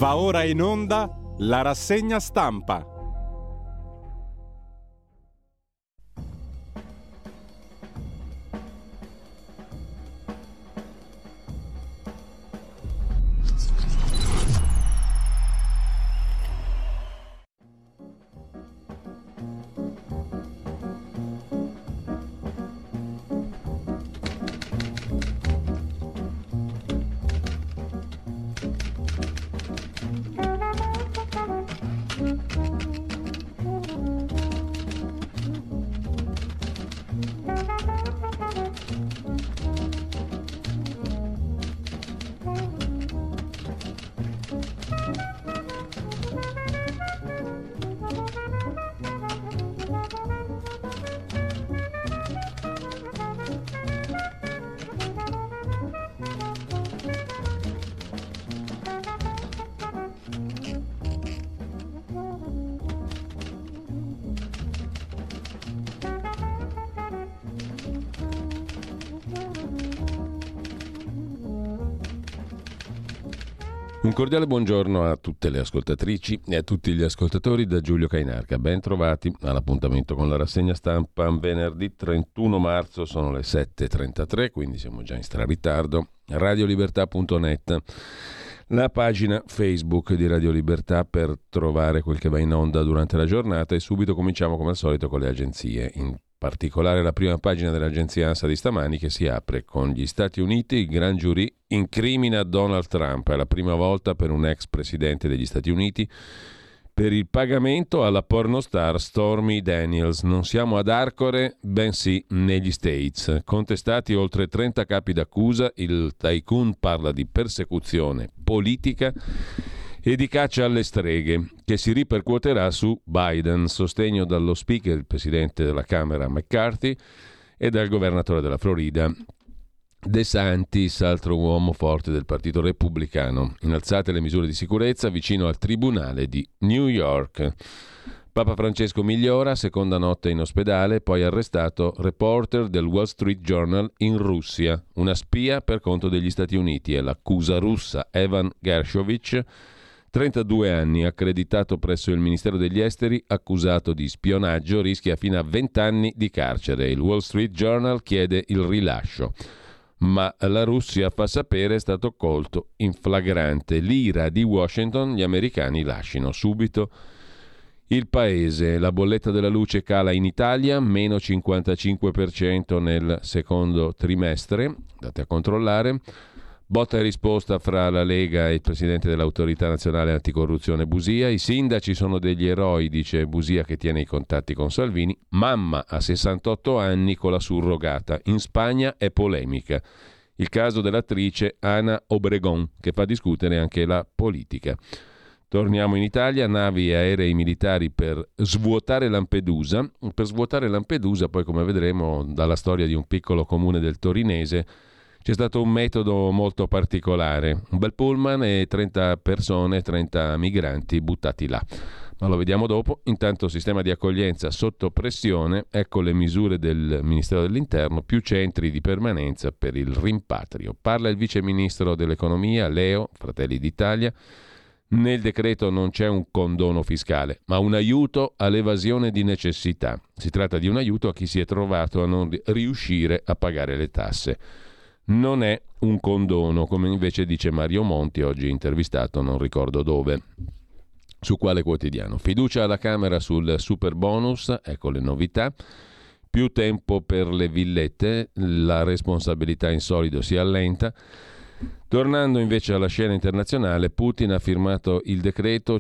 Va ora in onda la rassegna stampa. Un cordiale buongiorno a tutte le ascoltatrici e a tutti gli ascoltatori da Giulio Cainarca. Ben trovati all'appuntamento con la rassegna stampa. Venerdì 31 marzo sono le 7.33, quindi siamo già in straritardo. Radiolibertà.net, la pagina Facebook di Radio Libertà per trovare quel che va in onda durante la giornata, e subito cominciamo come al solito con le agenzie. In particolare la prima pagina dell'agenzia ANSA di stamani, che si apre con gli Stati Uniti. Il Grand Jury incrimina Donald Trump. È la prima volta per un ex presidente degli Stati Uniti per il pagamento alla pornostar Stormy Daniels. Non siamo ad Arcore, bensì negli States. Contestati oltre 30 capi d'accusa, il tycoon parla di persecuzione politica e di caccia alle streghe, che si ripercuoterà su Biden, sostegno dallo speaker, il presidente della Camera McCarthy, e dal governatore della Florida DeSantis, altro uomo forte del partito repubblicano. Innalzate le misure di sicurezza vicino al tribunale di New York. Papa Francesco migliora, seconda notte in ospedale, poi arrestato reporter del Wall Street Journal in Russia. Una spia per conto degli Stati Uniti, è l'accusa russa. Evan Gershkovich, 32 anni, accreditato presso il Ministero degli Esteri, accusato di spionaggio, rischia fino a 20 anni di carcere. Il Wall Street Journal chiede il rilascio, ma la Russia fa sapere è stato colto in flagrante. L'ira di Washington, gli americani lascino subito il paese. La bolletta della luce cala in Italia, meno 55% nel secondo trimestre, andate a controllare. Botta e risposta fra la Lega e il presidente dell'Autorità Nazionale Anticorruzione Busia. I sindaci sono degli eroi, dice Busia, che tiene i contatti con Salvini. Mamma a 68 anni con la surrogata. In Spagna è polemica il caso dell'attrice Ana Obregón, che fa discutere anche la politica. Torniamo in Italia, navi e aerei militari per svuotare Lampedusa. Per svuotare Lampedusa, poi, come vedremo dalla storia di un piccolo comune del Torinese, c'è stato un metodo molto particolare. Un bel pullman e 30 persone, 30 migranti buttati là. Ma lo vediamo dopo. Intanto sistema di accoglienza sotto pressione. Ecco le misure del Ministero dell'Interno, più centri di permanenza per il rimpatrio. Parla il vice ministro dell'Economia, Leo, Fratelli d'Italia. Nel decreto non c'è un condono fiscale, ma un aiuto all'evasione di necessità. Si tratta di un aiuto a chi si è trovato a non riuscire a pagare le tasse. Non è un condono, come invece dice Mario Monti, oggi intervistato, non ricordo dove, su quale quotidiano. Fiducia alla Camera sul super bonus, ecco le novità. Più tempo per le villette, la responsabilità in solido si allenta. Tornando invece alla scena internazionale, Putin ha firmato il decreto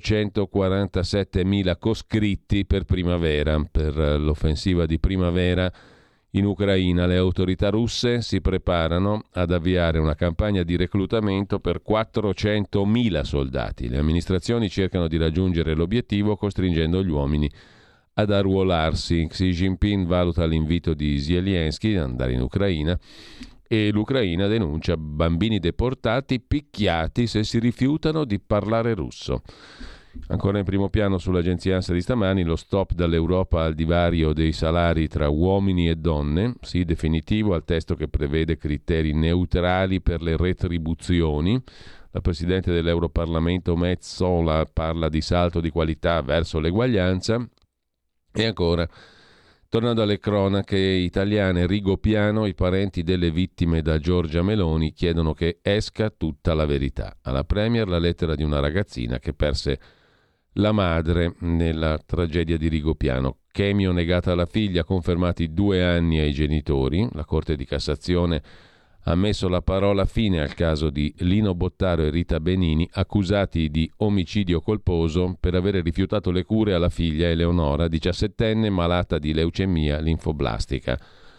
147.000 coscritti per primavera, per l'offensiva di primavera in Ucraina. Le autorità russe si preparano ad avviare una campagna di reclutamento per 400.000 soldati. Le amministrazioni cercano di raggiungere l'obiettivo costringendo gli uomini ad arruolarsi. Xi Jinping valuta l'invito di Zelensky ad andare in Ucraina e l'Ucraina denuncia bambini deportati picchiati se si rifiutano di parlare russo. Ancora in primo piano sull'agenzia ANSA di stamani, lo stop dall'Europa al divario dei salari tra uomini e donne, sì definitivo al testo che prevede criteri neutrali per le retribuzioni. La Presidente dell'Europarlamento Metsola parla di salto di qualità verso l'eguaglianza. E ancora, tornando alle cronache italiane, Rigopiano, i parenti delle vittime da Giorgia Meloni chiedono che esca tutta la verità. Alla Premier la lettera di una ragazzina che perse la madre nella tragedia di Rigopiano. Chemio negata alla figlia, confermati 2 anni ai genitori. La Corte di Cassazione ha messo la parola fine al caso di Lino Bottaro e Rita Benini, accusati di omicidio colposo per aver rifiutato le cure alla figlia Eleonora, 17enne, malata di leucemia linfoblastica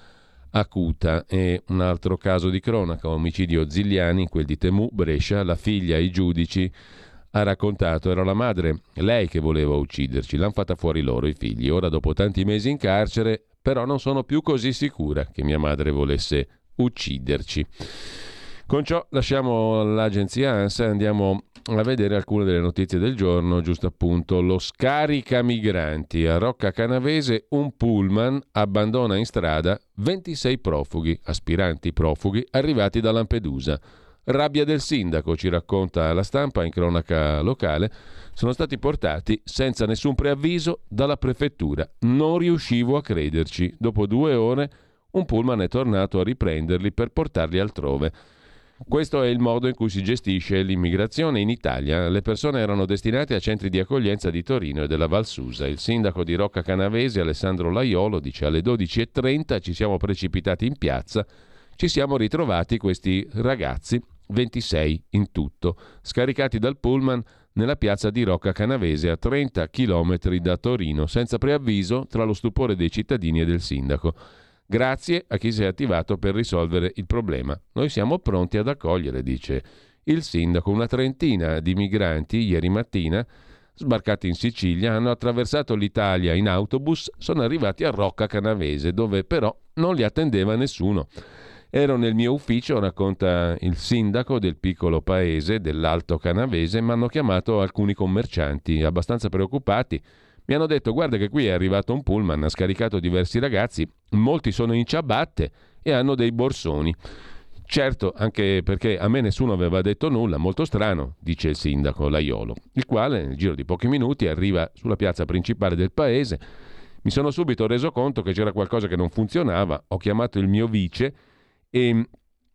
acuta. E un altro caso di cronaca, omicidio Zigliani, quel di Temù, Brescia. La figlia ai giudici ha raccontato: era la madre, lei che voleva ucciderci, l'hanno fatta fuori loro i figli. Ora, dopo tanti mesi in carcere, però non sono più così sicura che mia madre volesse ucciderci. Con ciò lasciamo l'agenzia ANSA e andiamo a vedere alcune delle notizie del giorno. Giusto appunto, lo scarica migranti a Rocca Canavese, un pullman abbandona in strada 26 profughi, aspiranti profughi arrivati da Lampedusa. Rabbia del sindaco, ci racconta La Stampa in cronaca locale. Sono stati portati senza nessun preavviso dalla prefettura. Non riuscivo a crederci. Dopo 2 ore un pullman è tornato a riprenderli per portarli altrove. Questo è il modo in cui si gestisce l'immigrazione in Italia. Le persone erano destinate a centri di accoglienza di Torino e della Val Susa. Il sindaco di Rocca Canavese, Alessandro Laiolo, dice: alle 12:30 ci siamo precipitati in piazza, ci siamo ritrovati questi ragazzi, 26 in tutto, scaricati dal pullman nella piazza di Rocca Canavese a 30 chilometri da Torino, senza preavviso, tra lo stupore dei cittadini e del sindaco. Grazie a chi si è attivato per risolvere il problema. Noi siamo pronti ad accogliere, dice il sindaco. Una trentina di migranti ieri mattina, sbarcati in Sicilia, hanno attraversato l'Italia in autobus, sono arrivati a Rocca Canavese, dove però non li attendeva nessuno. Ero nel mio ufficio, racconta il sindaco del piccolo paese dell'Alto Canavese, mi hanno chiamato alcuni commercianti abbastanza preoccupati. Mi hanno detto: guarda che qui è arrivato un pullman, ha scaricato diversi ragazzi, molti sono in ciabatte e hanno dei borsoni. Certo, anche perché a me nessuno aveva detto nulla, molto strano, dice il sindaco Laiolo, il quale nel giro di pochi minuti arriva sulla piazza principale del paese. Mi sono subito reso conto che c'era qualcosa che non funzionava, ho chiamato il mio vice e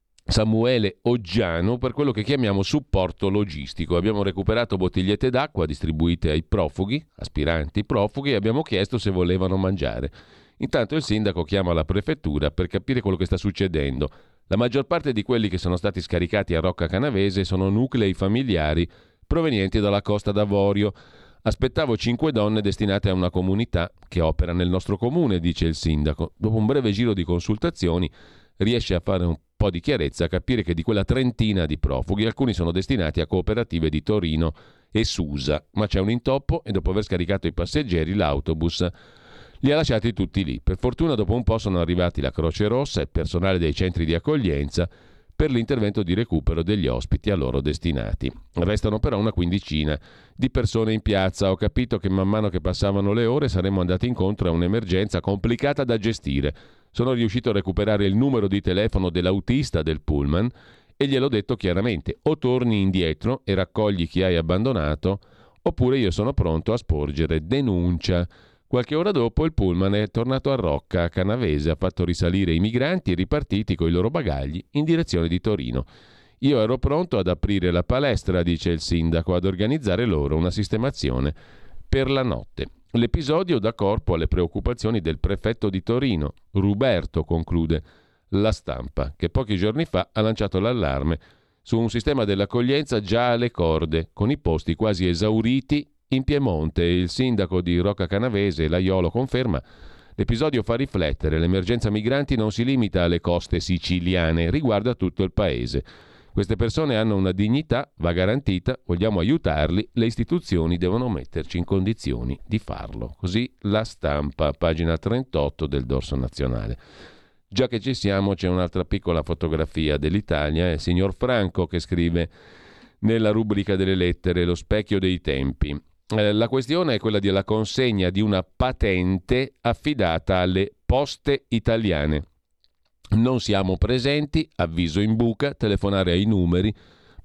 Samuele Oggiano per quello che chiamiamo supporto logistico. Abbiamo recuperato bottigliette d'acqua distribuite ai profughi, aspiranti profughi, e abbiamo chiesto se volevano mangiare. Intanto il sindaco chiama la prefettura per capire quello che sta succedendo. La maggior parte di quelli che sono stati scaricati a Rocca Canavese sono nuclei familiari provenienti dalla Costa d'Avorio. Aspettavo 5 donne destinate a una comunità che opera nel nostro comune, dice il sindaco. Dopo un breve giro di consultazioni riesce a fare un po' di chiarezza, a capire che di quella trentina di profughi alcuni sono destinati a cooperative di Torino e Susa, ma c'è un intoppo e dopo aver scaricato i passeggeri l'autobus li ha lasciati tutti lì. Per fortuna dopo un po' sono arrivati la Croce Rossa e il personale dei centri di accoglienza per l'intervento di recupero degli ospiti a loro destinati. Restano però una quindicina di persone in piazza. Ho capito che man mano che passavano le ore saremmo andati incontro a un'emergenza complicata da gestire. Sono riuscito a recuperare il numero di telefono dell'autista del pullman e gliel'ho detto chiaramente: o torni indietro e raccogli chi hai abbandonato, oppure io sono pronto a sporgere denuncia. Qualche ora dopo il pullman è tornato a Rocca Canavese, ha fatto risalire i migranti ripartiti con i loro bagagli in direzione di Torino. Io ero pronto ad aprire la palestra, dice il sindaco, ad organizzare loro una sistemazione per la notte. L'episodio dà corpo alle preoccupazioni del prefetto di Torino, Ruberto, conclude La Stampa, che pochi giorni fa ha lanciato l'allarme su un sistema dell'accoglienza già alle corde, con i posti quasi esauriti in Piemonte. Il sindaco di Rocca Canavese, Laiolo, conferma: l'episodio fa riflettere, l'emergenza migranti non si limita alle coste siciliane, riguarda tutto il paese. Queste persone hanno una dignità, va garantita, vogliamo aiutarli, le istituzioni devono metterci in condizioni di farlo. Così La Stampa, pagina 38 del dorso nazionale. Già che ci siamo, c'è un'altra piccola fotografia dell'Italia, è il signor Franco che scrive nella rubrica delle lettere Lo specchio dei tempi. La questione è quella della consegna di una patente affidata alle poste italiane. Non siamo presenti, avviso in buca, telefonare ai numeri,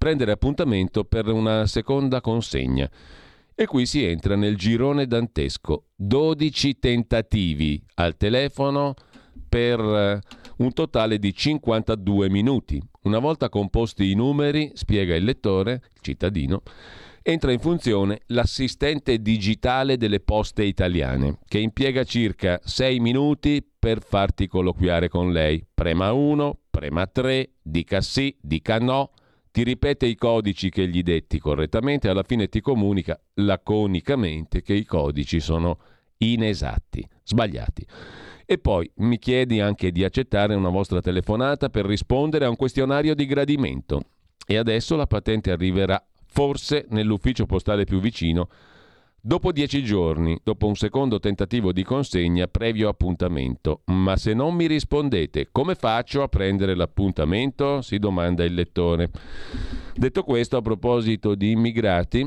prendere appuntamento per una seconda consegna. E qui si entra nel girone dantesco. 12 tentativi al telefono per un totale di 52 minuti. Una volta composti i numeri, spiega il lettore, il cittadino, entra in funzione l'assistente digitale delle poste italiane, che impiega circa 6 minuti per farti colloquiare con lei. Prema 1, prema 3, dica sì, dica no, ti ripete i codici che gli detti correttamente e alla fine ti comunica laconicamente che i codici sono inesatti, sbagliati. E poi mi chiedi anche di accettare una vostra telefonata per rispondere a un questionario di gradimento. E adesso la patente arriverà forse nell'ufficio postale più vicino dopo 10 giorni, dopo un secondo tentativo di consegna previo appuntamento. Ma se non mi rispondete, come faccio a prendere l'appuntamento? Si domanda il lettore. Detto questo, a proposito di immigrati,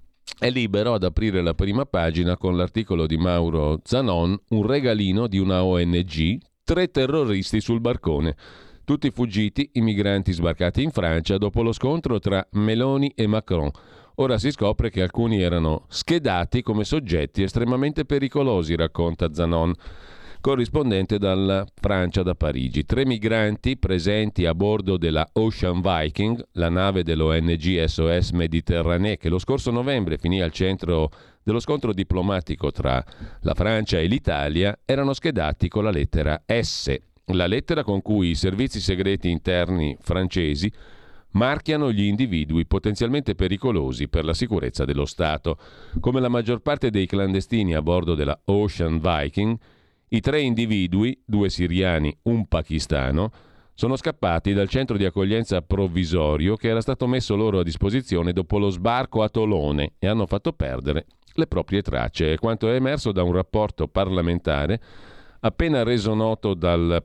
è libero ad aprire la prima pagina con l'articolo di Mauro Zanon, un regalino di una ONG, 3 terroristi sul barcone. Tutti fuggiti, i migranti sbarcati in Francia dopo lo scontro tra Meloni e Macron. Ora si scopre che alcuni erano schedati come soggetti estremamente pericolosi, racconta Zanon, corrispondente dalla Francia da Parigi. 3 migranti presenti a bordo della Ocean Viking, la nave dell'ONG SOS Méditerranée, che lo scorso novembre finì al centro dello scontro diplomatico tra la Francia e l'Italia, erano schedati con la lettera S, la lettera con cui i servizi segreti interni francesi marchiano gli individui potenzialmente pericolosi per la sicurezza dello Stato. Come la maggior parte dei clandestini a bordo della Ocean Viking, i 3 individui, 2 siriani, un pakistano, sono scappati dal centro di accoglienza provvisorio che era stato messo loro a disposizione dopo lo sbarco a Tolone e hanno fatto perdere le proprie tracce. È quanto è emerso da un rapporto parlamentare appena reso noto dal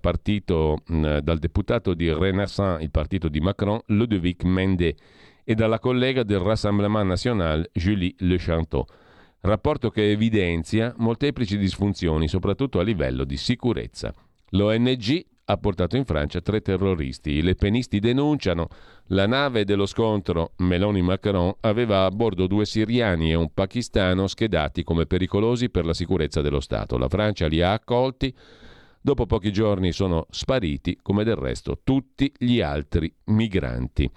deputato di Renaissance, il partito di Macron, Ludovic Mende, e dalla collega del Rassemblement National, Julie Le Chanteau. Rapporto che evidenzia molteplici disfunzioni, soprattutto a livello di sicurezza. L'ONG ha portato in Francia 3 terroristi. I lepenisti denunciano: la nave dello scontro Meloni-Macron aveva a bordo 2 siriani e un pakistano schedati come pericolosi per la sicurezza dello Stato. La Francia li ha accolti. Dopo pochi giorni sono spariti, come del resto tutti gli altri migranti.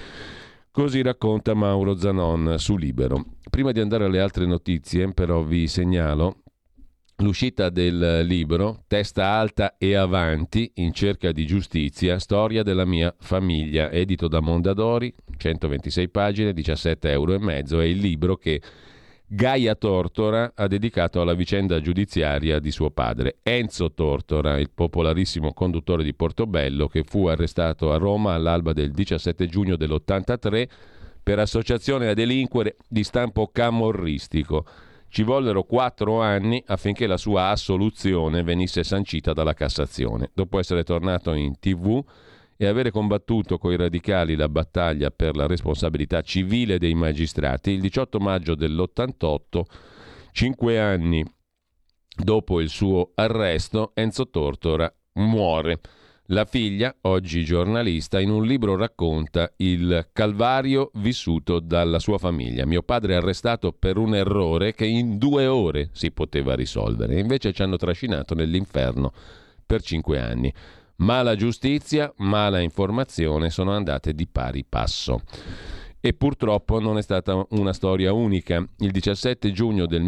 Così racconta Mauro Zanon su Libero. Prima di andare alle altre notizie, però, vi segnalo l'uscita del libro Testa alta e avanti, in cerca di giustizia, storia della mia famiglia, edito da Mondadori, 126 pagine, 17,5 €, è il libro che Gaia Tortora ha dedicato alla vicenda giudiziaria di suo padre. Enzo Tortora, il popolarissimo conduttore di Portobello, che fu arrestato a Roma all'alba del 17 giugno dell'83 per associazione a delinquere di stampo camorristico. Ci vollero 4 anni affinché la sua assoluzione venisse sancita dalla Cassazione. Dopo essere tornato in TV e avere combattuto coi radicali la battaglia per la responsabilità civile dei magistrati, il 18 maggio dell'88, 5 anni dopo il suo arresto, Enzo Tortora muore. La figlia, oggi giornalista, in un libro racconta il calvario vissuto dalla sua famiglia. Mio padre è arrestato per un errore che in 2 ore si poteva risolvere, invece ci hanno trascinato nell'inferno per 5 anni. Mala giustizia, mala informazione sono andate di pari passo. E purtroppo non è stata una storia unica. Il 17 giugno del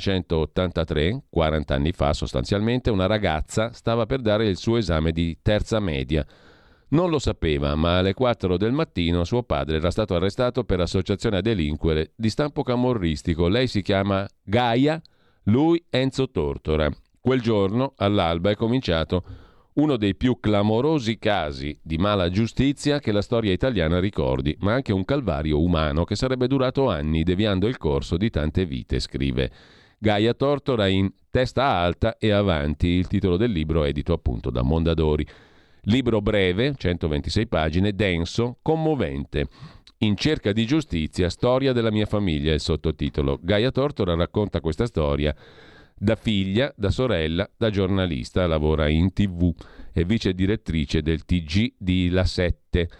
1983, 40 anni fa sostanzialmente, una ragazza stava per dare il suo esame di terza media. Non lo sapeva, ma alle 4 del mattino suo padre era stato arrestato per associazione a delinquere di stampo camorristico. Lei si chiama Gaia, lui Enzo Tortora. Quel giorno, all'alba, è cominciato uno dei più clamorosi casi di mala giustizia che la storia italiana ricordi, ma anche un calvario umano che sarebbe durato anni, deviando il corso di tante vite, scrive Gaia Tortora in Testa alta e avanti, il titolo del libro edito appunto da Mondadori. Libro breve, 126 pagine, denso, commovente. In cerca di giustizia, storia della mia famiglia, il sottotitolo. Gaia Tortora racconta questa storia da figlia, da sorella, da giornalista, lavora in TV, è vice direttrice del TG di La 7.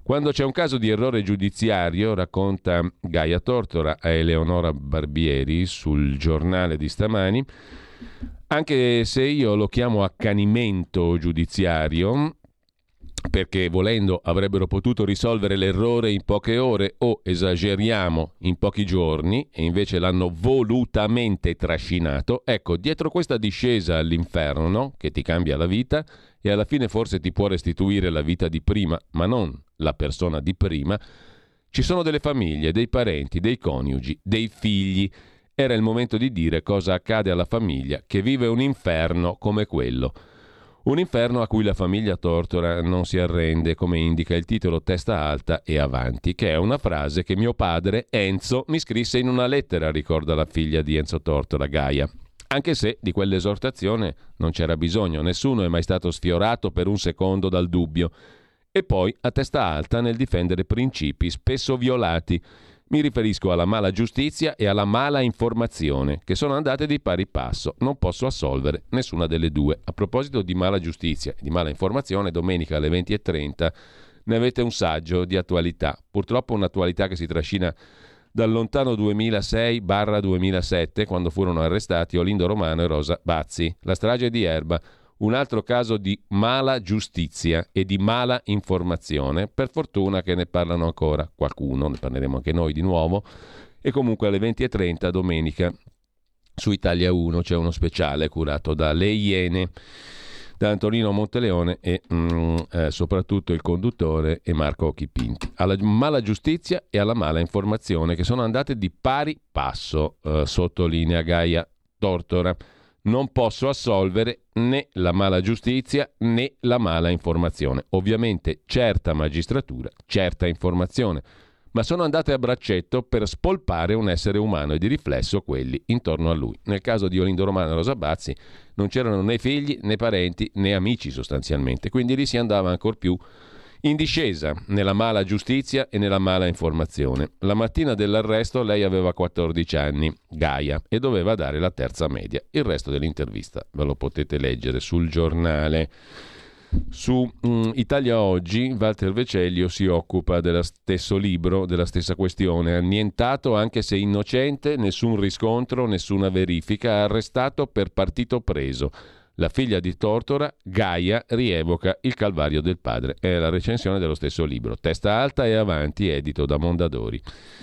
Quando c'è un caso di errore giudiziario, racconta Gaia Tortora a Eleonora Barbieri sul giornale di stamani, anche se io lo chiamo accanimento giudiziario, perché volendo avrebbero potuto risolvere l'errore in poche ore o, esageriamo, in pochi giorni, e invece l'hanno volutamente trascinato, ecco, dietro questa discesa all'inferno, no? Che ti cambia la vita e alla fine forse ti può restituire la vita di prima, ma non la persona di prima, ci sono delle famiglie, dei parenti, dei coniugi, dei figli. Era il momento di dire cosa accade alla famiglia che vive un inferno come quello. Un inferno a cui la famiglia Tortora non si arrende, come indica il titolo Testa alta e avanti, che è una frase che mio padre, Enzo, mi scrisse in una lettera, ricorda la figlia di Enzo Tortora, Gaia. Anche se di quell'esortazione non c'era bisogno, nessuno è mai stato sfiorato per un secondo dal dubbio. E poi a testa alta nel difendere principi spesso violati. Mi riferisco alla mala giustizia e alla mala informazione, che sono andate di pari passo. Non posso assolvere nessuna delle due. A proposito di mala giustizia e di mala informazione, domenica alle 20:30 ne avete un saggio di attualità. Purtroppo un'attualità che si trascina dal lontano 2006-2007, quando furono arrestati Olindo Romano e Rosa Bazzi. La strage di Erba, un altro caso di mala giustizia e di mala informazione. Per fortuna che ne parlano ancora qualcuno, ne parleremo anche noi di nuovo. E comunque alle 20:30 domenica su Italia 1 c'è uno speciale curato da Le Iene, da Antonino Monteleone e soprattutto il conduttore è Marco Chipinti. Alla mala giustizia e alla mala informazione, che sono andate di pari passo, sottolinea Gaia Tortora. Non posso assolvere né la mala giustizia né la mala informazione. Ovviamente certa magistratura, certa informazione, ma sono andate a braccetto per spolpare un essere umano e di riflesso quelli intorno a lui. Nel caso di Olindo Romano e Rosa Bazzi non c'erano né figli né parenti né amici sostanzialmente, quindi lì si andava ancor più in discesa nella mala giustizia e nella mala informazione. La mattina dell'arresto lei aveva 14 anni, Gaia, e doveva dare la terza media. Il resto dell'intervista ve lo potete leggere sul giornale. Su Italia Oggi Walter Vecellio si occupa dello stesso libro, della stessa questione. Annientato anche se innocente, nessun riscontro, nessuna verifica, arrestato per partito preso. La figlia di Tortora, Gaia, rievoca il calvario del padre. È la recensione dello stesso libro. Testa alta e avanti, edito da Mondadori.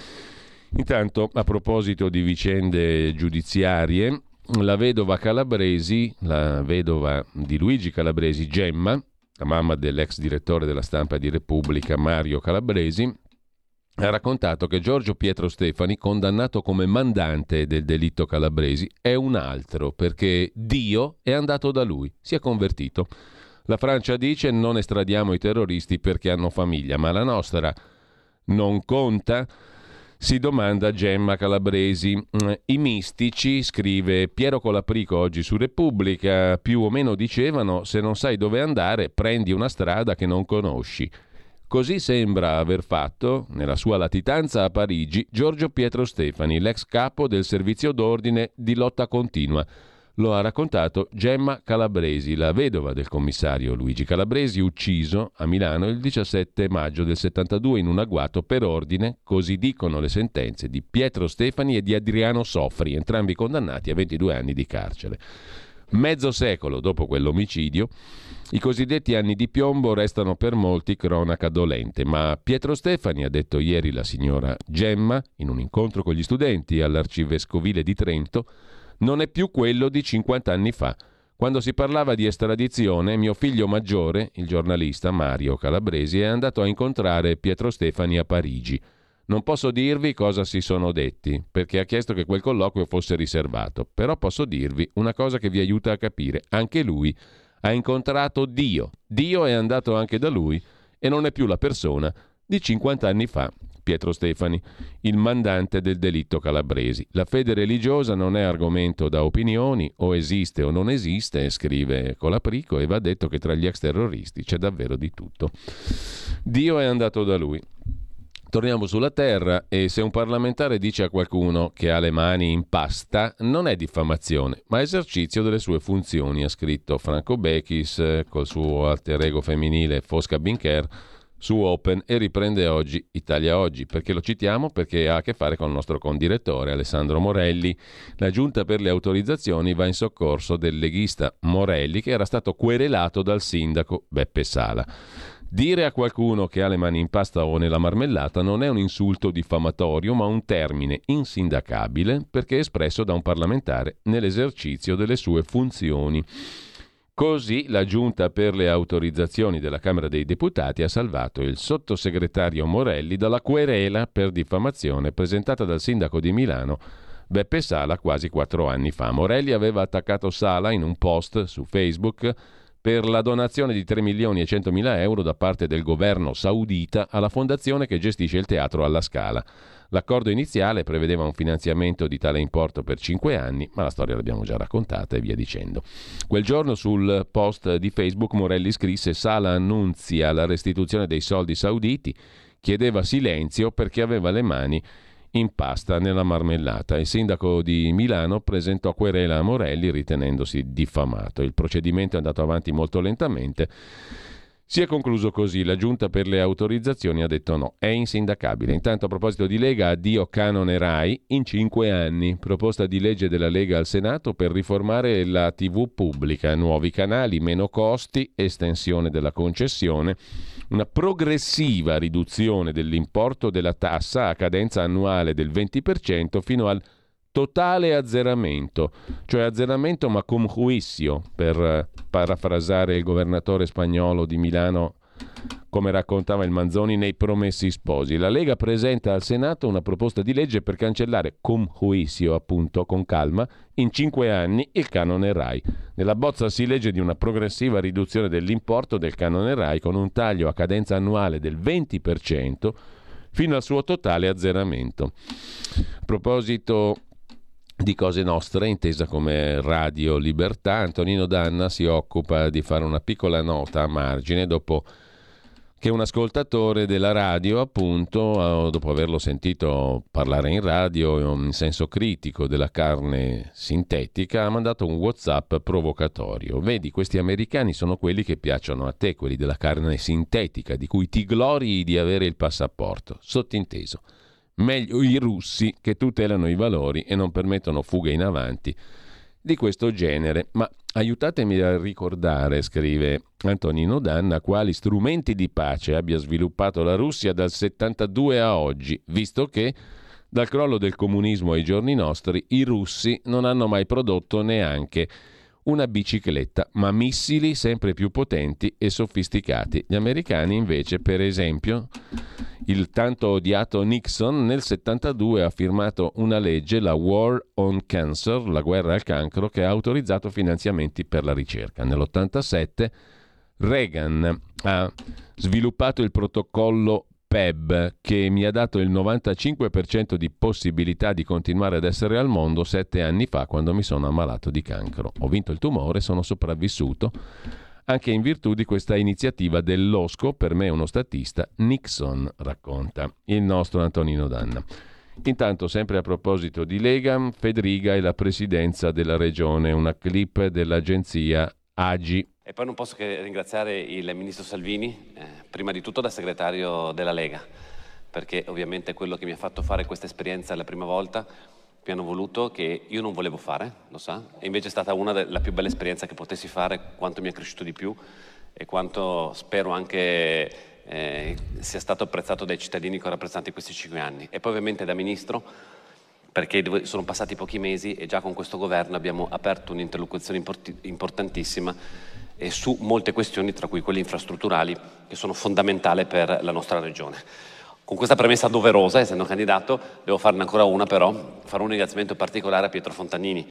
Intanto, a proposito di vicende giudiziarie, la vedova Calabresi, la vedova di Luigi Calabresi, Gemma, la mamma dell'ex direttore della Stampa di Repubblica, Mario Calabresi, ha raccontato che Giorgio Pietro Stefani, condannato come mandante del delitto Calabresi, è un altro, perché Dio è andato da lui, si è convertito. La Francia dice non estradiamo i terroristi perché hanno famiglia, ma la nostra non conta? Si domanda Gemma Calabresi. I mistici, scrive Piero Colaprico oggi su Repubblica, più o meno dicevano se non sai dove andare prendi una strada che non conosci. Così sembra aver fatto, nella sua latitanza a Parigi, Giorgio Pietro Stefani, l'ex capo del servizio d'ordine di lotta continua. Lo ha raccontato Gemma Calabresi, la vedova del commissario Luigi Calabresi, ucciso a Milano il 17 maggio del 72 in un agguato per ordine, così dicono le sentenze, di Pietro Stefani e di Adriano Soffri, entrambi condannati a 22 anni di carcere. Mezzo secolo dopo quell'omicidio, i cosiddetti anni di piombo restano per molti cronaca dolente, ma Pietro Stefani, ha detto ieri la signora Gemma in un incontro con gli studenti all'Arcivescovile di Trento, non è più quello di 50 anni fa. Quando si parlava di estradizione, mio figlio maggiore, il giornalista Mario Calabresi, è andato a incontrare Pietro Stefani a Parigi. Non posso dirvi cosa si sono detti, perché ha chiesto che quel colloquio fosse riservato, però posso dirvi una cosa che vi aiuta a capire. Anche lui ha incontrato Dio. Dio è andato anche da lui e non è più la persona di 50 anni fa. Pietro Stefani, il mandante del delitto Calabresi. La fede religiosa non è argomento da opinioni, o esiste o non esiste, scrive Colaprico, e va detto che tra gli ex terroristi c'è davvero di tutto. Dio è andato da lui. Torniamo sulla terra e se un parlamentare dice a qualcuno che ha le mani in pasta non è diffamazione, ma esercizio delle sue funzioni, ha scritto Franco Bechis col suo alter ego femminile Fosca Bincher su Open e riprende oggi Italia Oggi. Perché lo citiamo? Perché ha a che fare con il nostro condirettore Alessandro Morelli. La Giunta per le autorizzazioni va in soccorso del leghista Morelli, che era stato querelato dal sindaco Beppe Sala. Dire a qualcuno che ha le mani in pasta o nella marmellata non è un insulto diffamatorio, ma un termine insindacabile perché espresso da un parlamentare nell'esercizio delle sue funzioni. Così la Giunta per le autorizzazioni della Camera dei Deputati ha salvato il sottosegretario Morelli dalla querela per diffamazione presentata dal sindaco di Milano Beppe Sala quasi 4 anni fa. Morelli aveva attaccato Sala in un post su Facebook per la donazione di 3.100.000 euro da parte del governo saudita alla fondazione che gestisce il teatro alla Scala. L'accordo iniziale prevedeva un finanziamento di tale importo per 5 anni, ma la storia l'abbiamo già raccontata e via dicendo. Quel giorno sul post di Facebook Morelli scrisse: Sala annunzia la restituzione dei soldi sauditi, chiedeva silenzio perché aveva le mani in pasta nella marmellata. Il sindaco di Milano presentò querela a Morelli ritenendosi diffamato. Il procedimento è andato avanti molto lentamente. Si è concluso così. La Giunta per le autorizzazioni ha detto no, è insindacabile. Intanto, a proposito di Lega, addio canone Rai in 5 anni. Proposta di legge della Lega al Senato per riformare la TV pubblica, nuovi canali, meno costi, estensione della concessione, una progressiva riduzione dell'importo della tassa a cadenza annuale del 20% fino al totale azzeramento, cioè azzeramento ma cum juicio, per parafrasare il governatore spagnolo di Milano, come raccontava il Manzoni nei Promessi Sposi. La Lega presenta al Senato una proposta di legge per cancellare cum juicio, appunto, con calma, in 5 anni il canone Rai. Nella bozza si legge di una progressiva riduzione dell'importo del canone Rai con un taglio a cadenza annuale del 20% fino al suo totale azzeramento. A proposito di Cose Nostre, intesa come Radio Libertà, Antonino Danna si occupa di fare una piccola nota a margine dopo che un ascoltatore della radio, appunto, dopo averlo sentito parlare in radio in senso critico della carne sintetica, ha mandato un WhatsApp provocatorio. Vedi, questi americani sono quelli che piacciono a te, quelli della carne sintetica, di cui ti glorii di avere il passaporto. Sottinteso. Meglio i russi che tutelano i valori e non permettono fughe in avanti di questo genere. Ma aiutatemi a ricordare, scrive Antonino Danna, quali strumenti di pace abbia sviluppato la Russia dal 72 a oggi, visto che dal crollo del comunismo ai giorni nostri i russi non hanno mai prodotto neanche una bicicletta, ma missili sempre più potenti e sofisticati. Gli americani invece, per esempio, il tanto odiato Nixon nel 72 ha firmato una legge, la War on Cancer, la guerra al cancro, che ha autorizzato finanziamenti per la ricerca. Nell'87 Reagan ha sviluppato il protocollo PEB, che mi ha dato il 95% di possibilità di continuare ad essere al mondo 7 anni fa, quando mi sono ammalato di cancro. Ho vinto il tumore, sono sopravvissuto anche in virtù di questa iniziativa dell'Osco, per me uno statista, Nixon, racconta il nostro Antonino Danna. Intanto, sempre a proposito di Lega, Fedriga e la presidenza della regione, una clip dell'agenzia AGI. E poi non posso che ringraziare il ministro Salvini, prima di tutto da segretario della Lega, perché ovviamente quello che mi ha fatto fare questa esperienza è la prima volta. Mi hanno voluto, che io non volevo fare, lo sa, e invece è stata una della più belle esperienze che potessi fare, quanto mi è cresciuto di più e quanto spero anche sia stato apprezzato dai cittadini che ho rappresentato in questi 5 anni. E poi ovviamente da ministro, perché sono passati pochi mesi e già con questo governo abbiamo aperto un'interlocuzione importantissima e su molte questioni, tra cui quelle infrastrutturali, che sono fondamentali per la nostra regione. Con questa premessa doverosa, essendo candidato, devo farne ancora una, però farò un ringraziamento particolare a Pietro Fontanini.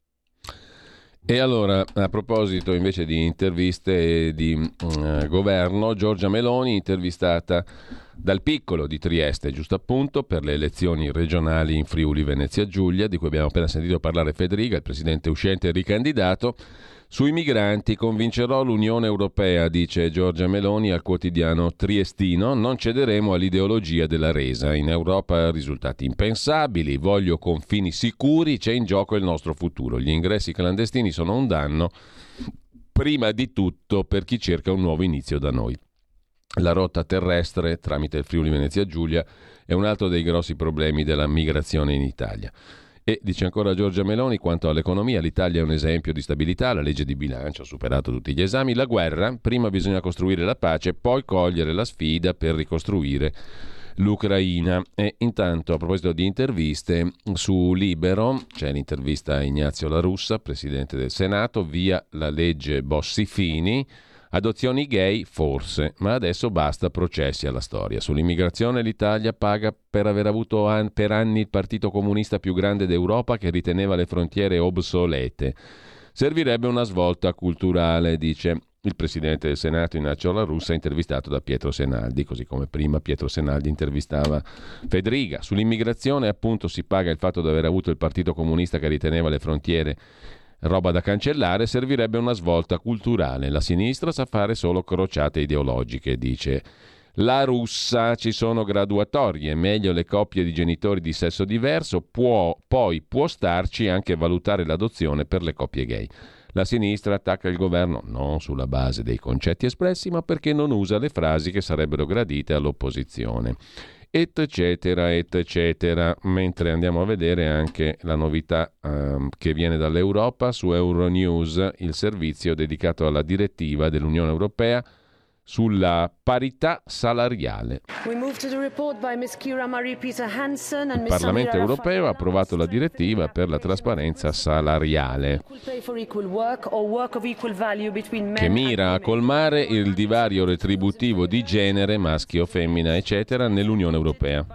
E allora, a proposito invece di interviste e di governo, Giorgia Meloni intervistata dal Piccolo di Trieste, giusto appunto, per le elezioni regionali in Friuli Venezia Giulia, di cui abbiamo appena sentito parlare Fedriga, il presidente uscente e ricandidato. Sui migranti convincerò l'Unione Europea, dice Giorgia Meloni al quotidiano triestino, non cederemo all'ideologia della resa. In Europa risultati impensabili, voglio confini sicuri, c'è in gioco il nostro futuro. Gli ingressi clandestini sono un danno, prima di tutto per chi cerca un nuovo inizio da noi. La rotta terrestre tramite il Friuli Venezia Giulia è un altro dei grossi problemi della migrazione in Italia. E dice ancora Giorgia Meloni, quanto all'economia, l'Italia è un esempio di stabilità, la legge di bilancio ha superato tutti gli esami, la guerra, prima bisogna costruire la pace, poi cogliere la sfida per ricostruire l'Ucraina. E intanto, a proposito di interviste, su Libero c'è l'intervista a Ignazio La Russa, presidente del Senato, via la legge Bossi-Fini. Adozioni gay forse, ma adesso basta processi alla storia. Sull'immigrazione l'Italia paga per aver avuto per anni il partito comunista più grande d'Europa che riteneva le frontiere obsolete. Servirebbe una svolta culturale, dice il presidente del Senato Ignazio La Russa, intervistato da Pietro Senaldi, così come prima Pietro Senaldi intervistava Federica. Sull'immigrazione appunto si paga il fatto di aver avuto il partito comunista che riteneva le frontiere roba da cancellare, servirebbe una svolta culturale. La sinistra sa fare solo crociate ideologiche, dice La Russa. Ci sono graduatorie, meglio le coppie di genitori di sesso diverso, poi può starci anche valutare l'adozione per le coppie gay. La sinistra attacca il governo non sulla base dei concetti espressi, ma perché non usa le frasi che sarebbero gradite all'opposizione. Eccetera, eccetera. Mentre andiamo a vedere anche la novità che viene dall'Europa su Euronews, il servizio dedicato alla direttiva dell'Unione Europea sulla parità salariale. Il Parlamento europeo ha approvato la direttiva per la trasparenza salariale, che mira a colmare il divario retributivo di genere, maschio, femmina, eccetera, nell'Unione europea.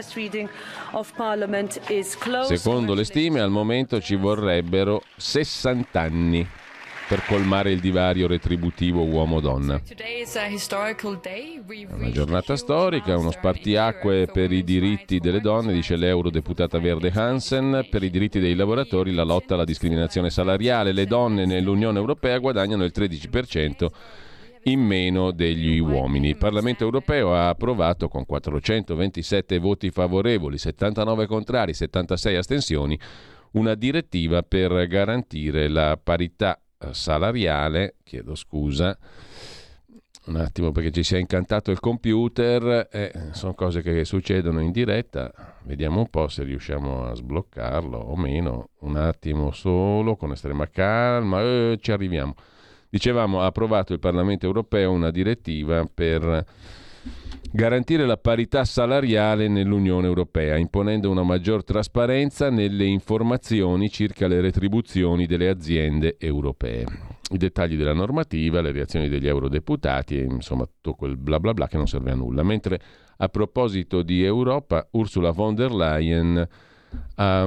Secondo le stime, al momento ci vorrebbero 60 anni per colmare il divario retributivo uomo-donna. È una giornata storica, uno spartiacque per i diritti delle donne, dice l'eurodeputata verde Hansen. Per i diritti dei lavoratori, la lotta alla discriminazione salariale. Le donne nell'Unione Europea guadagnano il 13% in meno degli uomini. Il Parlamento europeo ha approvato con 427 voti favorevoli, 79 contrari, 76 astensioni, una direttiva per garantire la parità salariale. Chiedo scusa un attimo perché ci si è incantato il computer, sono cose che succedono in diretta, vediamo un po' se riusciamo a sbloccarlo o meno, un attimo solo, con estrema calma, ci arriviamo. Dicevamo, ha approvato il Parlamento europeo una direttiva per garantire la parità salariale nell'Unione Europea, imponendo una maggior trasparenza nelle informazioni circa le retribuzioni delle aziende europee. I dettagli della normativa, le reazioni degli eurodeputati e insomma tutto quel bla bla bla che non serve a nulla. Mentre a proposito di Europa, Ursula von der Leyen ha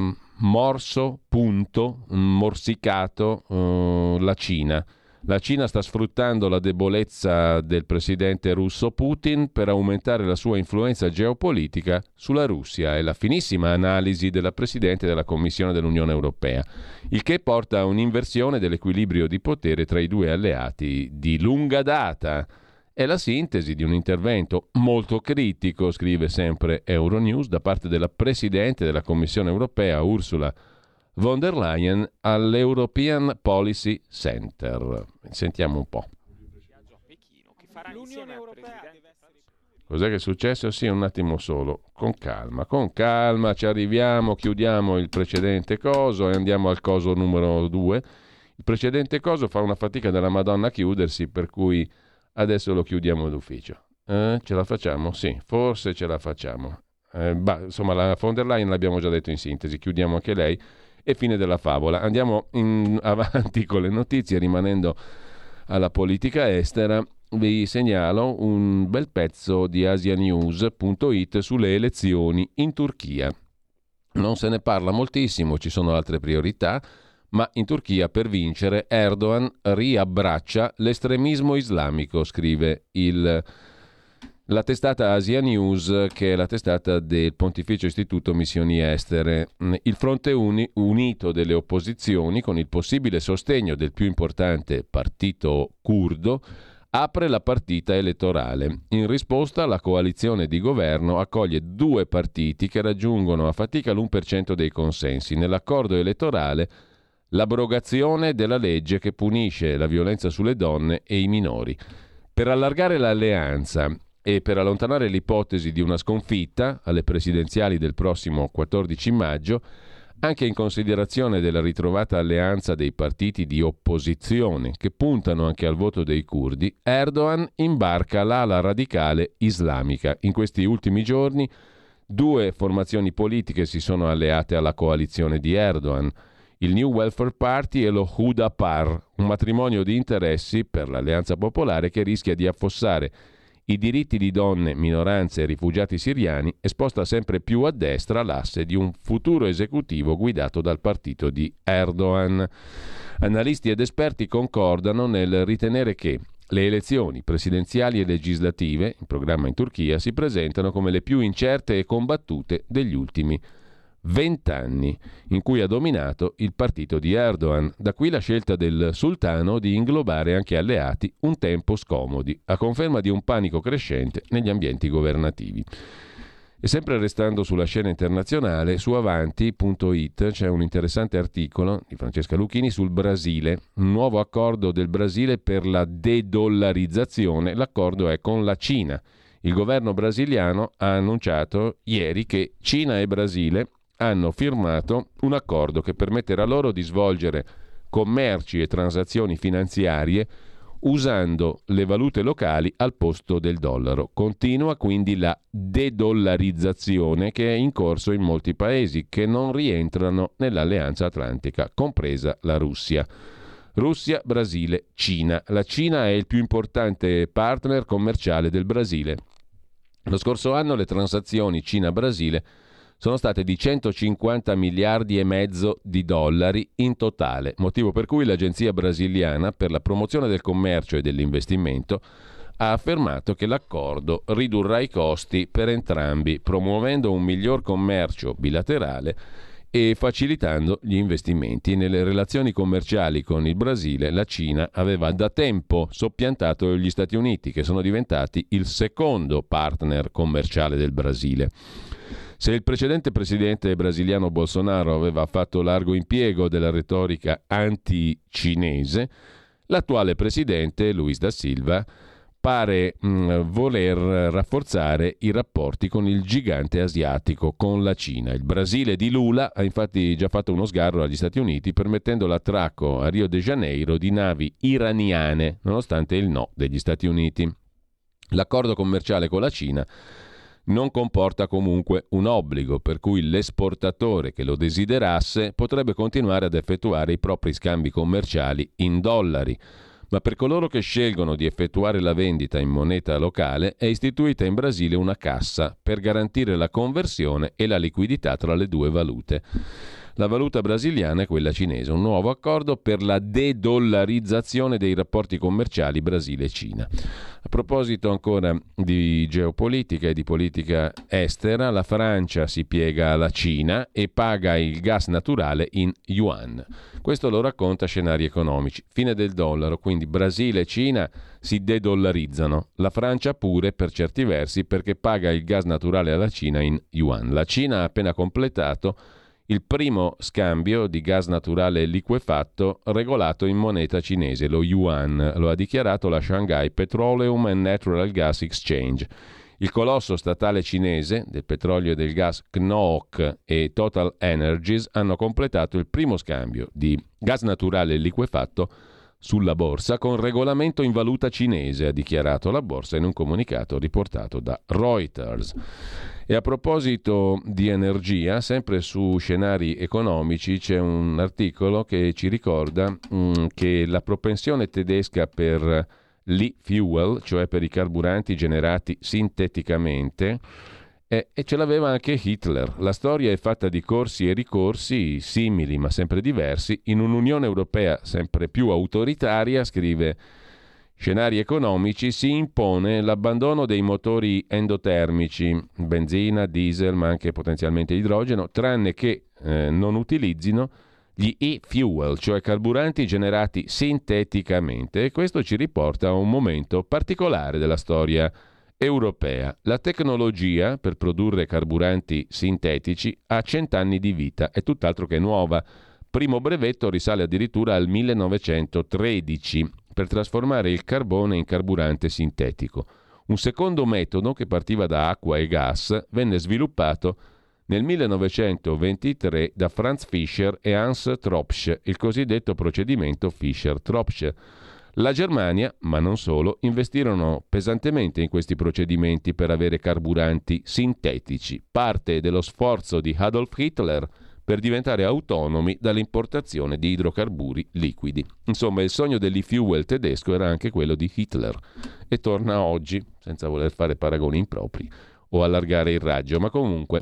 morsicato la Cina. La Cina sta sfruttando la debolezza del presidente russo Putin per aumentare la sua influenza geopolitica sulla Russia. È la finissima analisi della Presidente della Commissione dell'Unione Europea, il che porta a un'inversione dell'equilibrio di potere tra i due alleati di lunga data. È la sintesi di un intervento molto critico, scrive sempre Euronews, da parte della Presidente della Commissione Europea, Ursula von der Leyen, all'European Policy Center. Sentiamo un po'. Cos'è che è successo? Sì, un attimo solo, con calma, ci arriviamo, chiudiamo il precedente coso e andiamo al coso numero 2. Il precedente coso fa una fatica della Madonna a chiudersi, per cui adesso lo chiudiamo d'ufficio. Ce la facciamo? Sì, forse ce la facciamo. Insomma, la von der Leyen l'abbiamo già detto in sintesi, chiudiamo anche lei. E fine della favola. Andiamo avanti con le notizie, rimanendo alla politica estera. Vi segnalo un bel pezzo di asianews.it sulle elezioni in Turchia. Non se ne parla moltissimo, ci sono altre priorità, ma in Turchia per vincere Erdogan riabbraccia l'estremismo islamico, scrive la testata Asia News, che è la testata del Pontificio Istituto Missioni Estere. Il fronte unito delle opposizioni, con il possibile sostegno del più importante partito curdo, apre la partita elettorale. In risposta, la coalizione di governo accoglie due partiti che raggiungono a fatica l'1% dei consensi. Nell'accordo elettorale, l'abrogazione della legge che punisce la violenza sulle donne e i minori. Per allargare l'alleanza e per allontanare l'ipotesi di una sconfitta alle presidenziali del prossimo 14 maggio, anche in considerazione della ritrovata alleanza dei partiti di opposizione che puntano anche al voto dei curdi, Erdogan imbarca l'ala radicale islamica. In questi ultimi giorni 2 formazioni politiche si sono alleate alla coalizione di Erdogan, il New Welfare Party e lo Hudapar, un matrimonio di interessi per l'Alleanza Popolare che rischia di affossare i diritti di donne, minoranze e rifugiati siriani e sposta sempre più a destra l'asse di un futuro esecutivo guidato dal partito di Erdogan. Analisti ed esperti concordano nel ritenere che le elezioni presidenziali e legislative, in programma in Turchia, si presentano come le più incerte e combattute degli ultimi 20 anni, in cui ha dominato il partito di Erdogan. Da qui la scelta del sultano di inglobare anche alleati un tempo scomodi, a conferma di un panico crescente negli ambienti governativi. E sempre restando sulla scena internazionale, su Avanti.it c'è un interessante articolo di Francesca Lucchini sul Brasile, un nuovo accordo del Brasile per la de-dollarizzazione. L'accordo è con la Cina. Il governo brasiliano ha annunciato ieri che Cina e Brasile hanno firmato un accordo che permetterà loro di svolgere commerci e transazioni finanziarie usando le valute locali al posto del dollaro. Continua quindi la de-dollarizzazione che è in corso in molti paesi che non rientrano nell'Alleanza Atlantica, compresa la Russia. Russia, Brasile, Cina. La Cina è il più importante partner commerciale del Brasile. Lo scorso anno le transazioni Cina-Brasile sono state di 150 miliardi e mezzo di dollari in totale, motivo per cui l'Agenzia brasiliana per la promozione del commercio e dell'investimento ha affermato che l'accordo ridurrà i costi per entrambi, promuovendo un miglior commercio bilaterale e facilitando gli investimenti. Nelle relazioni commerciali con il Brasile, la Cina aveva da tempo soppiantato gli Stati Uniti, che sono diventati il secondo partner commerciale del Brasile. Se il precedente presidente brasiliano Bolsonaro aveva fatto largo impiego della retorica anti-cinese, l'attuale presidente Luiz da Silva pare voler rafforzare i rapporti con il gigante asiatico, con la Cina. Il Brasile di Lula ha infatti già fatto uno sgarro agli Stati Uniti, permettendo l'attracco a Rio de Janeiro di navi iraniane, nonostante il no degli Stati Uniti. L'accordo commerciale con la Cina non comporta comunque un obbligo, per cui l'esportatore che lo desiderasse potrebbe continuare ad effettuare i propri scambi commerciali in dollari. Ma per coloro che scelgono di effettuare la vendita in moneta locale è istituita in Brasile una cassa per garantire la conversione e la liquidità tra le due valute. La valuta brasiliana è quella cinese, un nuovo accordo per la de-dollarizzazione dei rapporti commerciali Brasile-Cina. A proposito ancora di geopolitica e di politica estera, la Francia si piega alla Cina e paga il gas naturale in yuan. Questo lo racconta Scenari Economici. Fine del dollaro, quindi Brasile e Cina si de-dollarizzano. La Francia pure, per certi versi, perché paga il gas naturale alla Cina in yuan. La Cina ha appena completato il primo scambio di gas naturale liquefatto regolato in moneta cinese, lo yuan, lo ha dichiarato la Shanghai Petroleum and Natural Gas Exchange. Il colosso statale cinese del petrolio e del gas CNOOC e Total Energies hanno completato il primo scambio di gas naturale liquefatto sulla borsa con regolamento in valuta cinese, ha dichiarato la borsa in un comunicato riportato da Reuters. E a proposito di energia, sempre su Scenari Economici c'è un articolo che ci ricorda che la propensione tedesca per l'e-fuel, cioè per i carburanti generati sinteticamente, e ce l'aveva anche Hitler. La storia è fatta di corsi e ricorsi, simili ma sempre diversi, in un'Unione Europea sempre più autoritaria, scrive Scenari Economici, si impone l'abbandono dei motori endotermici, benzina, diesel, ma anche potenzialmente idrogeno, tranne che non utilizzino gli e-fuel, cioè carburanti generati sinteticamente. E questo ci riporta a un momento particolare della storia europea. La tecnologia per produrre carburanti sintetici ha 100 anni di vita, è tutt'altro che nuova. Primo brevetto risale addirittura al 1913 per trasformare il carbone in carburante sintetico. Un secondo metodo, che partiva da acqua e gas, venne sviluppato nel 1923 da Franz Fischer e Hans Tropsch, il cosiddetto procedimento Fischer-Tropsch. La Germania, ma non solo, investirono pesantemente in questi procedimenti per avere carburanti sintetici, parte dello sforzo di Adolf Hitler per diventare autonomi dall'importazione di idrocarburi liquidi. Insomma, il sogno dell'e-fuel tedesco era anche quello di Hitler e torna oggi, senza voler fare paragoni impropri o allargare il raggio, ma comunque.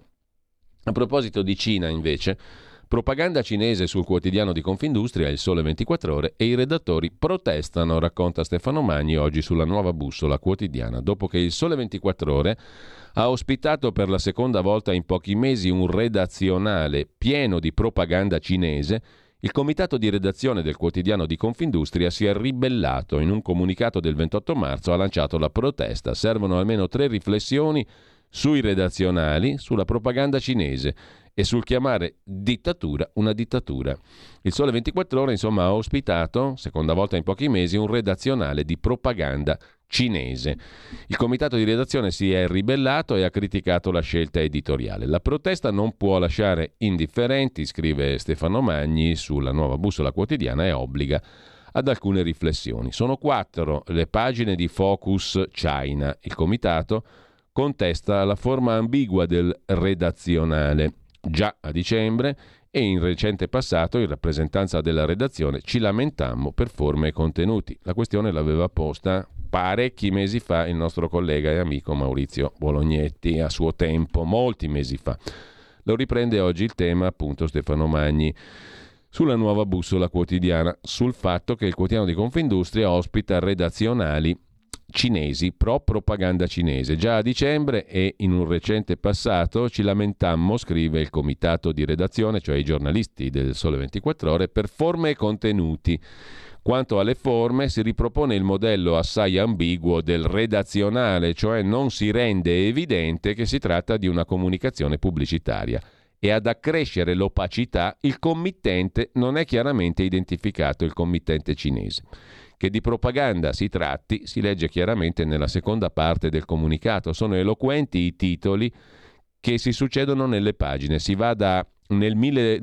A proposito di Cina, invece, propaganda cinese sul quotidiano di Confindustria, Il Sole 24 Ore, e i redattori protestano, racconta Stefano Magni oggi sulla Nuova Bussola Quotidiana, dopo che Il Sole 24 Ore ha ospitato per la seconda volta in pochi mesi un redazionale pieno di propaganda cinese. Il comitato di redazione del quotidiano di Confindustria si è ribellato. In un comunicato del 28 marzo ha lanciato la protesta. Servono almeno 3 riflessioni sui redazionali, sulla propaganda cinese e sul chiamare dittatura una dittatura. Il Sole 24 Ore, insomma, ha ospitato, seconda volta in pochi mesi, un redazionale di propaganda cinese. Il comitato di redazione si è ribellato e ha criticato la scelta editoriale. La protesta non può lasciare indifferenti, scrive Stefano Magni sulla Nuova Bussola Quotidiana, e obbliga ad alcune riflessioni. Sono 4 le pagine di Focus China. Il comitato contesta la forma ambigua del redazionale. Già a dicembre e in recente passato, in rappresentanza della redazione, ci lamentammo per forme e contenuti. La questione l'aveva posta parecchi mesi fa il nostro collega e amico Maurizio Bolognetti, a suo tempo, molti mesi fa. Lo riprende oggi il tema, appunto, Stefano Magni sulla Nuova Bussola Quotidiana, sul fatto che il quotidiano di Confindustria ospita redazionali cinesi pro propaganda cinese. Già a dicembre e in un recente passato ci lamentammo, scrive il comitato di redazione, cioè i giornalisti del Sole 24 Ore, per forme e contenuti. Quanto alle forme, si ripropone il modello assai ambiguo del redazionale, cioè non si rende evidente che si tratta di una comunicazione pubblicitaria, e ad accrescere l'opacità il committente non è chiaramente identificato, il committente cinese. Che di propaganda si tratti si legge chiaramente nella seconda parte del comunicato. Sono eloquenti i titoli che si succedono nelle pagine. Si va da nel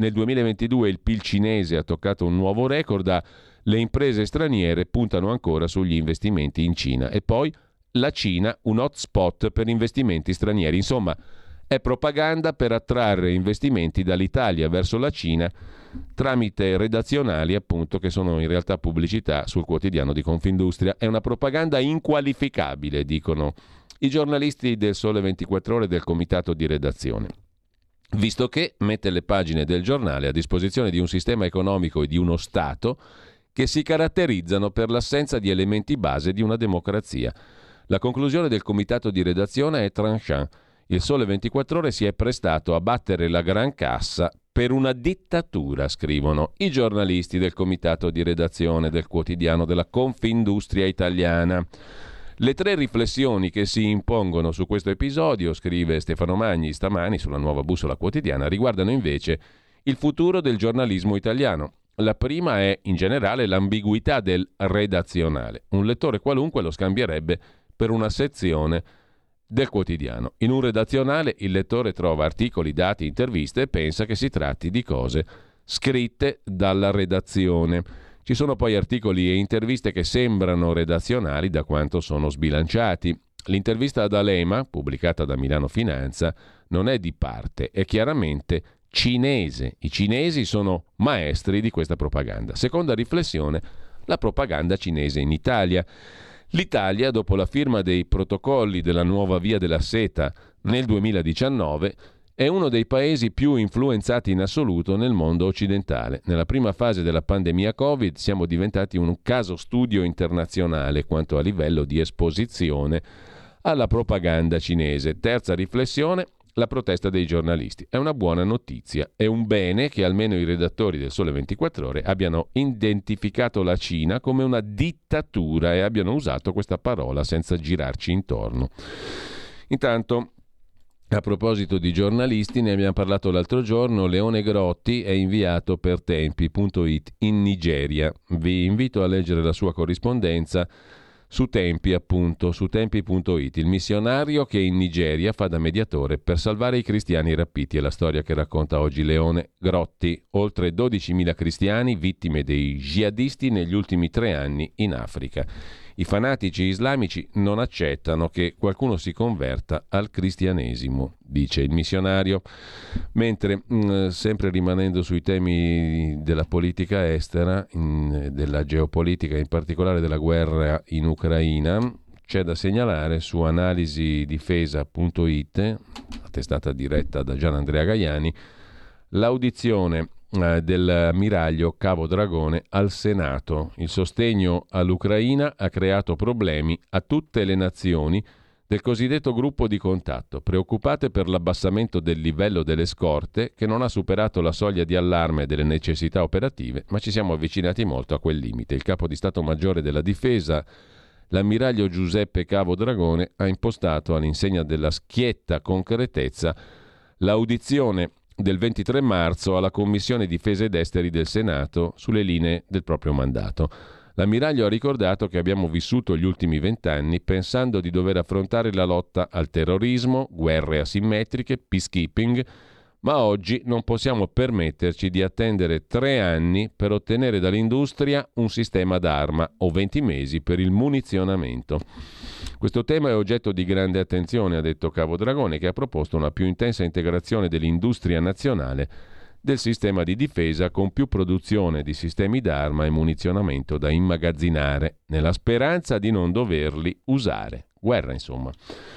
2022 il PIL cinese ha toccato un nuovo record, le imprese straniere puntano ancora sugli investimenti in Cina, e poi la Cina un hotspot per investimenti stranieri. Insomma, è propaganda per attrarre investimenti dall'Italia verso la Cina tramite redazionali, appunto, che sono in realtà pubblicità sul quotidiano di Confindustria. È una propaganda inqualificabile, dicono i giornalisti del Sole 24 Ore del comitato di redazione, visto che mette le pagine del giornale a disposizione di un sistema economico e di uno Stato che si caratterizzano per l'assenza di elementi base di una democrazia. La conclusione del comitato di redazione è tranchant. Il Sole 24 Ore si è prestato a battere la gran cassa per una dittatura, scrivono i giornalisti del comitato di redazione del quotidiano della Confindustria italiana. Le 3 riflessioni che si impongono su questo episodio, scrive Stefano Magni stamani sulla Nuova Bussola Quotidiana, riguardano invece il futuro del giornalismo italiano. La prima è, in generale, l'ambiguità del redazionale. Un lettore qualunque lo scambierebbe per una sezione del quotidiano. In un redazionale il lettore trova articoli, dati, interviste e pensa che si tratti di cose scritte dalla redazione. Ci sono poi articoli e interviste che sembrano redazionali da quanto sono sbilanciati. L'intervista ad Alema, pubblicata da Milano Finanza, non è di parte, è chiaramente cinese. I cinesi sono maestri di questa propaganda. Seconda riflessione, la propaganda cinese in Italia. L'Italia, dopo la firma dei protocolli della nuova Via della Seta nel 2019, è uno dei paesi più influenzati in assoluto nel mondo occidentale. Nella prima fase della pandemia Covid siamo diventati un caso studio internazionale quanto a livello di esposizione alla propaganda cinese. Terza riflessione, la protesta dei giornalisti. È una buona notizia, è un bene che almeno i redattori del Sole 24 Ore abbiano identificato la Cina come una dittatura e abbiano usato questa parola senza girarci intorno. Intanto, a proposito di giornalisti, ne abbiamo parlato l'altro giorno, Leone Grotti è inviato per Tempi.it in Nigeria. Vi invito a leggere la sua corrispondenza su Tempi, appunto, su tempi.it, il missionario che in Nigeria fa da mediatore per salvare i cristiani rapiti. È la storia che racconta oggi Leone Grotti. Oltre 12.000 cristiani vittime dei jihadisti negli ultimi 3 anni in Africa. I fanatici islamici non accettano che qualcuno si converta al cristianesimo, dice il missionario. Mentre, sempre rimanendo sui temi della politica estera, della geopolitica, in particolare della guerra in Ucraina, c'è da segnalare su analisidifesa.it, la testata diretta da Gian Andrea Gaiani, l'audizione dell'ammiraglio Cavo Dragone al Senato. Il sostegno all'Ucraina ha creato problemi a tutte le nazioni del cosiddetto gruppo di contatto, preoccupate per l'abbassamento del livello delle scorte che non ha superato la soglia di allarme delle necessità operative, ma ci siamo avvicinati molto a quel limite. Il capo di Stato Maggiore della Difesa, l'ammiraglio Giuseppe Cavo Dragone, ha impostato all'insegna della schietta concretezza l'audizione del 23 marzo alla Commissione Difesa ed Esteri del Senato sulle linee del proprio mandato. L'ammiraglio ha ricordato che abbiamo vissuto gli ultimi 20 anni pensando di dover affrontare la lotta al terrorismo, guerre asimmetriche, peacekeeping, ma oggi non possiamo permetterci di attendere 3 anni per ottenere dall'industria un sistema d'arma o 20 mesi per il munizionamento. Questo tema è oggetto di grande attenzione, ha detto Cavo Dragone, che ha proposto una più intensa integrazione dell'industria nazionale del sistema di difesa con più produzione di sistemi d'arma e munizionamento da immagazzinare, nella speranza di non doverli usare. Guerra, insomma.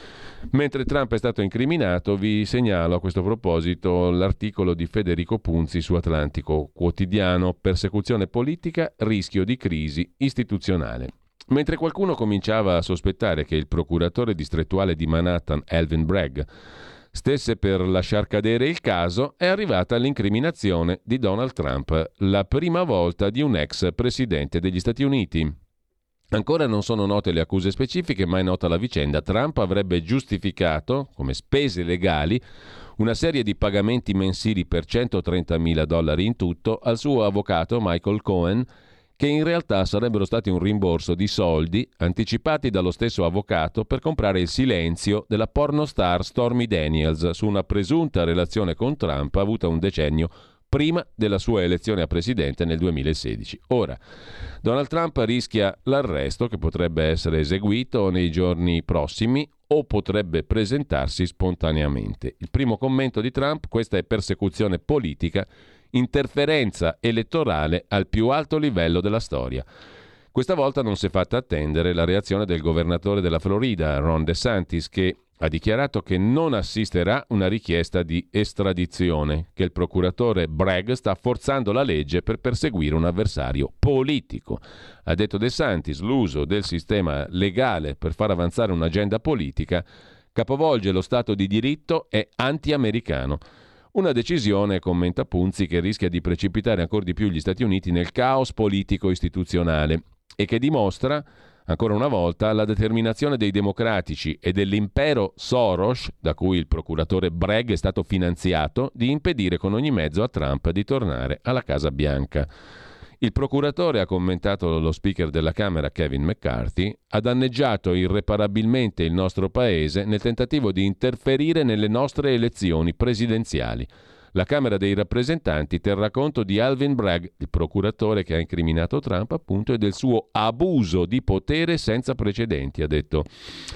Mentre Trump è stato incriminato, vi segnalo a questo proposito l'articolo di Federico Punzi su Atlantico Quotidiano, persecuzione politica, rischio di crisi istituzionale. Mentre qualcuno cominciava a sospettare che il procuratore distrettuale di Manhattan, Alvin Bragg, stesse per lasciar cadere il caso, è arrivata l'incriminazione di Donald Trump, la prima volta di un ex presidente degli Stati Uniti. Ancora non sono note le accuse specifiche, ma è nota la vicenda. Trump avrebbe giustificato, come spese legali, una serie di pagamenti mensili per $130.000 in tutto al suo avvocato Michael Cohen, che in realtà sarebbero stati un rimborso di soldi anticipati dallo stesso avvocato per comprare il silenzio della pornostar Stormy Daniels su una presunta relazione con Trump avuta un decennio prima della sua elezione a presidente nel 2016. Ora, Donald Trump rischia l'arresto che potrebbe essere eseguito nei giorni prossimi o potrebbe presentarsi spontaneamente. Il primo commento di Trump: questa è persecuzione politica, interferenza elettorale al più alto livello della storia. Questa volta non si è fatta attendere la reazione del governatore della Florida, Ron DeSantis, che ha dichiarato che non assisterà una richiesta di estradizione, che il procuratore Bragg sta forzando la legge per perseguire un avversario politico. Ha detto DeSantis: l'uso del sistema legale per far avanzare un'agenda politica capovolge lo Stato di diritto, è anti-americano. Una decisione, commenta Punzi, che rischia di precipitare ancora di più gli Stati Uniti nel caos politico istituzionale e che dimostra ancora una volta la determinazione dei democratici e dell'impero Soros, da cui il procuratore Bragg è stato finanziato, di impedire con ogni mezzo a Trump di tornare alla Casa Bianca. Il procuratore, ha commentato lo speaker della Camera Kevin McCarthy, ha danneggiato irreparabilmente il nostro paese nel tentativo di interferire nelle nostre elezioni presidenziali. La Camera dei rappresentanti terrà conto di Alvin Bragg, il procuratore che ha incriminato Trump, appunto, e del suo abuso di potere senza precedenti, ha detto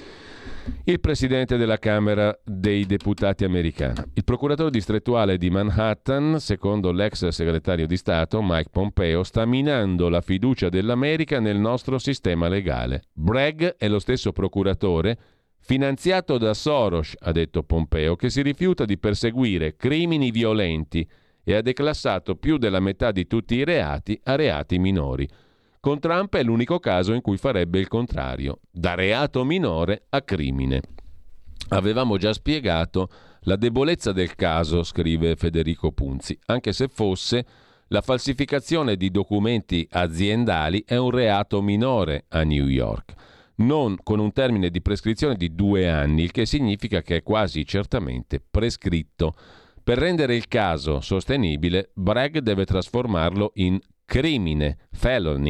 il presidente della Camera dei deputati americana. Il procuratore distrettuale di Manhattan, secondo l'ex segretario di Stato Mike Pompeo, sta minando la fiducia dell'America nel nostro sistema legale. Bragg è lo stesso procuratore finanziato da Soros, ha detto Pompeo, che si rifiuta di perseguire crimini violenti e ha declassato più della metà di tutti i reati a reati minori. Con Trump è l'unico caso in cui farebbe il contrario, da reato minore a crimine. Avevamo già spiegato la debolezza del caso, scrive Federico Punzi, anche se fosse la falsificazione di documenti aziendali è un reato minore a New York, non con un termine di prescrizione di 2 anni, il che significa che è quasi certamente prescritto. Per rendere il caso sostenibile, Bragg deve trasformarlo in crimine, felony,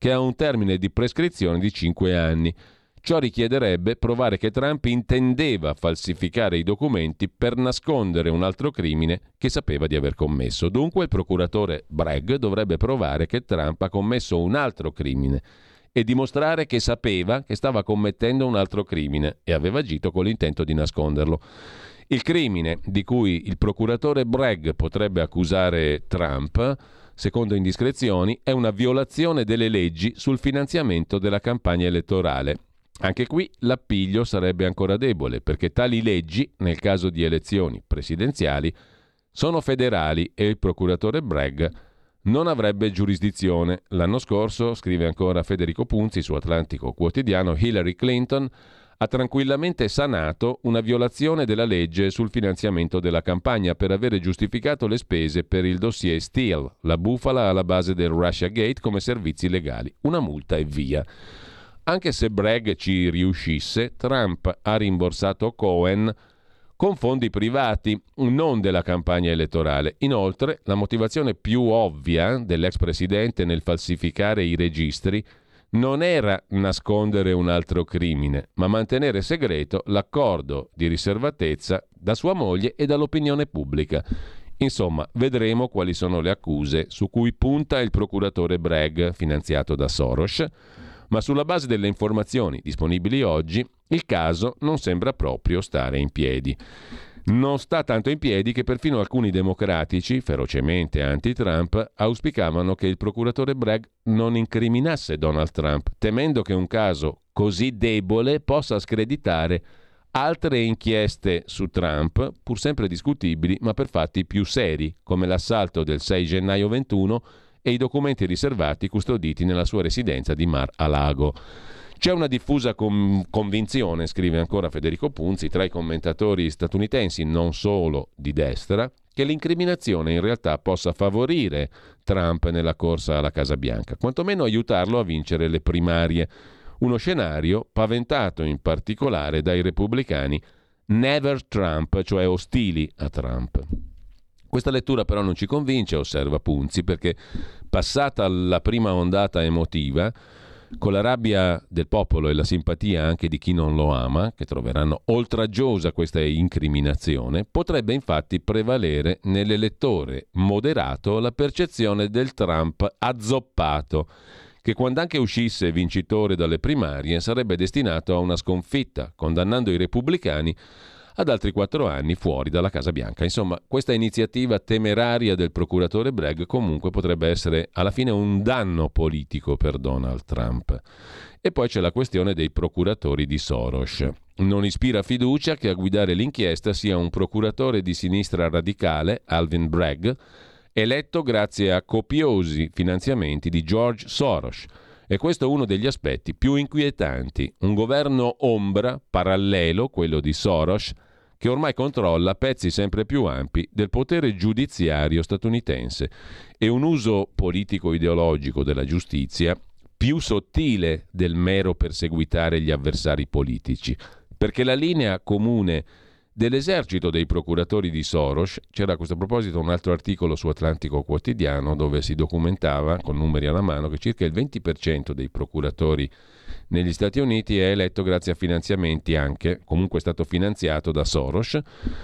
che ha un termine di prescrizione di 5 anni. Ciò richiederebbe provare che Trump intendeva falsificare i documenti per nascondere un altro crimine che sapeva di aver commesso. Dunque il procuratore Bragg dovrebbe provare che Trump ha commesso un altro crimine e dimostrare che sapeva che stava commettendo un altro crimine e aveva agito con l'intento di nasconderlo. Il crimine di cui il procuratore Bragg potrebbe accusare Trump, secondo indiscrezioni, è una violazione delle leggi sul finanziamento della campagna elettorale. Anche qui l'appiglio sarebbe ancora debole, perché tali leggi, nel caso di elezioni presidenziali, sono federali e il procuratore Bragg non avrebbe giurisdizione. L'anno scorso, scrive ancora Federico Punzi su Atlantico Quotidiano, Hillary Clinton ha tranquillamente sanato una violazione della legge sul finanziamento della campagna per avere giustificato le spese per il dossier Steele, la bufala alla base del Russiagate, come servizi legali. Una multa e via. Anche se Bragg ci riuscisse, Trump ha rimborsato Cohen con fondi privati, non della campagna elettorale. Inoltre, la motivazione più ovvia dell'ex presidente nel falsificare i registri non era nascondere un altro crimine, ma mantenere segreto l'accordo di riservatezza da sua moglie e dall'opinione pubblica. Insomma, vedremo quali sono le accuse su cui punta il procuratore Bragg, finanziato da Soros, ma sulla base delle informazioni disponibili oggi, il caso non sembra proprio stare in piedi. Non sta tanto in piedi che perfino alcuni democratici, ferocemente anti-Trump, auspicavano che il procuratore Bragg non incriminasse Donald Trump, temendo che un caso così debole possa screditare altre inchieste su Trump, pur sempre discutibili, ma per fatti più seri, come l'assalto del 6 gennaio 21 e i documenti riservati custoditi nella sua residenza di Mar-a-Lago. C'è una diffusa convinzione, scrive ancora Federico Punzi, tra i commentatori statunitensi, non solo di destra, che l'incriminazione in realtà possa favorire Trump nella corsa alla Casa Bianca, quantomeno aiutarlo a vincere le primarie. Uno scenario paventato in particolare dai repubblicani Never Trump, cioè ostili a Trump. Questa lettura però non ci convince, osserva Punzi, perché passata la prima ondata emotiva, con la rabbia del popolo e la simpatia anche di chi non lo ama, che troveranno oltraggiosa questa incriminazione, potrebbe infatti prevalere nell'elettore moderato la percezione del Trump azzoppato, che quando anche uscisse vincitore dalle primarie sarebbe destinato a una sconfitta, condannando i repubblicani ad altri 4 anni fuori dalla Casa Bianca. Insomma, questa iniziativa temeraria del procuratore Bragg comunque potrebbe essere alla fine un danno politico per Donald Trump. E poi c'è la questione dei procuratori di Soros. Non ispira fiducia che a guidare l'inchiesta sia un procuratore di sinistra radicale, Alvin Bragg, eletto grazie a copiosi finanziamenti di George Soros. E questo è uno degli aspetti più inquietanti. Un governo ombra, parallelo, quello di Soros, che ormai controlla pezzi sempre più ampi del potere giudiziario statunitense e un uso politico-ideologico della giustizia più sottile del mero perseguitare gli avversari politici. Perché la linea comune dell'esercito dei procuratori di Soros, c'era a questo proposito un altro articolo su Atlantico Quotidiano dove si documentava con numeri alla mano che circa il 20% dei procuratori negli Stati Uniti è eletto grazie a finanziamenti anche, comunque è stato finanziato da Soros.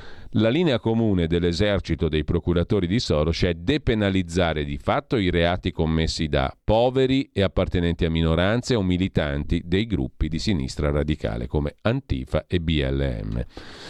La linea comune dell'esercito dei procuratori di Soros è depenalizzare di fatto i reati commessi da poveri e appartenenti a minoranze o militanti dei gruppi di sinistra radicale come Antifa e BLM.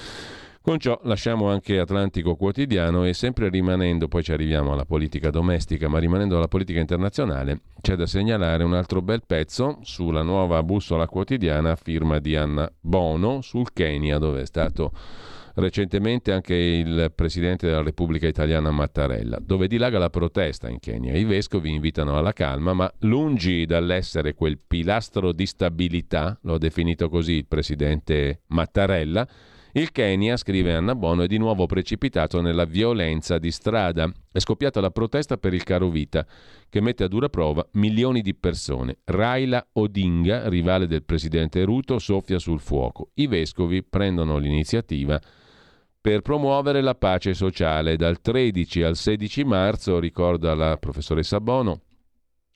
Con ciò lasciamo anche Atlantico Quotidiano e sempre rimanendo, poi ci arriviamo alla politica domestica, ma rimanendo alla politica internazionale, c'è da segnalare un altro bel pezzo sulla nuova bussola quotidiana a firma di Anna Bono sul Kenya, dove è stato recentemente anche il presidente della Repubblica Italiana Mattarella, dove dilaga la protesta in Kenya. I vescovi invitano alla calma, ma lungi dall'essere quel pilastro di stabilità, lo ha definito così il presidente Mattarella, il Kenya, scrive Anna Bono, è di nuovo precipitato nella violenza di strada. È scoppiata la protesta per il caro vita, che mette a dura prova milioni di persone. Raila Odinga, rivale del presidente Ruto, soffia sul fuoco. I vescovi prendono l'iniziativa per promuovere la pace sociale. Dal 13 al 16 marzo, ricorda la professoressa Bono,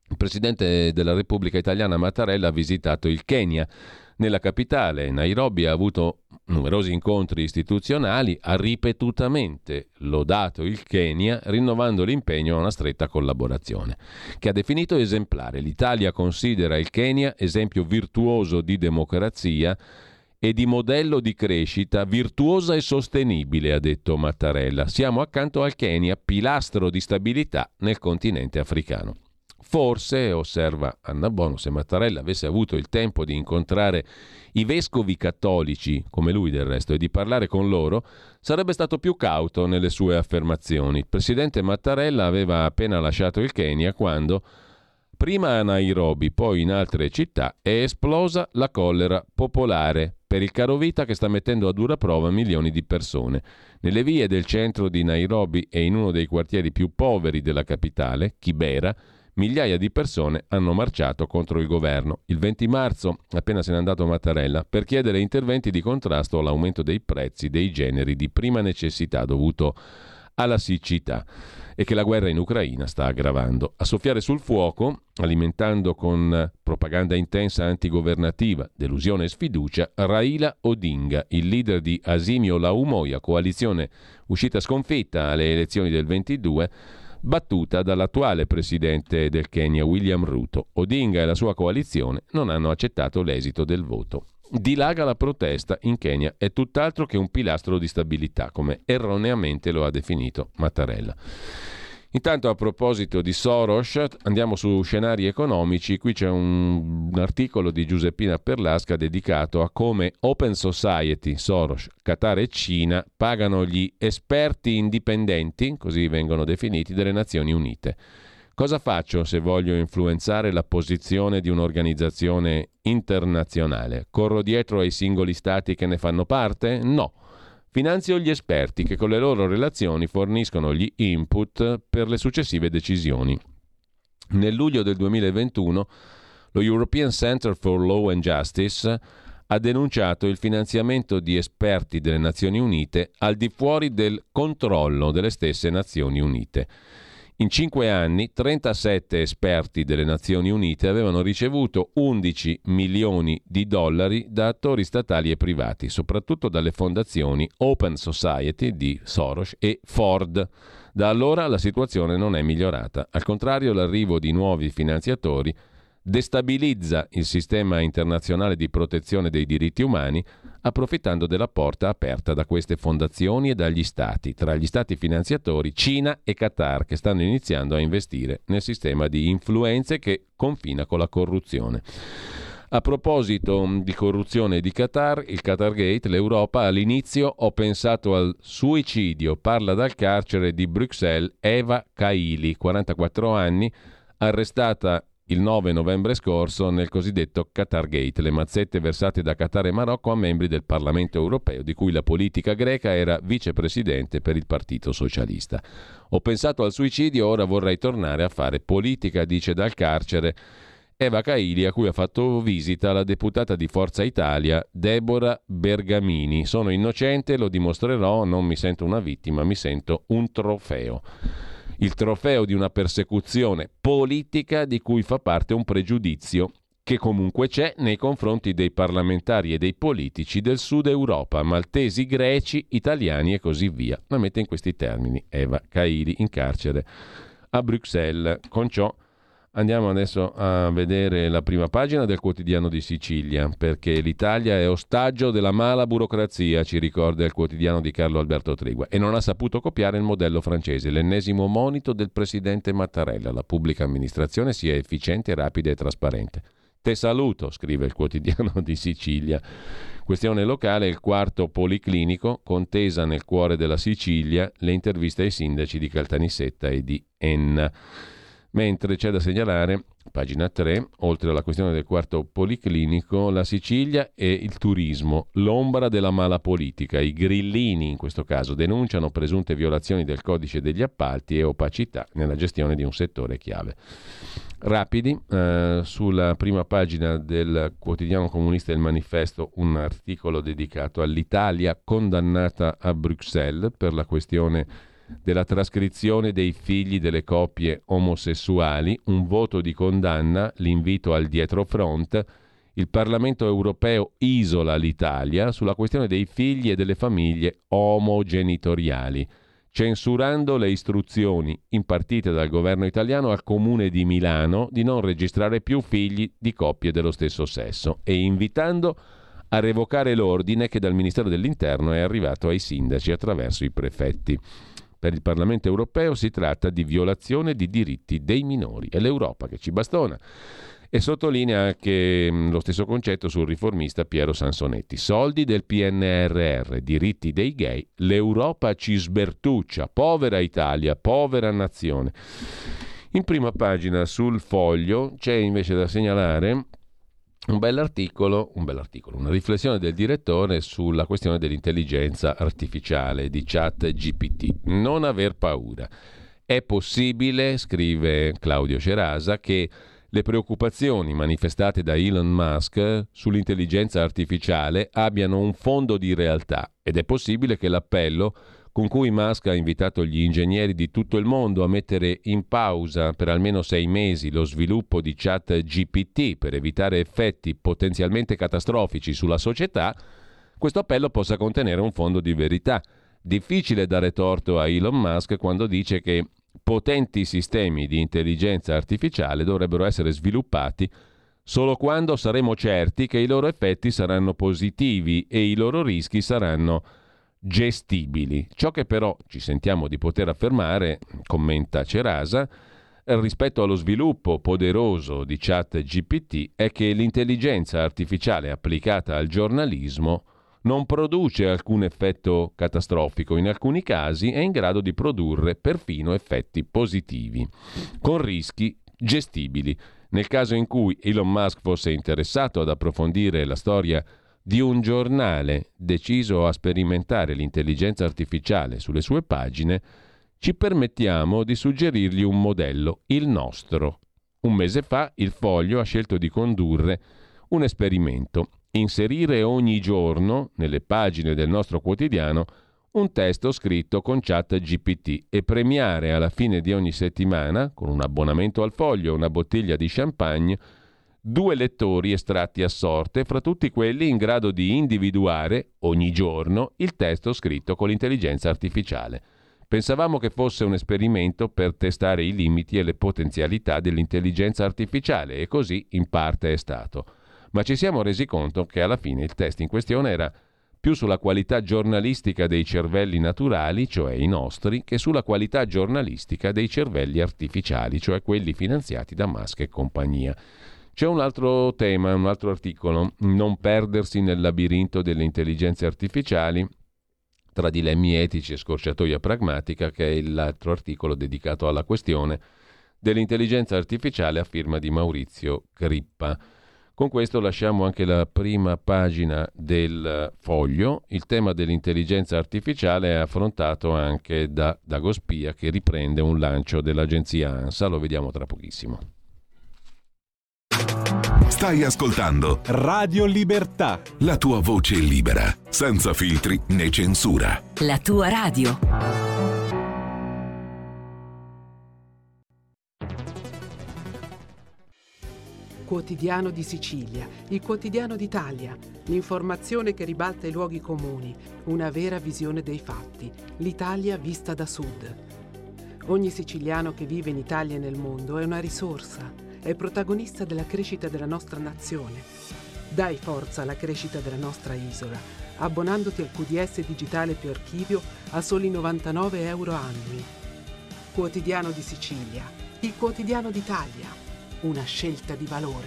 Il Presidente della Repubblica Italiana Mattarella ha visitato il Kenya. Nella capitale, Nairobi, ha avuto numerosi incontri istituzionali, ha ripetutamente lodato il Kenya, rinnovando l'impegno a una stretta collaborazione, che ha definito esemplare. L'Italia considera il Kenya esempio virtuoso di democrazia e di modello di crescita virtuosa e sostenibile, ha detto Mattarella. Siamo accanto al Kenya, pilastro di stabilità nel continente africano. Forse, osserva Anna Bono, se Mattarella avesse avuto il tempo di incontrare i vescovi cattolici, come lui del resto, e di parlare con loro, sarebbe stato più cauto nelle sue affermazioni. Il presidente Mattarella aveva appena lasciato il Kenya quando, prima a Nairobi, poi in altre città, è esplosa la collera popolare per il carovita che sta mettendo a dura prova milioni di persone. Nelle vie del centro di Nairobi e in uno dei quartieri più poveri della capitale, Kibera, migliaia di persone hanno marciato contro il governo. Il 20 marzo, appena se n'è andato Mattarella, per chiedere interventi di contrasto all'aumento dei prezzi dei generi di prima necessità dovuto alla siccità e che la guerra in Ucraina sta aggravando. A soffiare sul fuoco, alimentando con propaganda intensa antigovernativa, delusione e sfiducia, Raila Odinga, il leader di Azimio la Umoja, coalizione uscita sconfitta alle elezioni del 22, battuta dall'attuale presidente del Kenya, William Ruto. Odinga e la sua coalizione non hanno accettato l'esito del voto. Dilaga la protesta in Kenya, è tutt'altro che un pilastro di stabilità, come erroneamente lo ha definito Mattarella. Intanto, a proposito di Soros, andiamo su Scenari economici. Qui c'è un articolo di Giuseppina Perlasca dedicato a come Open Society, Soros, Qatar e Cina pagano gli esperti indipendenti, così vengono definiti, delle Nazioni Unite. Cosa faccio se voglio influenzare la posizione di un'organizzazione internazionale? Corro dietro ai singoli stati che ne fanno parte? No. Finanzio gli esperti che con le loro relazioni forniscono gli input per le successive decisioni. Nel luglio del 2021 lo European Center for Law and Justice ha denunciato il finanziamento di esperti delle Nazioni Unite al di fuori del controllo delle stesse Nazioni Unite. In 5 anni, 37 esperti delle Nazioni Unite avevano ricevuto 11 milioni di dollari da attori statali e privati, soprattutto dalle fondazioni Open Society di Soros e Ford. Da allora la situazione non è migliorata. Al contrario, l'arrivo di nuovi finanziatori destabilizza il sistema internazionale di protezione dei diritti umani, approfittando della porta aperta da queste fondazioni e dagli stati, tra gli stati finanziatori Cina e Qatar, che stanno iniziando a investire nel sistema di influenze che confina con la corruzione. A proposito di corruzione e di Qatar, il Qatargate, l'Europa all'inizio ho pensato al suicidio, parla dal carcere di Bruxelles Eva Kaili, 44 anni, arrestata il 9 novembre scorso nel cosiddetto Qatargate, le mazzette versate da Qatar e Marocco a membri del Parlamento europeo, di cui la politica greca era vicepresidente per il Partito Socialista. Ho pensato al suicidio, ora vorrei tornare a fare politica, dice dal carcere Eva Kaili, a cui ha fatto visita la deputata di Forza Italia Deborah Bergamini. Sono innocente, lo dimostrerò, non mi sento una vittima, mi sento un trofeo. Il trofeo di una persecuzione politica di cui fa parte un pregiudizio che comunque c'è nei confronti dei parlamentari e dei politici del Sud Europa, maltesi, greci, italiani e così via. La mette in questi termini Eva Kaili in carcere a Bruxelles. Con ciò andiamo adesso a vedere la prima pagina del Quotidiano di Sicilia, perché l'Italia è ostaggio della mala burocrazia, ci ricorda il quotidiano di Carlo Alberto Trigua, e non ha saputo copiare il modello francese, l'ennesimo monito del presidente Mattarella. La pubblica amministrazione sia efficiente, rapida e trasparente. Te saluto, scrive il Quotidiano di Sicilia. Questione locale, il quarto policlinico, contesa nel cuore della Sicilia, le interviste ai sindaci di Caltanissetta e di Enna. Mentre c'è da segnalare, pagina 3, oltre alla questione del quarto policlinico, la Sicilia e il turismo, l'ombra della mala politica. I grillini, in questo caso, denunciano presunte violazioni del codice degli appalti e opacità nella gestione di un settore chiave. Rapidi, sulla prima pagina del quotidiano comunista Il Manifesto, un articolo dedicato all'Italia condannata a Bruxelles per la questione della trascrizione dei figli delle coppie omosessuali, un voto di condanna, l'invito al dietrofront. Il Parlamento europeo isola l'Italia sulla questione dei figli e delle famiglie omogenitoriali, censurando le istruzioni impartite dal governo italiano al Comune di Milano di non registrare più figli di coppie dello stesso sesso e invitando a revocare l'ordine che dal Ministero dell'Interno è arrivato ai sindaci attraverso i prefetti. Per il Parlamento europeo si tratta di violazione di diritti dei minori. È l'Europa che ci bastona. E sottolinea anche lo stesso concetto sul riformista Piero Sansonetti. Soldi del PNRR, diritti dei gay, l'Europa ci sbertuccia, povera Italia, povera nazione. In prima pagina sul Foglio c'è invece da segnalare un bell'articolo, una riflessione del direttore sulla questione dell'intelligenza artificiale, di ChatGPT. Non aver paura. È possibile, scrive Claudio Cerasa, che le preoccupazioni manifestate da Elon Musk sull'intelligenza artificiale abbiano un fondo di realtà ed è possibile che l'appello con cui Musk ha invitato gli ingegneri di tutto il mondo a mettere in pausa per almeno 6 mesi lo sviluppo di ChatGPT per evitare effetti potenzialmente catastrofici sulla società, questo appello possa contenere un fondo di verità. Difficile dare torto a Elon Musk quando dice che potenti sistemi di intelligenza artificiale dovrebbero essere sviluppati solo quando saremo certi che i loro effetti saranno positivi e i loro rischi saranno gestibili. Ciò che però ci sentiamo di poter affermare, commenta Cerasa, rispetto allo sviluppo poderoso di ChatGPT è che l'intelligenza artificiale applicata al giornalismo non produce alcun effetto catastrofico, in alcuni casi è in grado di produrre perfino effetti positivi, con rischi gestibili. Nel caso in cui Elon Musk fosse interessato ad approfondire la storia di un giornale deciso a sperimentare l'intelligenza artificiale sulle sue pagine, ci permettiamo di suggerirgli un modello, il nostro. Un mese fa il Foglio ha scelto di condurre un esperimento. Inserire ogni giorno nelle pagine del nostro quotidiano un testo scritto con ChatGPT e premiare alla fine di ogni settimana, con un abbonamento al Foglio e una bottiglia di champagne, 2 lettori estratti a sorte fra tutti quelli in grado di individuare ogni giorno il testo scritto con l'intelligenza artificiale. Pensavamo che fosse un esperimento per testare i limiti e le potenzialità dell'intelligenza artificiale e così in parte è stato. Ma ci siamo resi conto che alla fine il test in questione era più sulla qualità giornalistica dei cervelli naturali, cioè i nostri, che sulla qualità giornalistica dei cervelli artificiali, cioè quelli finanziati da Musk e compagnia. C'è un altro tema, un altro articolo, non perdersi nel labirinto delle intelligenze artificiali, tra dilemmi etici e scorciatoia pragmatica, che è l'altro articolo dedicato alla questione dell'intelligenza artificiale a firma di Maurizio Crippa. Con questo lasciamo anche la prima pagina del Foglio. Il tema dell'intelligenza artificiale è affrontato anche da Dagospia, che riprende un lancio dell'agenzia ANSA. Lo vediamo tra pochissimo. Stai ascoltando Radio Libertà. La tua voce libera, senza filtri né censura. La tua radio. Quotidiano di Sicilia, il quotidiano d'Italia, l'informazione che ribalta i luoghi comuni, una vera visione dei fatti, l'Italia vista da sud. Ogni siciliano che vive in Italia e nel mondo è una risorsa, è protagonista della crescita della nostra nazione. Dai forza alla crescita della nostra isola, abbonandoti al QDS digitale più archivio a soli 99 euro annui. Quotidiano di Sicilia, il quotidiano d'Italia. Una scelta di valore.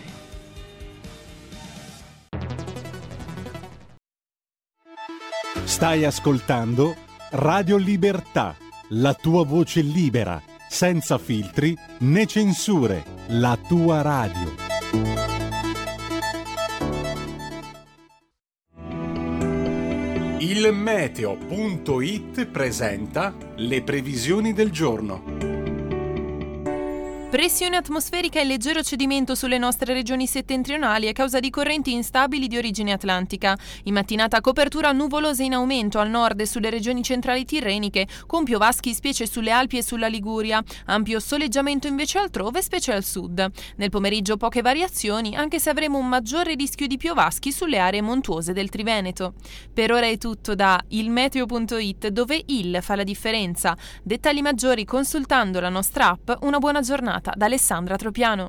Stai ascoltando Radio Libertà, la tua voce libera, senza filtri né censure, la tua radio. Il meteo.it presenta le previsioni del giorno. Pressione atmosferica e leggero cedimento sulle nostre regioni settentrionali a causa di correnti instabili di origine atlantica. In mattinata copertura nuvolosa in aumento al nord e sulle regioni centrali tirreniche, con piovaschi specie sulle Alpi e sulla Liguria. Ampio soleggiamento invece altrove, specie al sud. Nel pomeriggio poche variazioni, anche se avremo un maggiore rischio di piovaschi sulle aree montuose del Triveneto. Per ora è tutto da ilmeteo.it, dove il fa la differenza. Dettagli maggiori consultando la nostra app. Una buona giornata da Alessandra Tropiano.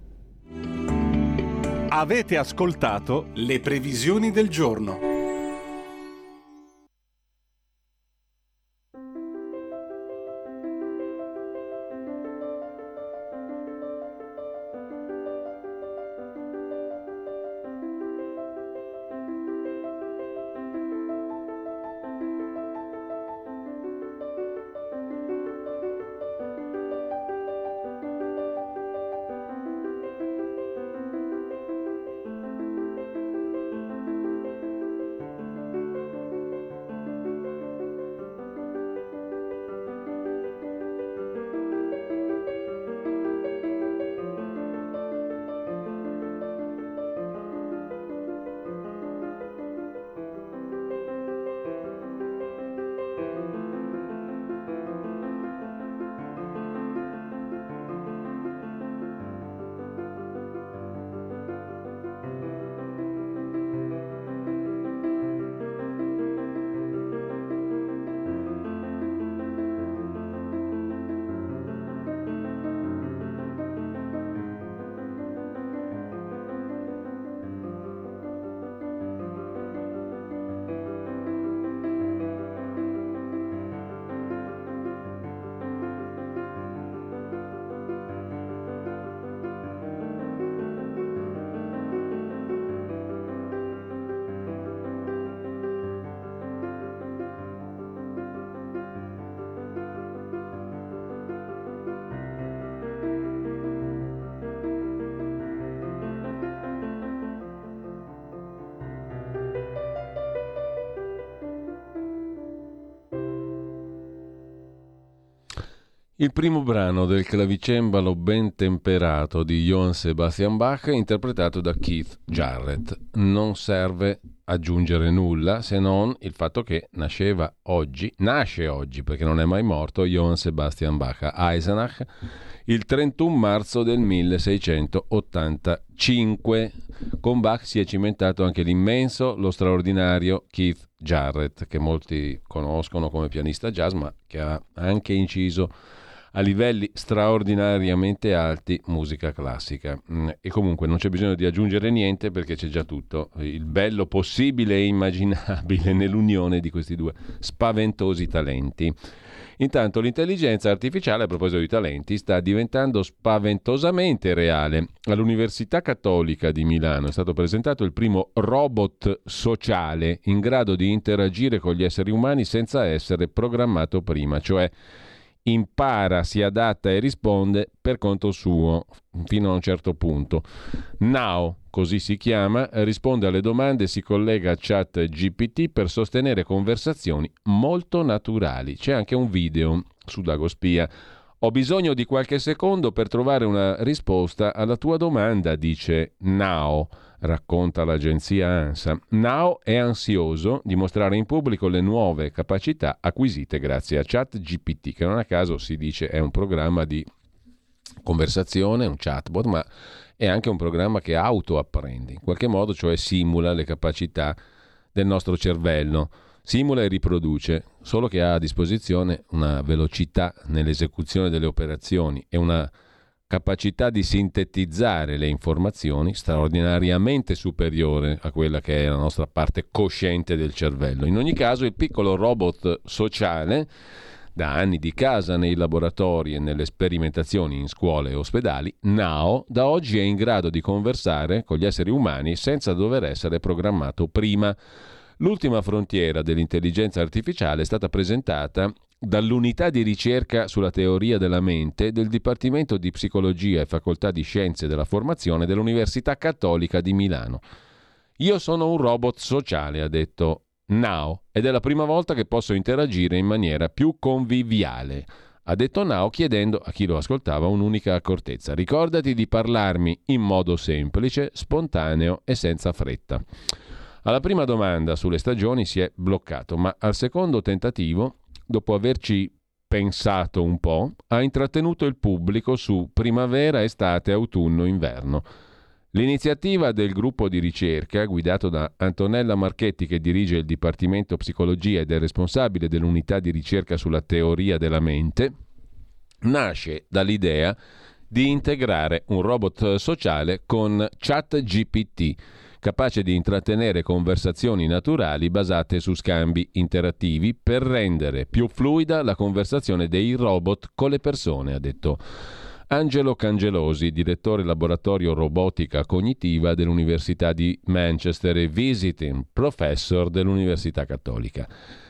Avete ascoltato le previsioni del giorno. Il primo brano del clavicembalo ben temperato di Johann Sebastian Bach, interpretato da Keith Jarrett. Non serve aggiungere nulla se non il fatto che nasce oggi, perché non è mai morto, Johann Sebastian Bach a Eisenach il 31 marzo del 1685. Con Bach si è cimentato anche l'immenso, lo straordinario Keith Jarrett, che molti conoscono come pianista jazz, ma che ha anche inciso a livelli straordinariamente alti musica classica. E comunque non c'è bisogno di aggiungere niente, perché c'è già tutto il bello possibile e immaginabile nell'unione di questi due spaventosi talenti. Intanto l'intelligenza artificiale, a proposito di talenti, sta diventando spaventosamente reale. All'Università Cattolica di Milano è stato presentato il primo robot sociale in grado di interagire con gli esseri umani senza essere programmato prima, cioè impara, si adatta e risponde per conto suo fino a un certo punto. Now, così si chiama, risponde alle domande e si collega a ChatGPT per sostenere conversazioni molto naturali. C'è anche un video su Dagospia. Ho bisogno di qualche secondo per trovare una risposta alla tua domanda, dice Now, racconta l'agenzia ANSA. Now è ansioso di mostrare in pubblico le nuove capacità acquisite grazie a ChatGPT, che non a caso si dice è un programma di conversazione, un chatbot, ma è anche un programma che autoapprende, in qualche modo, cioè simula le capacità del nostro cervello. Simula e riproduce, solo che ha a disposizione una velocità nell'esecuzione delle operazioni e una capacità di sintetizzare le informazioni straordinariamente superiore a quella che è la nostra parte cosciente del cervello. In ogni caso, il piccolo robot sociale, da anni di casa nei laboratori e nelle sperimentazioni in scuole e ospedali, Now, da oggi è in grado di conversare con gli esseri umani senza dover essere programmato prima. L'ultima frontiera dell'intelligenza artificiale è stata presentata dall'unità di ricerca sulla teoria della mente del Dipartimento di Psicologia e Facoltà di Scienze della Formazione dell'Università Cattolica di Milano. Io sono un robot sociale, ha detto Now, ed è la prima volta che posso interagire in maniera più conviviale. ha detto Nao chiedendo a chi lo ascoltava un'unica accortezza: ricordati di parlarmi in modo semplice, spontaneo e senza fretta. Alla prima domanda sulle stagioni si è bloccato, ma al secondo tentativo, dopo averci pensato un po', ha intrattenuto il pubblico su primavera, estate, autunno, inverno. L'iniziativa del gruppo di ricerca, guidato da Antonella Marchetti, che dirige il Dipartimento Psicologia ed è responsabile dell'unità di ricerca sulla teoria della mente, nasce dall'idea di integrare un robot sociale con ChatGPT, capace di intrattenere conversazioni naturali basate su scambi interattivi per rendere più fluida la conversazione dei robot con le persone, ha detto Angelo Cangelosi, direttore laboratorio robotica cognitiva dell'Università di Manchester e visiting professor dell'Università Cattolica.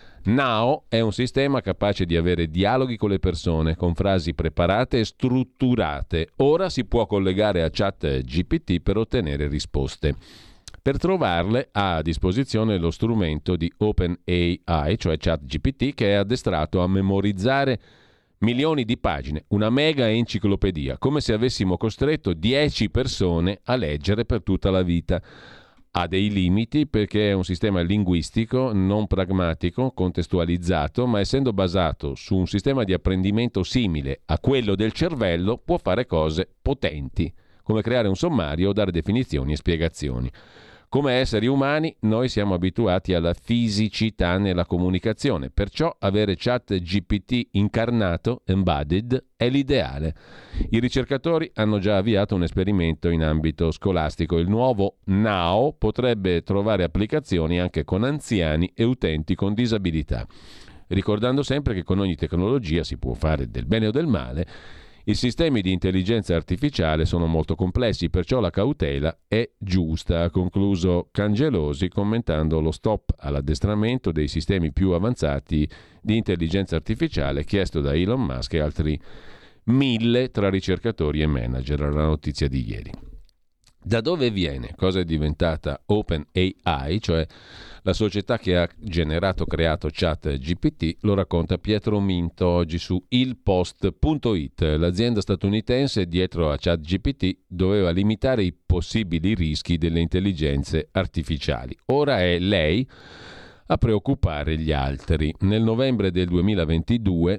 Nao è un sistema capace di avere dialoghi con le persone, con frasi preparate e strutturate. Ora si può collegare a ChatGPT per ottenere risposte. Per trovarle ha a disposizione lo strumento di OpenAI, cioè ChatGPT, che è addestrato a memorizzare milioni di pagine, una mega enciclopedia, come se avessimo costretto 10 persone a leggere per tutta la vita. Ha dei limiti perché è un sistema linguistico non pragmatico, contestualizzato, ma essendo basato su un sistema di apprendimento simile a quello del cervello, può fare cose potenti, come creare un sommario o dare definizioni e spiegazioni. Come esseri umani noi siamo abituati alla fisicità nella comunicazione, perciò avere ChatGPT incarnato, embodied, è l'ideale. I ricercatori hanno già avviato un esperimento in ambito scolastico. Il nuovo Nao potrebbe trovare applicazioni anche con anziani e utenti con disabilità. Ricordando sempre che con ogni tecnologia si può fare del bene o del male, i sistemi di intelligenza artificiale sono molto complessi, perciò la cautela è giusta, ha concluso Cangelosi commentando lo stop all'addestramento dei sistemi più avanzati di intelligenza artificiale chiesto da Elon Musk e altri 1000 tra ricercatori e manager, la notizia di ieri. Da dove viene? Cosa è diventata OpenAI, cioè la società che ha creato ChatGPT? Lo racconta Pietro Minto oggi su ilpost.it. L'azienda statunitense dietro a ChatGPT doveva limitare i possibili rischi delle intelligenze artificiali. Ora è lei a preoccupare gli altri. Nel novembre del 2022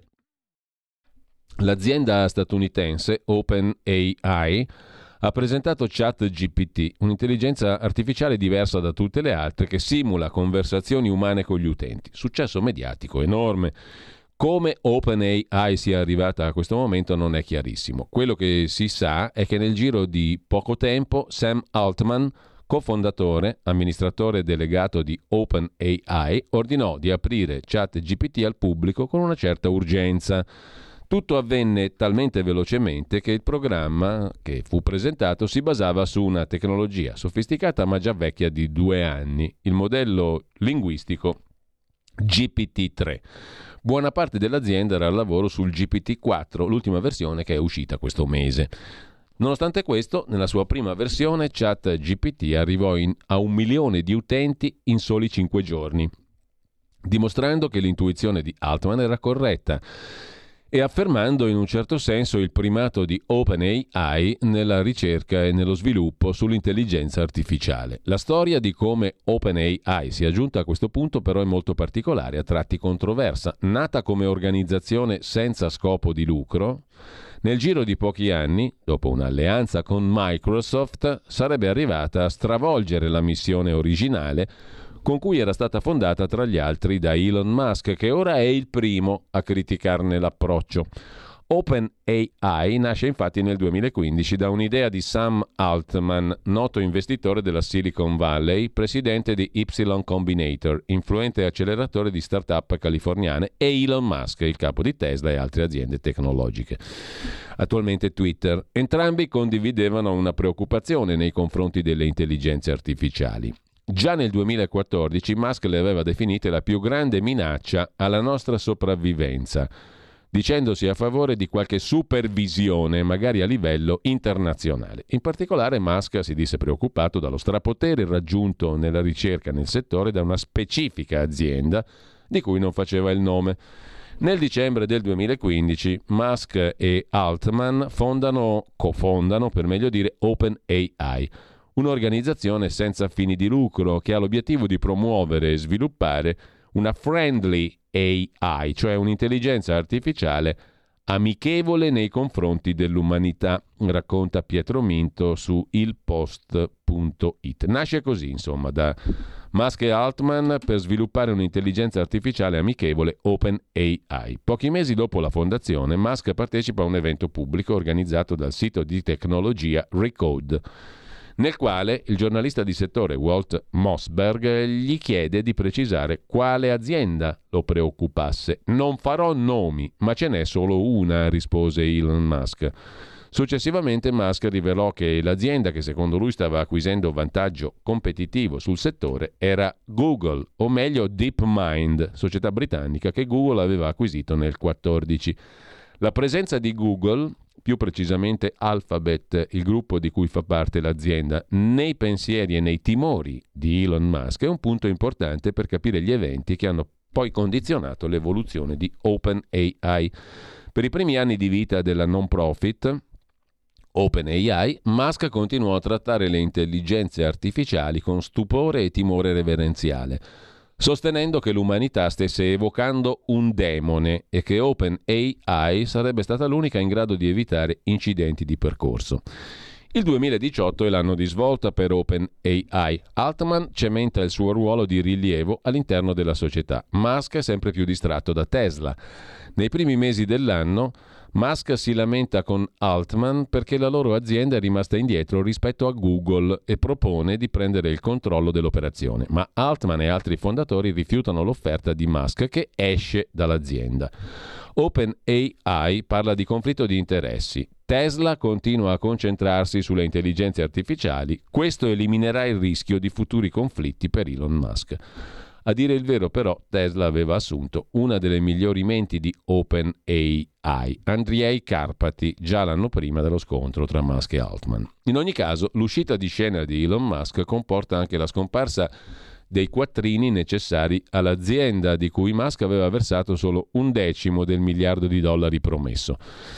l'azienda statunitense OpenAI ha presentato ChatGPT, un'intelligenza artificiale diversa da tutte le altre che simula conversazioni umane con gli utenti. Successo mediatico enorme. Come OpenAI sia arrivata a questo momento non è chiarissimo. Quello che si sa è che nel giro di poco tempo Sam Altman, cofondatore, amministratore delegato di OpenAI, ordinò di aprire ChatGPT al pubblico con una certa urgenza. Tutto avvenne talmente velocemente che il programma che fu presentato si basava su una tecnologia sofisticata ma già vecchia di 2 anni, il modello linguistico GPT-3. Buona parte dell'azienda era al lavoro sul GPT-4, l'ultima versione che è uscita questo mese. Nonostante questo, nella sua prima versione ChatGPT arrivò a 1 milione di utenti in soli 5 giorni, dimostrando che l'intuizione di Altman era corretta e affermando in un certo senso il primato di OpenAI nella ricerca e nello sviluppo sull'intelligenza artificiale. La storia di come OpenAI sia giunta a questo punto però è molto particolare, a tratti controversa. Nata come organizzazione senza scopo di lucro, nel giro di pochi anni, dopo un'alleanza con Microsoft, sarebbe arrivata a stravolgere la missione originale con cui era stata fondata tra gli altri da Elon Musk, che ora è il primo a criticarne l'approccio. OpenAI nasce infatti nel 2015 da un'idea di Sam Altman, noto investitore della Silicon Valley, presidente di Y Combinator, influente acceleratore di start-up californiane, e Elon Musk, il capo di Tesla e altre aziende tecnologiche. Attualmente Twitter. Entrambi condividevano una preoccupazione nei confronti delle intelligenze artificiali. Già nel 2014 Musk le aveva definite la più grande minaccia alla nostra sopravvivenza, dicendosi a favore di qualche supervisione, magari a livello internazionale. In particolare Musk si disse preoccupato dallo strapotere raggiunto nella ricerca nel settore da una specifica azienda di cui non faceva il nome. Nel dicembre del 2015 Musk e Altman cofondano, per meglio dire, OpenAI, un'organizzazione senza fini di lucro che ha l'obiettivo di promuovere e sviluppare una friendly AI, cioè un'intelligenza artificiale amichevole nei confronti dell'umanità, racconta Pietro Minto su ilpost.it. Nasce così, insomma, da Musk e Altman per sviluppare un'intelligenza artificiale amichevole, OpenAI. Pochi mesi dopo la fondazione, Musk partecipa a un evento pubblico organizzato dal sito di tecnologia Recode, nel quale il giornalista di settore Walt Mossberg gli chiede di precisare quale azienda lo preoccupasse. «Non farò nomi, ma ce n'è solo una», rispose Elon Musk. Successivamente Musk rivelò che l'azienda che secondo lui stava acquisendo vantaggio competitivo sul settore era Google, o meglio DeepMind, società britannica che Google aveva acquisito nel 2014. La presenza di Google, più precisamente Alphabet, il gruppo di cui fa parte l'azienda, nei pensieri e nei timori di Elon Musk è un punto importante per capire gli eventi che hanno poi condizionato l'evoluzione di OpenAI. Per i primi anni di vita della non profit OpenAI, Musk continuò a trattare le intelligenze artificiali con stupore e timore reverenziale, sostenendo che l'umanità stesse evocando un demone e che OpenAI sarebbe stata l'unica in grado di evitare incidenti di percorso. Il 2018 è l'anno di svolta per OpenAI. Altman cementa il suo ruolo di rilievo all'interno della società. Musk è sempre più distratto da Tesla. Nei primi mesi dell'anno Musk si lamenta con Altman perché la loro azienda è rimasta indietro rispetto a Google e propone di prendere il controllo dell'operazione. Ma Altman e altri fondatori rifiutano l'offerta di Musk, che esce dall'azienda. OpenAI parla di conflitto di interessi. Tesla continua a concentrarsi sulle intelligenze artificiali. Questo eliminerà il rischio di futuri conflitti per Elon Musk. A dire il vero, però, Tesla aveva assunto una delle migliori menti di OpenAI, Andrej Karpathy, già l'anno prima dello scontro tra Musk e Altman. In ogni caso, l'uscita di scena di Elon Musk comporta anche la scomparsa dei quattrini necessari all'azienda, di cui Musk aveva versato solo $1/10 del miliardo di dollari promesso.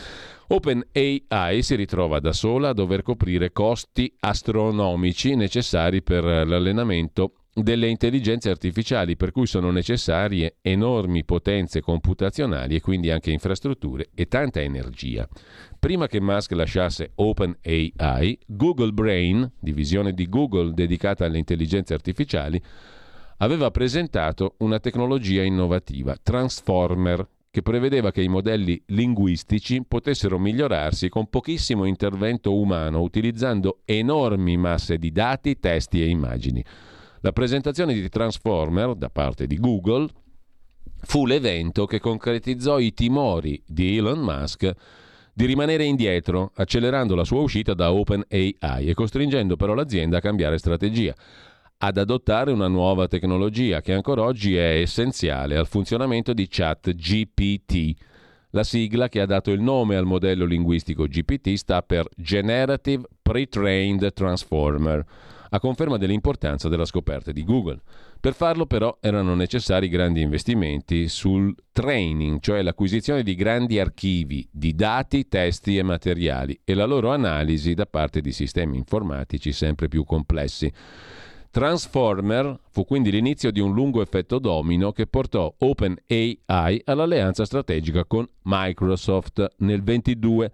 OpenAI si ritrova da sola a dover coprire costi astronomici necessari per l'allenamento delle intelligenze artificiali, per cui sono necessarie enormi potenze computazionali e quindi anche infrastrutture e tanta energia. Prima che Musk lasciasse OpenAI, Google Brain, divisione di Google dedicata alle intelligenze artificiali, aveva presentato una tecnologia innovativa, Transformer, che prevedeva che i modelli linguistici potessero migliorarsi con pochissimo intervento umano, utilizzando enormi masse di dati, testi e immagini. La presentazione di Transformer da parte di Google fu l'evento che concretizzò i timori di Elon Musk di rimanere indietro, accelerando la sua uscita da OpenAI e costringendo però l'azienda a cambiare strategia, ad adottare una nuova tecnologia che ancora oggi è essenziale al funzionamento di ChatGPT. La sigla che ha dato il nome al modello linguistico GPT sta per Generative Pre-trained Transformer, a conferma dell'importanza della scoperta di Google. Per farlo però erano necessari grandi investimenti sul training, cioè l'acquisizione di grandi archivi di dati, testi e materiali, e la loro analisi da parte di sistemi informatici sempre più complessi. Transformer fu quindi l'inizio di un lungo effetto domino che portò OpenAI all'alleanza strategica con Microsoft nel 2022.